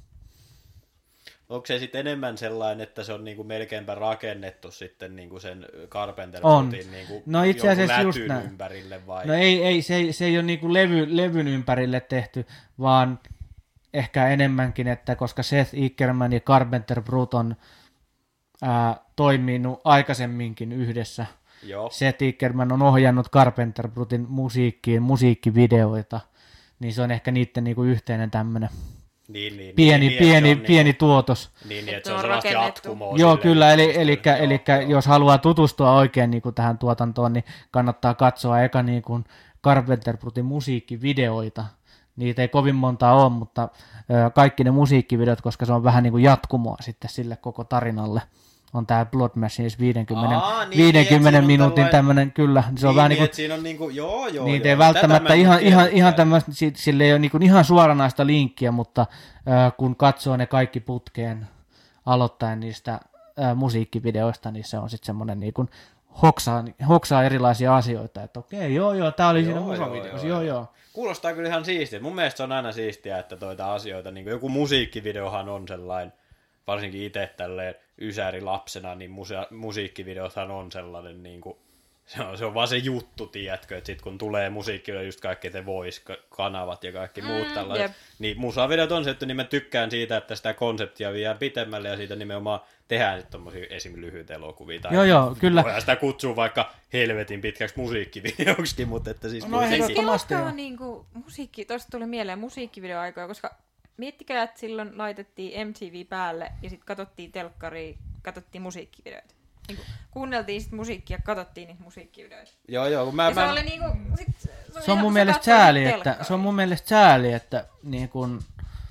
onko se sitten enemmän sellainen, että se on niinku melkeinpä rakennettu sitten niinku sen Carpenter Brutin niinku no itse asiassa just ympärille vai? No ei, ei se, ei, se ei ole niinku levy, levyn ympärille tehty, vaan ehkä enemmänkin, että koska Seth Ickerman ja Carpenter Brut on ää, toiminut aikaisemminkin yhdessä. Joo. Seth Ickerman on ohjannut Carpenter Brutin musiikkiin musiikkivideoita, niin se on ehkä niiden niinku yhteinen tämmöinen Niin, niin, pieni, niin, pieni, niin, pieni tuotos. Niin, niin että se on sellaista jatkumoa. Joo, kyllä, eli, eli, eli jos haluaa tutustua oikein niin kuin tähän tuotantoon, niin kannattaa katsoa eka niin kuin Carpenter Brutin musiikkivideoita. Niitä ei kovin montaa ole, mutta ö, kaikki ne musiikkivideot, koska se on vähän niin kuin jatkumoa sitten sille koko tarinalle. On tämä Blood Machines viisikymmentä, Aa, niin, viisikymmentä niin, minuutin tällainen tämmöinen, kyllä. Se on niin, vähän niin, niin kuin, siinä on niin kuin, joo, joo, niitä joo. ei välttämättä ihan, ihan, ihan tämmöistä, sille ei ole niin kuin ihan suoranaista linkkiä, mutta äh, kun katsoo ne kaikki putkeen aloittaen niistä äh, musiikkivideoista, niin se on sitten semmoinen niin kuin hoksaa, hoksaa erilaisia asioita, että okei, joo, joo, tää oli joo, siinä musavideossa, joo, joo, joo. Kuulostaa kyllä ihan siistiä. Mun mielestä se on aina siistiä, että toita asioita, niin kuin joku musiikkivideohan on sellainen, varsinkin itse tälleen ysäri lapsena, niin musea- musiikkivideothan on sellainen, niin kuin, se, on, se on vaan se juttu, tiedätkö, että sit kun tulee musiikkivideo, just kaikki The Voice-kanavat ja kaikki muut mm, tällaiset, yep. Niin musavideot on se, että niin mä tykkään siitä, että sitä konseptia viedään pitemmälle ja siitä nimenomaan tehdään sitten tommosia esim. Lyhyitä elokuvia. Tai joo, joo, kyllä. Voidaan sitä kutsua vaikka helvetin pitkäksi musiikkivideoksikin, mutta että siis no, kuitenkin. No niinku musiikki, tosta tuli mieleen musiikkivideoaikoja, koska miettikää, että silloin laitettiin M T V päälle ja sitten katsottiin telkkaria, katsottiin musiikkivideoita. Niin kuunneltiin sitten musiikkia ja katsottiin niitä musiikkivideoita. Joo, joo. Kun mä, ja mä... se oli niinku... Sit, se, se on mun mielestä sääli, että, se on mun mielestä sääli, että niin kun,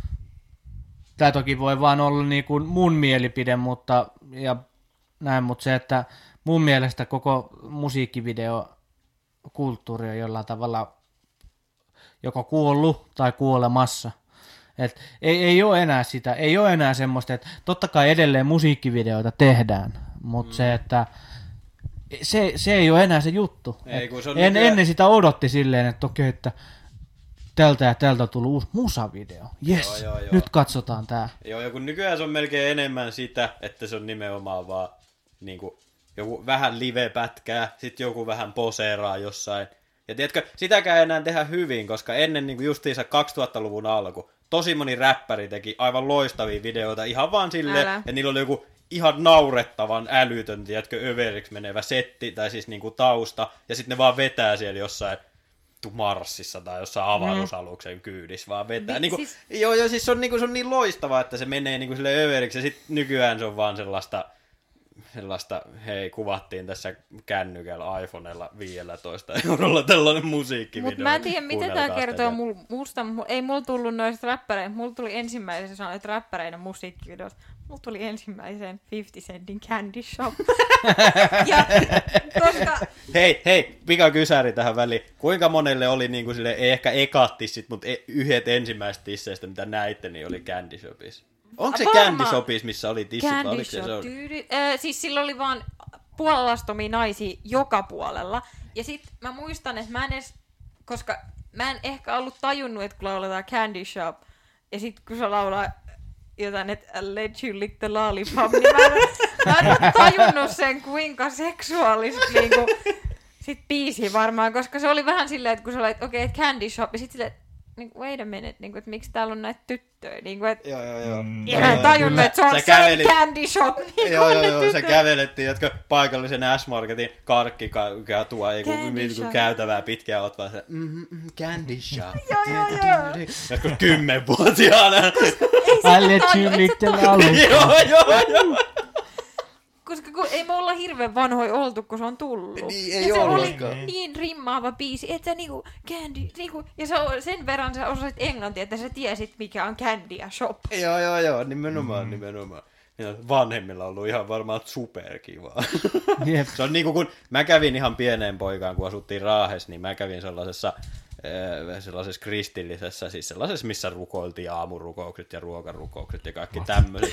tää toki voi vaan olla niin kun mun mielipide, mutta, ja näin, mutta se, että mun mielestä koko musiikkivideokulttuuri on jollain tavalla joko kuollut tai kuolemassa. Et ei, ei ole enää sitä, ei ole enää semmoista, että totta kai edelleen musiikkivideoita tehdään, mutta mm. se, että se, se ei ole enää se juttu. Ei, kun se on en, nykyään... Ennen sitä odotti silleen, että okei, että tältä ja tältä on tullut uusi musavideo. Jes, joo, joo, joo. Nyt katsotaan tää. Joo, ja kun nykyään se on melkein enemmän sitä, että se on nimenomaan vaan niin kuin, joku vähän live-pätkää, sitten joku vähän poseeraa jossain. Ja tiedätkö, sitäkään ei enää tehdä hyvin, koska ennen niin kuin justiinsa kaksituhattaluvun alku, tosi moni räppäri teki aivan loistavia videoita ihan vaan silleen, Älä. ja niillä oli joku ihan naurettavan älytön, tiedätkö, överiksi menevä setti, tai siis niinku tausta, ja sitten ne vaan vetää siellä jossain Marsissa tai jossain avaruusaluksen kyydissä vaan vetää. Vi- Niinku, siis- joo, joo, siis se on, niinku, se on niin loistavaa, että se menee niinku sille överiksi, ja sitten nykyään se on vaan sellaista, sellaista, hei, kuvattiin tässä kännykällä iPhonella viisitoista eurolla tällainen musiikkivideo. Mutta mä en tiedä, mitä tää Kuunnelkaa kertoo sitä. mul, musta. Mul, ei mulla tullut noista räppäreistä. Mulla tuli ensimmäisenä noita räppäreiden musiikkivideosta. Mulla tuli ensimmäisen fifty Centin Candy Shop. ja koska... Hei, hei, pika kysäri tähän väliin. Kuinka monelle oli niinku sille, ei ehkä ekat tissit, mutta e- yhdet ensimmäistä tisseistä, mitä näitte, niin oli Candy Shopissa. Onko se Varmaan. Candy Shopissa, missä oli tissit, vai Candy oliko se se? Shop, on- tyydy. Äh, siis sillä oli vaan puolallastomia naisia joka puolella. Ja sit mä muistan, että mä en edes, koska mä en ehkä ollut tajunnut, että kun lauletaan Candy Shop, ja sit kun se laulaa jotain, että I let you lick the lollipop, niin mä en, mä en ole tajunnut sen, kuinka seksuaalista niinku, sit biisi varmaan, koska se oli vähän silleen, että kun sä olet, okei, okay, Candy Shop, ja sit silleen, niin, wait a minute, niin kuin, että miksi täällä on näitä tyttöjä, niin kuin, että Joo, joo, joo. Mm. ja mä en tajunnut, että se on Sä se kävelit- Candy Shop, niin Joo, kuin joo, ne joo, se tytöt. kävelettiin, jotka paikallisen S-Marketin karkkikatua, ei Candy kun shop. käytävää pitkään, oot vaan se, mm, mm, Candy Shop. Joo, joo, joo. Joskus kymmenvuotiaana. I let you lick the lollipop. Joo, joo, joo. Koska kun ei me olla hirveän vanhoja oltu, kun se on tullut. Niin, ei ja se oli ollutkaan. niin rimmaava biisi, että sä niinku Candy, niinku, ja sä, sen verran sä osasit englantia, että sä tiesit mikä on Candy ja Shop. Joo, joo, joo, nimenomaan, mm. nimenomaan. Ja vanhemmilla on ollut ihan varmaan superkivaa. Jep. Se on niinku kun mä kävin ihan pieneen poikaan, kun asuttiin Raahessa, niin mä kävin sellaisessa, äh, sellaisessa kristillisessä, siis sellaisessa, missä rukoiltiin aamurukoukset ja ruokarukoukset ja kaikki tämmöiset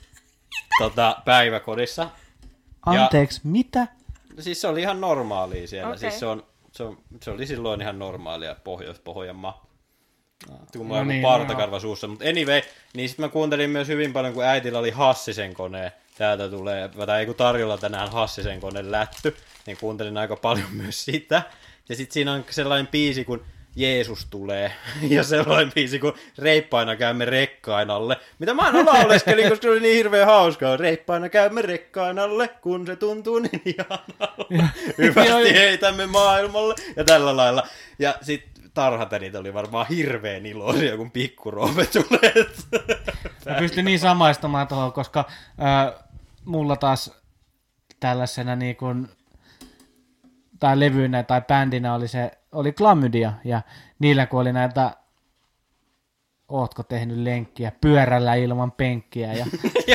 tota, päiväkodissa. Anteeksi, mitä? Siis se oli ihan normaalia siellä. Okei. Siis se, on, se, on, se oli silloin ihan normaalia Pohjois-Pohjanmaa. Kun mulla No on niin, partakarva suussa. Mutta anyway, niin sitten mä kuuntelin myös hyvin paljon, kun äitillä oli Hassisen kone. Täältä tulee, tai ei kun tarjolla tänään Hassisen kone lätty, niin kuuntelin aika paljon myös sitä. Ja sitten siinä on sellainen biisi, kun Jeesus tulee, ja sellainen biisi, kun reippaina käymme rekkain alle. Mitä mä aina lauleskelin, koska se oli niin hirveän hauskaa. Reippaina käymme rekkain alle, kun se tuntuu niin ihanalle. Hyvästi heitämme maailmalle, ja tällä lailla. Ja sitten tarhatärit oli varmaan hirveän iloisia, kun pikkuroope tulee. Mä pystyn niin samaistamaan tuohon, koska äh, mulla taas tällaisena niin kuin, tai levynä tai bändinä oli se, oli Klamydia, ja niillä kun oli näitä, ootko tehnyt lenkkiä, pyörällä ilman penkkiä, ja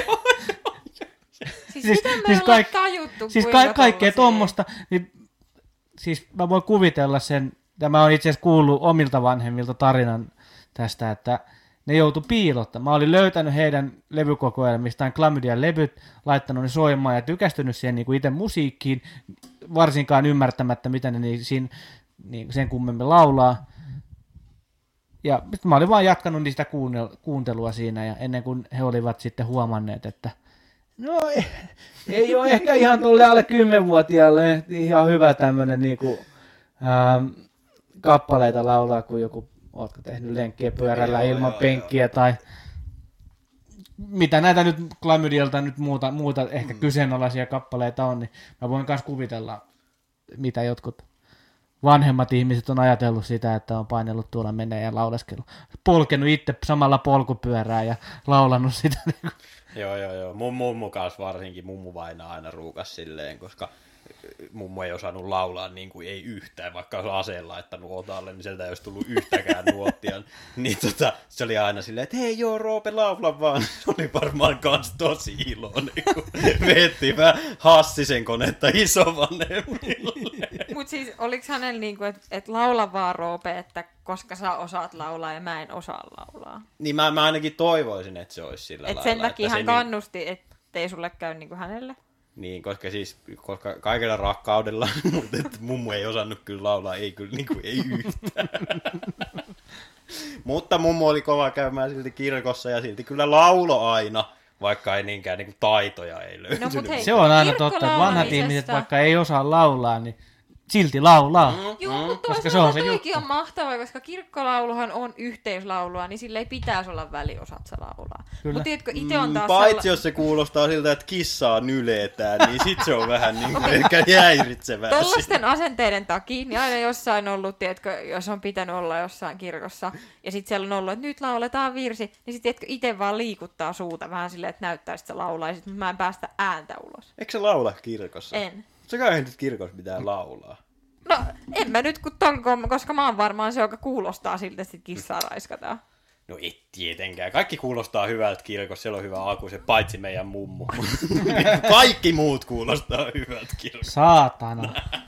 Siis, Siis- mitä me siis ollaan kaik- tajuttu, siis kuinka ka- kaikkea tollasia- tuommoista, niin siis mä voin kuvitella sen, ja mä oon itse asiassa kuullut omilta vanhemmilta tarinan tästä, että ne joutu piilottamaan. Mä olin löytänyt heidän levykokoelmistaan Klamydian levyt, laittanut ne soimaan ja tykästynyt siihen niin kuin itse musiikkiin, varsinkaan ymmärtämättä, mitä ne niin, siinä, niin, sen kummemmin laulaa. Ja sit mä olin vaan jatkanut niistä kuunnel- kuuntelua siinä, ja ennen kuin he olivat sitten huomanneet, että no ei, ei ole ehkä ihan tuolle alle kymmenvuotiaalle ihan hyvä tämmönen niinku, ähm, kappaleita laulaa, kun joku, ootko tehnyt lenkkiä pyörällä Joo, ilman joo, penkkiä tai mitä näitä nyt Klamydialta nyt muuta, muuta ehkä kyseenalaisia kappaleita on, niin mä voin myös kuvitella, mitä jotkut vanhemmat ihmiset on ajatellut sitä, että on painellut tuolla menee ja lauleskellut. Polkenut itse samalla polkupyörää ja laulanut sitä. Niin Joo, joo, joo. Mun mummu kanssa varsinkin, mummu vainaa aina ruukas silleen, koska mummu ei osannut laulaa niin kuin ei yhtään, vaikka olisi aseen laittanut otalle, niin sieltä ei olisi tullut yhtäkään nuottia. Niin tota, se oli aina silleen, että hei joo, Roope, laula vaan. Se oli varmaan kans tosi iloinen, kun veettiin vähän Hassisen konetta isovanhemmille. Mut siis oliks hänellä niinku, että et laula vaan Roope, että koska sä osaat laulaa ja mä en osaa laulaa. Niin mä, mä ainakin toivoisin, että se olisi sillä Et lailla. sen takia että hän se kannusti, ettei sulle käy niinku hänelle. Niin, koska siis koska kaikella rakkaudella, mutta et mummu ei osannut kyllä laulaa, ei kyllä niin kuin, ei yhtään. Mutta mummu oli kova käymään silti kirkossa ja silti kyllä laulo aina, vaikka ei niinkään niin kuin taitoja ei löytynyt. No, mut hei, se on aina totta, että vanhat kirkkolaulemisesta- ihmiset, vaikka ei osaa laulaa, niin silti laulaa. Mm, Joo, mm. mutta koska se on se toikin on mahtavaa, koska kirkkolauluhan on yhteislaulua, niin sillä ei pitäisi olla väliosat se laulaa. Mutta tiedätkö, itse on taas... Paitsi sella... jos se kuulostaa siltä, että kissaa nyletään, niin sit se on vähän niin kuin ehkä häiritsevää. Tollaisten asenteiden takia, niin aina jossain ollut, tiedätkö, jos on pitänyt olla jossain kirkossa, ja sitten siellä on ollut, että nyt lauletaan virsi, niin sitten tiedätkö, itse vaan liikuttaa suuta vähän silleen, että näyttää, että se laulaisit, mutta mä en päästä ääntä ulos. Eikö se laula kirkossa? En. Se kai nyt kirkossa pitää laulaa. No, en mä nyt, kun ton, koska mä oon varmaan se, joka kuulostaa siltä, että sit kissaa raiskataan. No et tietenkään. Kaikki kuulostaa hyvältä kirkossa, siellä on hyvä aku, se paitsi meidän mummu. Kaikki muut kuulostaa hyvältä kirkossa. Saatana.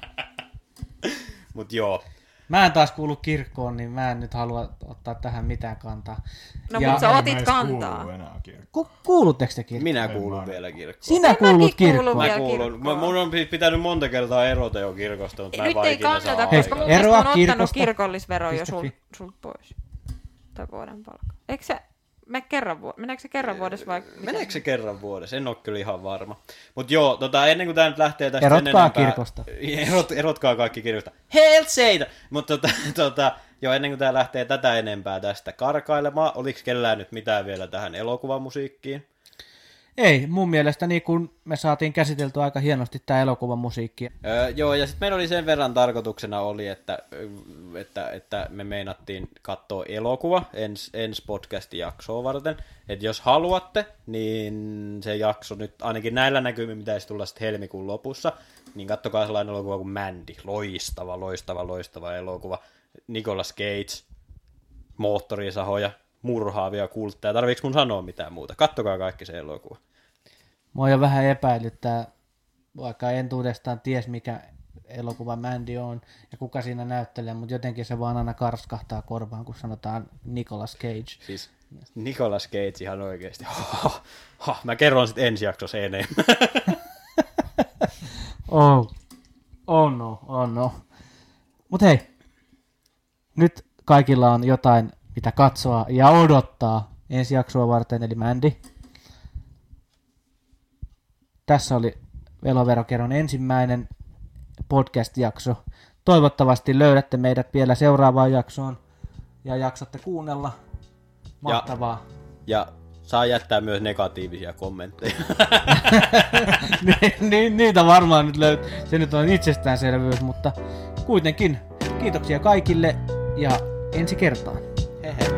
Mut joo. Mä en taas kuulu kirkkoon, niin mä en nyt halua ottaa tähän mitään kantaa. No, Ja- mutta sä Ei otit meistä kantaa. kuulu enää kirkkoon. Ku, kuulutteko te kirkkoon? Minä En kuulun mä- vielä kirkkoon. Sinä En kuulut mäkin kuulu kirkkoon. Mä vielä kuulun. kirkkoon. Mä, mun on pitänyt monta kertaa erota jo kirkosta, mutta mä en Nyt vaan ei ikinä saa kannata, Hei, koska mun aikaa. eroa mielestä on ottanut kirkosta. kirkollisveroa jo sul, Piste sulta pois. Tai vuoden palkka. Eikö se mene kerran vuodessa? Meneekö se kerran vuodessa vai? miten? Meneekö se kerran vuodessa? En ole kyllä ihan varma. Mutta joo, tota, ennen kuin tämä nyt lähtee tästä Erotkaa sen enempää... kirkosta. Erot, erotkaa kaikki kirkosta. Helseitä! Mutta tota, tota, joo, ennen kuin tämä lähtee tätä enempää tästä karkailemaan, oliko kellään nyt mitään vielä tähän elokuvamusiikkiin? Ei, mun mielestä niin kun me saatiin käsiteltyä aika hienosti tää elokuvan musiikki. Öö, joo, ja sitten meillä oli sen verran tarkoituksena oli, että, että, että me meinattiin katsoa elokuva ens, ensi podcastin jaksoa varten. Että jos haluatte, niin se jakso nyt ainakin näillä näkymin pitäisi tulla sitten helmikuun lopussa. Niin kattokaa sellainen elokuva kuin Mandy. Loistava, loistava, loistava elokuva. Nicolas Cage, moottorisahoja, murhaavia kultteja. Tarviiks mun sanoa mitään muuta? Kattokaa kaikki se elokuva. Mua jo vähän epäilyttää, vaikka en tuudestaan ties mikä elokuva Mandy on ja kuka siinä näyttelee, mutta jotenkin se vaan aina karskahtaa korvaan, kun sanotaan Nicolas Cage. Siis Nicolas Cage ihan oikeesti. Ha, ha, mä kerron sitten ensi jaksossa enemmän. Oh. Oh no, oh no. Mut hei, nyt kaikilla on jotain, mitä katsoa ja odottaa ensi jaksoa varten, eli Mandy. Tässä oli Veloverokerron ensimmäinen podcast-jakso. Toivottavasti löydätte meidät vielä seuraavaan jaksoon ja jaksatte kuunnella. Mahtavaa. Ja saa jättää myös negatiivisia kommentteja. Ni, ni, niitä varmaan nyt löytyy. Se nyt on itsestäänselvyys, mutta kuitenkin kiitoksia kaikille ja ensi kertaan. Hehe.